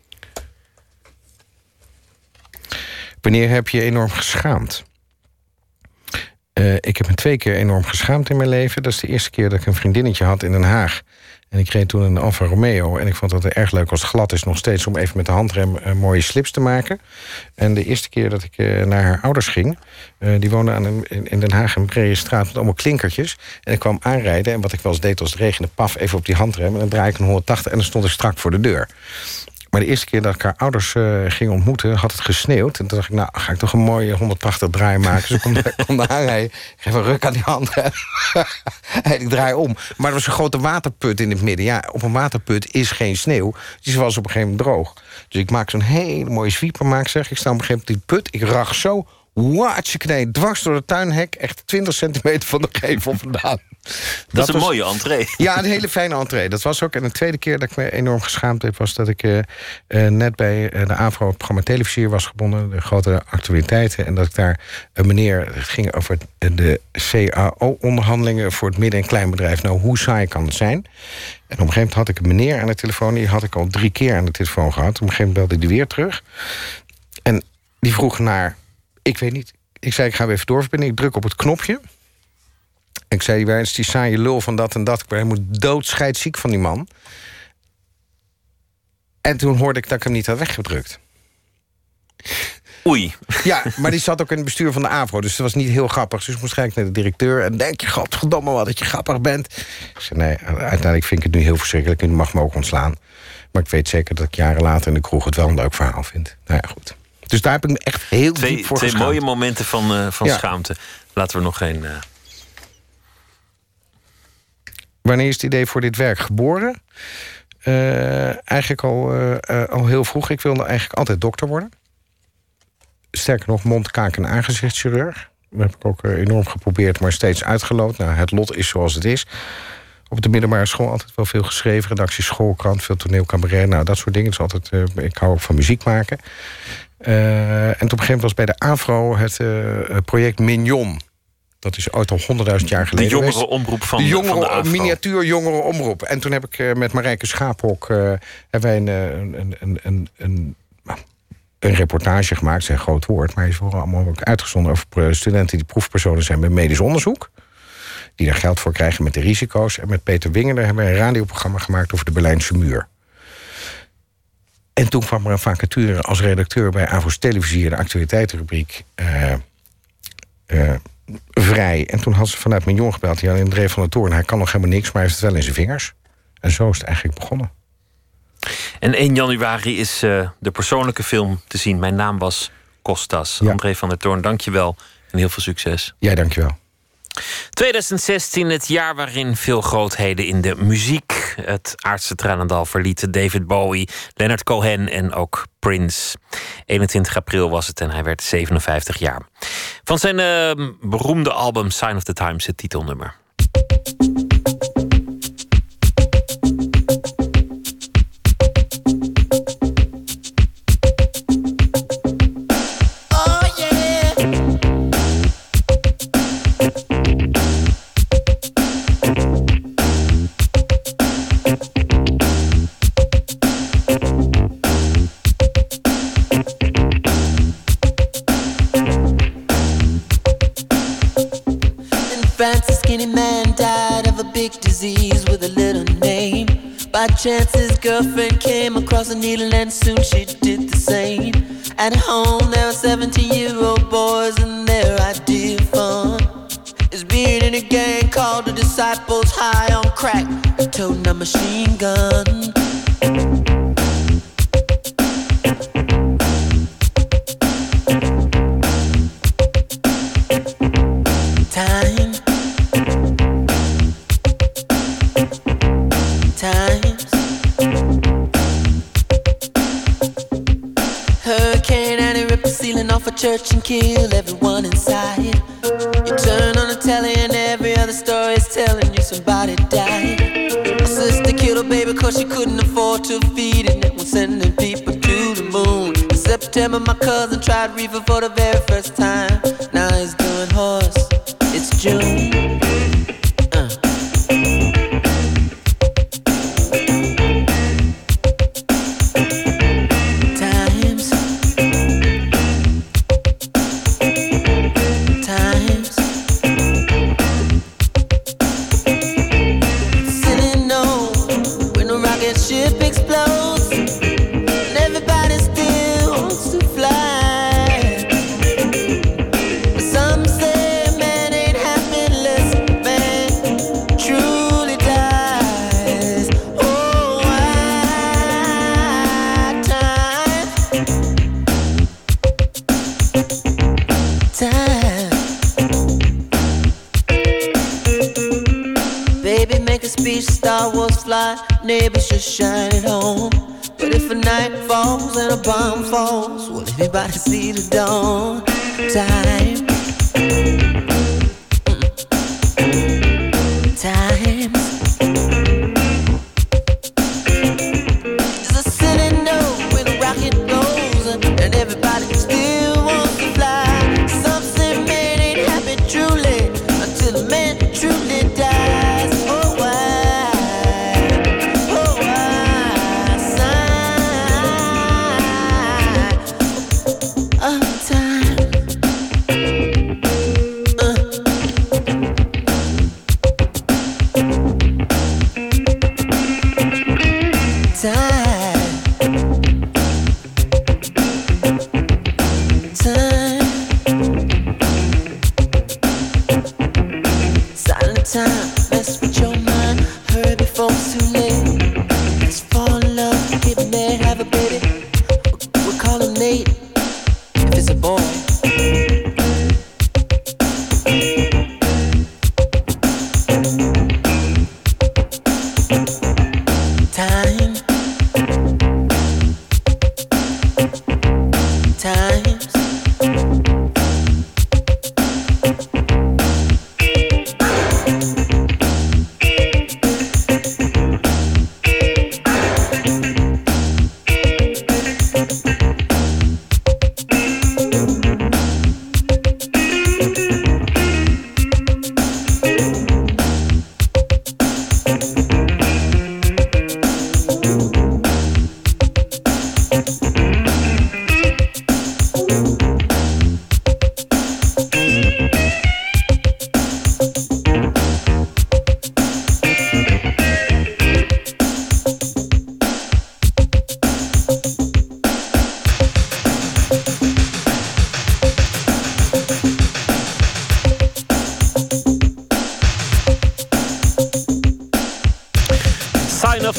Wanneer heb je enorm geschaamd? Uh, ik heb me twee keer enorm geschaamd in mijn leven. Dat is de eerste keer dat ik een vriendinnetje had in Den Haag. En ik reed toen een Alfa Romeo. En ik vond het erg leuk als het glad is nog steeds... om even met de handrem uh, mooie slips te maken. En de eerste keer dat ik uh, naar haar ouders ging... Uh, die woonden aan een, in Den Haag een brede straat met allemaal klinkertjes. En ik kwam aanrijden. En wat ik wel eens deed als het regende, paf, even op die handrem. En dan draai ik een honderdtachtig en dan stond ik strak voor de deur. Maar de eerste keer dat ik haar ouders uh, ging ontmoeten, had het gesneeuwd. En toen dacht ik, nou, ga ik toch een mooie honderdtachtig draai maken. Dus ik kom, kom daar aanrijden, ik geef een ruk aan die hand. En ik draai om. Maar er was een grote waterput in het midden. Ja, op een waterput is geen sneeuw. Dus was op een gegeven moment droog. Dus ik maak zo'n hele mooie sweeper, maak, zeg. Ik sta op een gegeven moment die put, ik rach zo... Watje knee, dwars door de tuinhek, echt twintig centimeter van de gevel vandaan. Dat, dat is een was, mooie entree. Ja, een hele fijne entree. Dat was ook. En de tweede keer dat ik me enorm geschaamd heb... was dat ik uh, uh, net bij uh, de AVRO het programma Televisier was gebonden. De grote actualiteiten. En dat ik daar een meneer... Het ging over de C A O-onderhandelingen voor het midden- en kleinbedrijf. Nou, hoe saai kan het zijn? En op een gegeven moment had ik een meneer aan de telefoon. Die had ik al drie keer aan de telefoon gehad. Op een gegeven moment belde hij weer terug. En die vroeg naar... Ik weet niet. Ik zei, ik ga weer even doorverbinden. Ik druk op het knopje. En ik zei, waar is die saaie lul van dat en dat? Ik ben helemaal doodscheidsziek van die man. En toen hoorde ik dat ik hem niet had weggedrukt. Oei. Ja, maar die zat ook in het bestuur van de AVRO. Dus dat was niet heel grappig. Dus ik moest gelijk naar de directeur. En denk je, godverdomme wat, dat je grappig bent. Ik zei, nee, uiteindelijk vind ik het nu heel verschrikkelijk. En u mag me ook ontslaan. Maar ik weet zeker dat ik jaren later in de kroeg het wel een leuk verhaal vind. Nou ja, goed. Dus daar heb ik me echt heel twee, diep voor Twee geschaamd. mooie momenten van, uh, van ja. schaamte. Laten we nog geen... Uh... Wanneer is het idee voor dit werk geboren? Uh, eigenlijk al, uh, uh, al heel vroeg. Ik wilde eigenlijk altijd dokter worden. Sterker nog, mond, kaak en aangezichtschirurg. Dat heb ik ook uh, enorm geprobeerd, maar steeds uitgeloot. Nou, het lot is zoals het is. Op de middelbare school altijd wel veel geschreven. Redactie schoolkrant, veel toneel, cabaret. Nou, dat soort dingen. Dus altijd, uh, ik hou ook van muziek maken. Uh, en op een gegeven moment was bij de AVRO het uh, project Mignon. Dat is ooit al honderdduizend jaar geleden. De jongere omroep van de, de, jongere, van de AVRO. Miniatuur jongere omroep. En toen heb ik uh, met Marijke Schaaphok uh, hebben wij een, een, een, een, een, een reportage gemaakt. Dat is een groot woord, maar die is vooral allemaal ook uitgezonden over studenten die proefpersonen zijn bij medisch onderzoek. Die daar geld voor krijgen met de risico's. En met Peter Wingeler hebben wij een radioprogramma gemaakt over de Berlijnse muur. En toen kwam er een vacature als redacteur bij AVRO's televisie, de actualiteitenrubriek, uh, uh, vrij. En toen had ze vanuit mijn jong gebeld, Jan in Dreef van de Toorn. Hij kan nog helemaal niks, maar hij heeft het wel in zijn vingers. En zo is het eigenlijk begonnen. En één januari is uh, de persoonlijke film te zien. Mijn naam was Kostas. Ja. André van der Toorn, dank je wel. En heel veel succes. Jij, dank je wel. twintig zestien, het jaar waarin veel grootheden in de muziek het aardse tranendal verlieten. David Bowie, Leonard Cohen en ook Prince. eenentwintig april was het en hij werd zevenenvijftig jaar. Van zijn uh, beroemde album Sign of the Times, het titelnummer. By chance his girlfriend came across a needle and soon she did the same. At home there were seventeen-year-old boys and their idea of fun is being in a gang called the Disciples, high on crack, toting a machine gun. Time, times. Hurricane and it ripped the ceiling off a church and killed everyone inside. You turn on the telly and every other story is telling you somebody died. A sister killed her baby cause she couldn't afford to feed it, and it was sending people to the moon. In September my cousin tried reefer for the very first time. Now he's doing horse. It's June. Neighbors just shine it home. But if a night falls and a bomb falls, will anybody see the dawn? Time, time. There's a silly note when a rocket goes and everybody still wants to fly. Some say man ain't happy truly until a man truly dies. Oh, why? Time.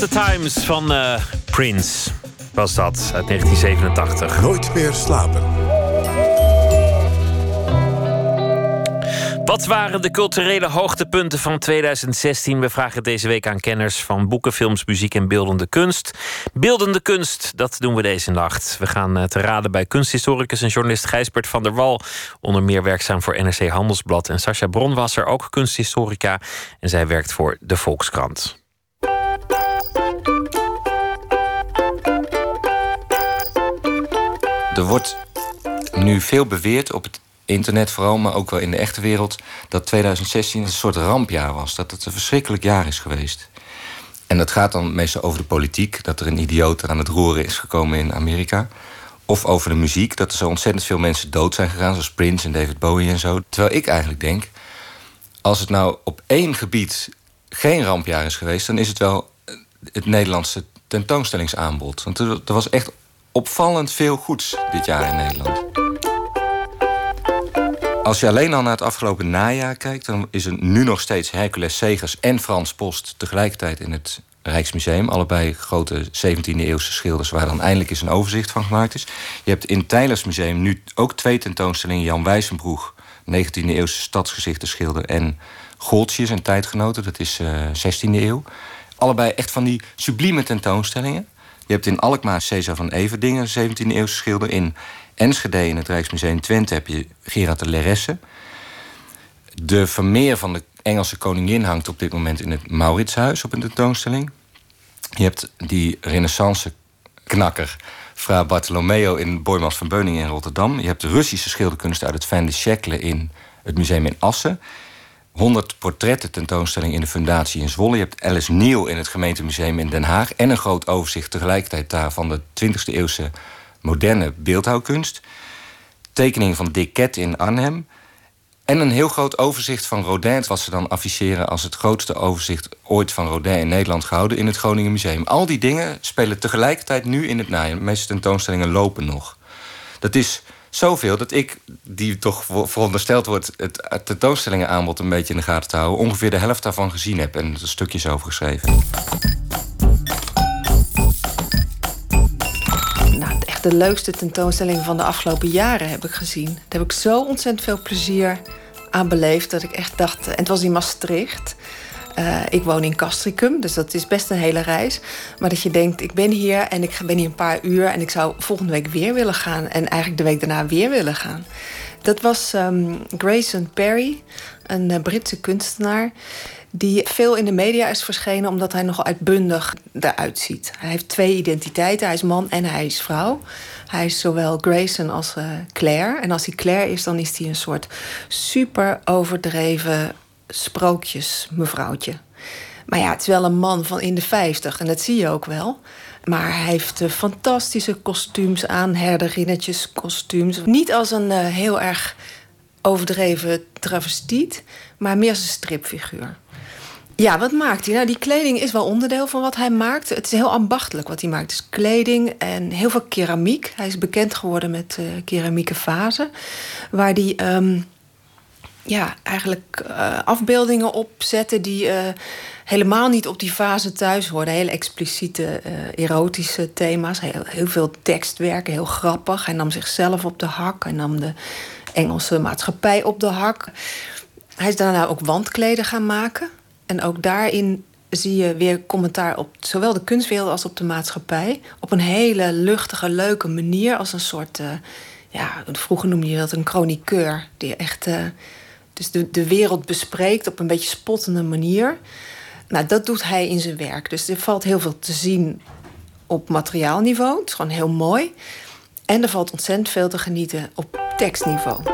the Times van uh, Prince was dat, uit negentien zevenentachtig. Nooit meer slapen. Wat waren de culturele hoogtepunten van tweeduizend zestien? We vragen het deze week aan kenners van boeken, films, muziek en beeldende kunst. Beeldende kunst, dat doen we deze nacht. We gaan te raden bij kunsthistoricus en journalist Gijsbert van der Wal, onder meer werkzaam voor N R C Handelsblad. En Sascha Bronwasser, ook kunsthistorica, en zij werkt voor de Volkskrant. Er wordt nu veel beweerd op het internet vooral, maar ook wel in de echte wereld, dat tweeduizend zestien een soort rampjaar was. Dat het een verschrikkelijk jaar is geweest. En dat gaat dan meestal over de politiek, dat er een idioot er aan het roeren is gekomen in Amerika. Of over de muziek, dat er zo ontzettend veel mensen dood zijn gegaan, zoals Prince en David Bowie en zo. Terwijl ik eigenlijk denk, als het nou op één gebied geen rampjaar is geweest, dan is het wel het Nederlandse tentoonstellingsaanbod. Want er, er was echt opvallend veel goeds dit jaar in Nederland. Als je alleen al naar het afgelopen najaar kijkt, dan is er nu nog steeds Hercules Segers en Frans Post tegelijkertijd in het Rijksmuseum. Allebei grote zeventiende eeuwse schilders waar dan eindelijk eens een overzicht van gemaakt is. Je hebt in het Tijlersmuseum nu ook twee tentoonstellingen. Jan Wijsenbroek, negentiende eeuwse stadsgezichtenschilder, en Goltjes en tijdgenoten, dat is uh, zestiende eeuw. Allebei echt van die sublieme tentoonstellingen. Je hebt in Alkmaar Cesar van Everdingen, zeventiende eeuwse schilder. In Enschede in het Rijksmuseum Twente heb je Gerard de Leresse. De Vermeer van de Engelse koningin hangt op dit moment in het Mauritshuis op een tentoonstelling. Je hebt die renaissance knakker Fra Bartolomeo in Boijmans van Beuningen in Rotterdam. Je hebt de Russische schilderkunst uit het Fin de Siècle in het museum in Assen. honderd portretten tentoonstelling in de Fundatie in Zwolle. Je hebt Alice Neal in het gemeentemuseum in Den Haag. En een groot overzicht tegelijkertijd daar van de twintigste eeuwse moderne beeldhouwkunst. Tekeningen van Dick Ket in Arnhem. En een heel groot overzicht van Rodin, wat ze dan afficheren als het grootste overzicht ooit van Rodin in Nederland gehouden in het Groningen Museum. Al die dingen spelen tegelijkertijd nu in het najaar. De meeste tentoonstellingen lopen nog. Dat is zoveel dat ik, die toch verondersteld wordt het, het tentoonstellingenaanbod een beetje in de gaten te houden, ongeveer de helft daarvan gezien heb en er stukjes over geschreven. Nou, echt de leukste tentoonstelling van de afgelopen jaren heb ik gezien. Daar heb ik zo ontzettend veel plezier aan beleefd dat ik echt dacht, en het was in Maastricht. Uh, ik woon in Castricum, dus dat is best een hele reis. Maar dat je denkt, ik ben hier en ik ben hier een paar uur en ik zou volgende week weer willen gaan. En eigenlijk de week daarna weer willen gaan. Dat was um, Grayson Perry, een uh, Britse kunstenaar die veel in de media is verschenen omdat hij nogal uitbundig eruit ziet. Hij heeft twee identiteiten, hij is man en hij is vrouw. Hij is zowel Grayson als uh, Claire. En als hij Claire is, dan is hij een soort super overdreven sprookjesmevrouwtje. Maar ja, het is wel een man van in de vijftig en dat zie je ook wel. Maar hij heeft uh, fantastische kostuums aan, herderinnetjes kostuums. Niet als een uh, heel erg overdreven travestiet, maar meer als een stripfiguur. Ja, wat maakt hij? Nou, die kleding is wel onderdeel van wat hij maakt. Het is heel ambachtelijk wat hij maakt. Het is kleding en heel veel keramiek. Hij is bekend geworden met uh, keramieke vazen, waar hij um, ja, eigenlijk uh, afbeeldingen op zette die uh, helemaal niet op die vazen thuis hoorden. Hele expliciete uh, erotische thema's. Heel, heel veel tekstwerken, heel grappig. Hij nam zichzelf op de hak. Hij nam de Engelse maatschappij op de hak. Hij is daarna ook wandkleden gaan maken. En ook daarin zie je weer commentaar op zowel de kunstwereld als op de maatschappij. Op een hele luchtige, leuke manier. Als een soort, uh, ja, vroeger noemde je dat een chroniqueur. Die echt uh, dus de, de wereld bespreekt op een beetje spottende manier. Nou, dat doet hij in zijn werk. Dus er valt heel veel te zien op materiaalniveau. Het is gewoon heel mooi. En er valt ontzettend veel te genieten op tekstniveau.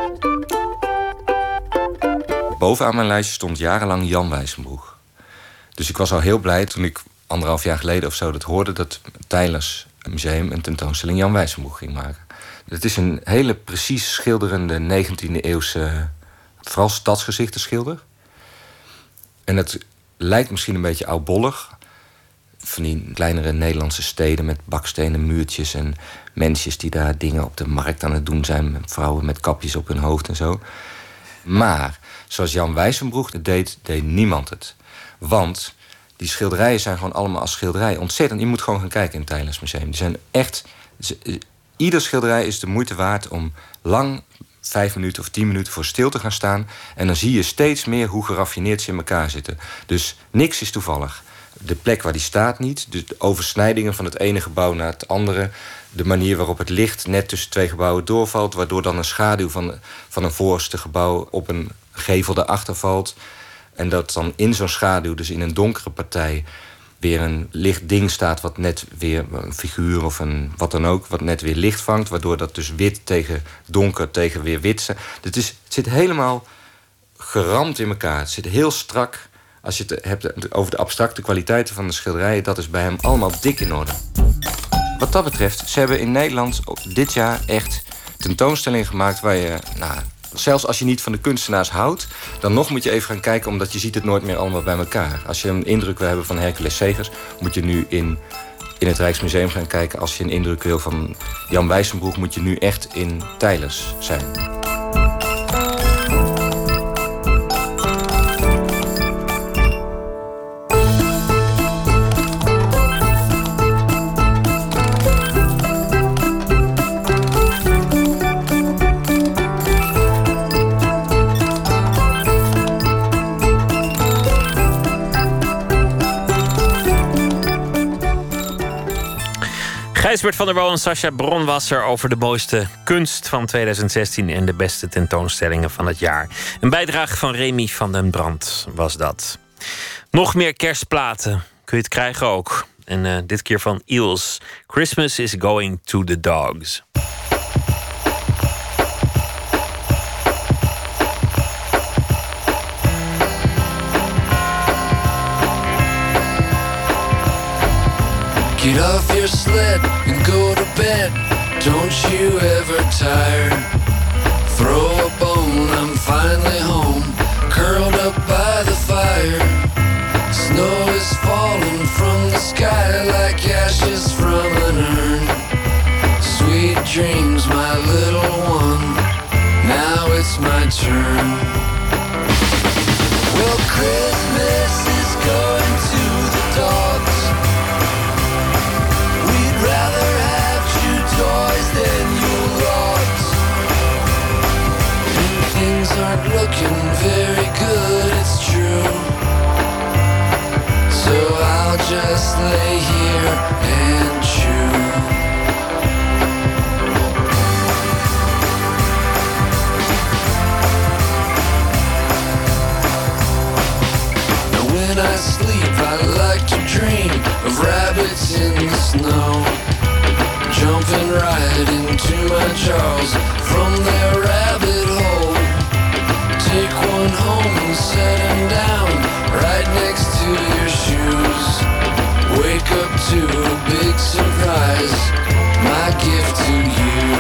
Bovenaan mijn lijstje stond jarenlang Jan Wijsenbroek. Dus ik was al heel blij toen ik anderhalf jaar geleden of zo dat hoorde dat Tijlers Museum een tentoonstelling Jan Wijsenbroek ging maken. Het is een hele precies schilderende negentiende eeuwse, vooral stadsgezichtenschilder. En het lijkt misschien een beetje oudbollig. Van die kleinere Nederlandse steden met bakstenen muurtjes en mensjes die daar dingen op de markt aan het doen zijn. Vrouwen met kapjes op hun hoofd en zo. Maar zoals Jan Wijsenbroek het deed, deed niemand het. Want die schilderijen zijn gewoon allemaal als schilderij ontzettend. Je moet gewoon gaan kijken in het Teylers Museum. Die zijn echt... Ze, ieder schilderij is de moeite waard om lang... vijf minuten of tien minuten voor stil te gaan staan. En dan zie je steeds meer hoe geraffineerd ze in elkaar zitten. Dus niks is toevallig. De plek waar die staat niet. Dus de oversnijdingen van het ene gebouw naar het andere. De manier waarop het licht net tussen twee gebouwen doorvalt. Waardoor dan een schaduw van, van een voorste gebouw op een gevel daarachter valt. En dat dan in zo'n schaduw, dus in een donkere partij... weer een licht ding staat wat net weer... een figuur of een wat dan ook, wat net weer licht vangt... waardoor dat dus wit tegen donker tegen weer wit... Het, is, het zit helemaal geramd in elkaar. Het zit heel strak. Als je het hebt over de abstracte kwaliteiten van de schilderijen... dat is bij hem allemaal dik in orde. Wat dat betreft, ze hebben in Nederland dit jaar echt tentoonstellingen gemaakt... waar je... Nou, zelfs als je niet van de kunstenaars houdt... dan nog moet je even gaan kijken, omdat je ziet het nooit meer allemaal bij elkaar. Als je een indruk wil hebben van Hercules Segers... moet je nu in, in het Rijksmuseum gaan kijken. Als je een indruk wil van Jan Wijsenbroek... moet je nu echt in Teylers zijn. Gijsbert van der Wouw en Sacha Bronwasser over de mooiste kunst van tweeduizend zestien... en de beste tentoonstellingen van het jaar. Een bijdrage van Remy van den Brand was dat. Nog meer kerstplaten kun je het krijgen ook. En uh, dit keer van Eels. Christmas is going to the dogs. Get off your sled and go to bed. Don't you ever tire. Throw a bone, I'm finally home. Curled up by the fire. Snow is falling from the sky like ashes from an urn. Sweet dreams, my little one. Now it's my turn. Well, Christmas is going to the dogs. Rather have chew toys than your logs. And things aren't looking very good, it's true. So I'll just lay here and chew. Now when I sleep I like to dream of rabbits in the snow, jumping right into my jaws from their rabbit hole. Take one home and set him down right next to your shoes. Wake up to a big surprise, my gift to you.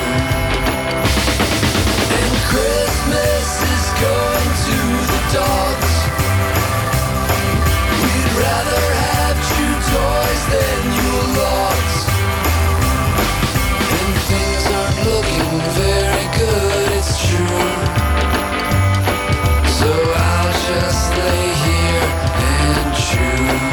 And Christmas is going to the dogs. We'd rather have chew toys than your logs. And things aren't looking very good, it's true. So I'll just lay here and chew.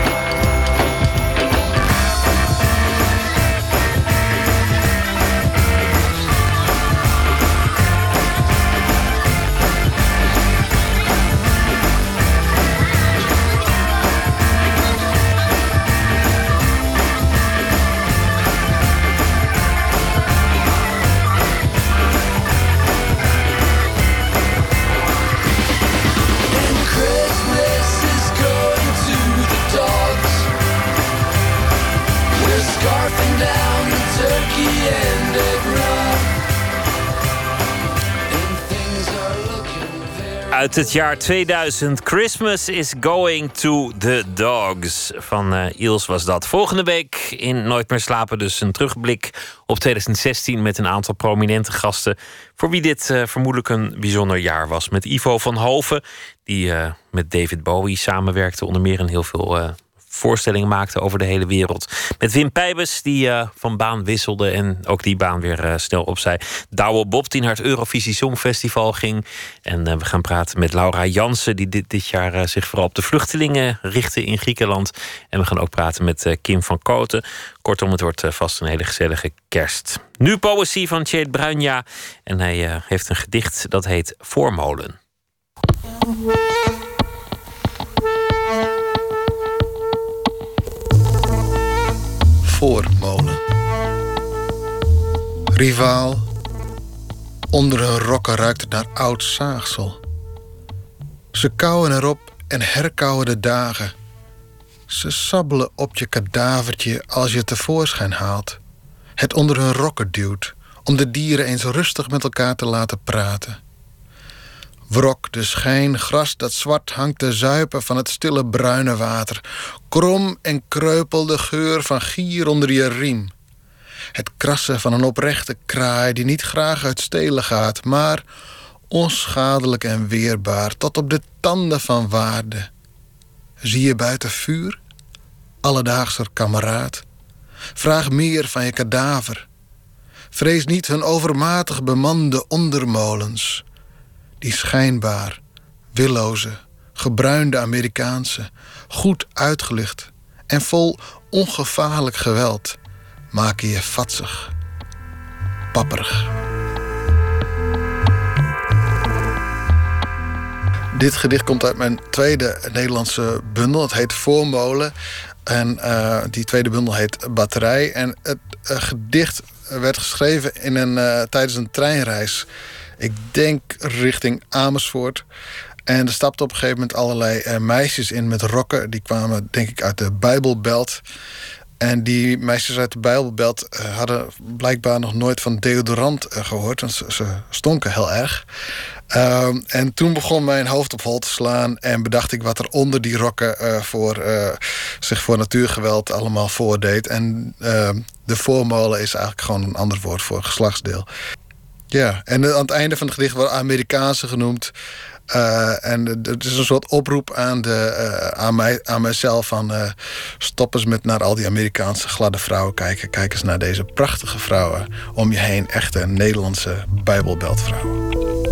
Uit het jaar tweeduizend. Christmas is going to the dogs. Van uh, Eels was dat. Volgende week in Nooit meer slapen dus een terugblik op tweeduizend zestien... met een aantal prominente gasten. Voor wie dit uh, vermoedelijk een bijzonder jaar was. Met Ivo van Hoven, die uh, met David Bowie samenwerkte. Onder meer in heel veel uh, voorstellingen maakte over de hele wereld. Met Wim Pijbes, die uh, van baan wisselde en ook die baan weer uh, snel opzij. Douwe Bob, die naar het Eurovisie Songfestival ging. En uh, we gaan praten met Laura Jansen, die dit, dit jaar uh, zich vooral op de vluchtelingen richtte in Griekenland. En we gaan ook praten met uh, Kim van Kooten. Kortom, het wordt uh, vast een hele gezellige kerst. Nu poëzie van Tjeerd Bruinja. En hij uh, heeft een gedicht dat heet Voormolen. Voormolen. Rivaal. Onder hun rokken ruikt het naar oud zaagsel. Ze kauwen erop en herkauwen de dagen. Ze sabbelen op je kadavertje als je het tevoorschijn haalt. Het onder hun rokken duwt, om de dieren eens rustig met elkaar te laten praten. Wrok de schijn, gras dat zwart hangt te zuipen van het stille bruine water. Krom en kreupel de geur van gier onder je riem. Het krassen van een oprechte kraai die niet graag uit stelen gaat, maar onschadelijk en weerbaar tot op de tanden van waarde. Zie je buiten vuur? Alledaagser kameraad. Vraag meer van je kadaver. Vrees niet hun overmatig bemande ondermolens. Die schijnbaar, willoze, gebruinde Amerikaanse, goed uitgelicht en vol ongevaarlijk geweld, maken je vatsig, papperig. Dit gedicht komt uit mijn tweede Nederlandse bundel. Het heet Voormolen. En uh, die tweede bundel heet Batterij. En het uh, gedicht werd geschreven in een, uh, tijdens een treinreis. Ik denk richting Amersfoort. En er stapten op een gegeven moment allerlei uh, meisjes in met rokken. Die kwamen denk ik uit de Bijbelbelt. En die meisjes uit de Bijbelbelt uh, hadden blijkbaar nog nooit van deodorant uh, gehoord. Want ze, ze stonken heel erg. Uh, en toen begon mijn hoofd op hol te slaan. En bedacht ik wat er onder die rokken uh, voor, uh, zich voor natuurgeweld allemaal voordeed. En uh, de voormolen is eigenlijk gewoon een ander woord voor geslachtsdeel. Ja, en aan het einde van het gedicht worden Amerikaanse genoemd. Uh, en het is een soort oproep aan, de, uh, aan, mij, aan mijzelf van uh, stop eens met naar al die Amerikaanse gladde vrouwen kijken. Kijk eens naar deze prachtige vrouwen om je heen. Echte Nederlandse Bijbelbeltvrouwen.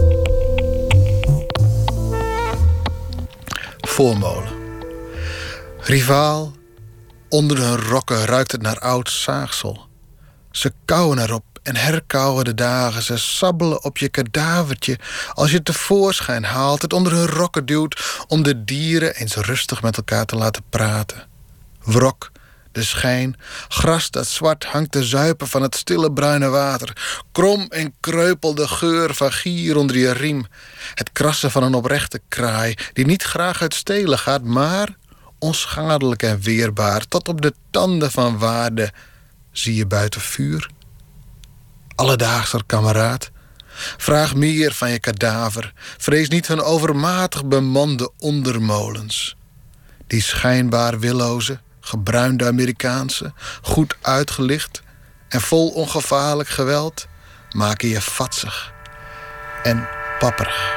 Voormolen. Rivaal, onder hun rokken ruikt het naar oud zaagsel. Ze kauwen erop en herkauwen de dagen. Ze sabbelen op je kadavertje als je het tevoorschijn haalt, het onder hun rokken duwt om de dieren eens rustig met elkaar te laten praten. Wrok, de schijn, gras dat zwart hangt te zuipen van het stille bruine water. Krom en kreupel de geur van gier onder je riem. Het krassen van een oprechte kraai die niet graag uit stelen gaat, maar onschadelijk en weerbaar tot op de tanden van waarde. Zie je buiten vuur? Alledaagser kameraad. Vraag meer van je kadaver. Vrees niet hun overmatig bemande ondermolens. Die schijnbaar willoze, gebruinde Amerikaanse, goed uitgelicht en vol ongevaarlijk geweld, maken je vatsig en papperig.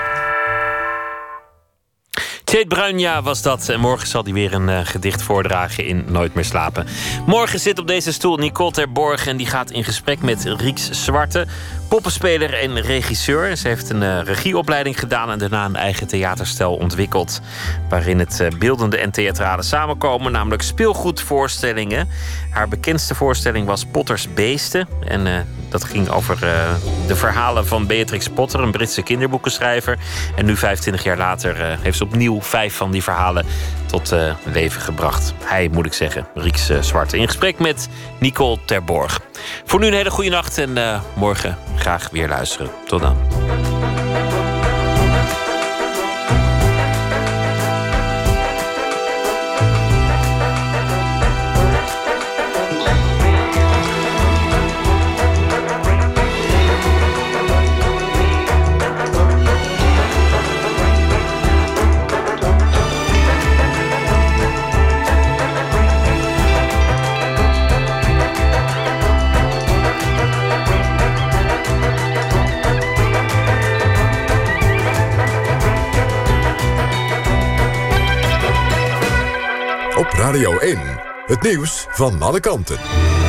Tjeerd Bruinja was dat. En morgen zal hij weer een uh, gedicht voordragen in Nooit meer slapen. Morgen zit op deze stoel Nicole Terborg. En die gaat in gesprek met Rieks Zwarte, poppenspeler en regisseur. Ze heeft een uh, regieopleiding gedaan en daarna een eigen theaterstijl ontwikkeld. Waarin het uh, beeldende en theatrale samenkomen, namelijk speelgoedvoorstellingen. Haar bekendste voorstelling was Potters Beesten. En uh, dat ging over uh, de verhalen van Beatrix Potter, een Britse kinderboekenschrijver. En nu, vijfentwintig jaar later, uh, heeft ze opnieuw vijf van die verhalen tot uh, leven gebracht. Hij, moet ik zeggen, Rieks uh, Zwarte. In gesprek met Nicole Terborg. Voor nu een hele goede nacht en uh, morgen graag weer luisteren. Tot dan. Radio één. Het nieuws van alle kanten.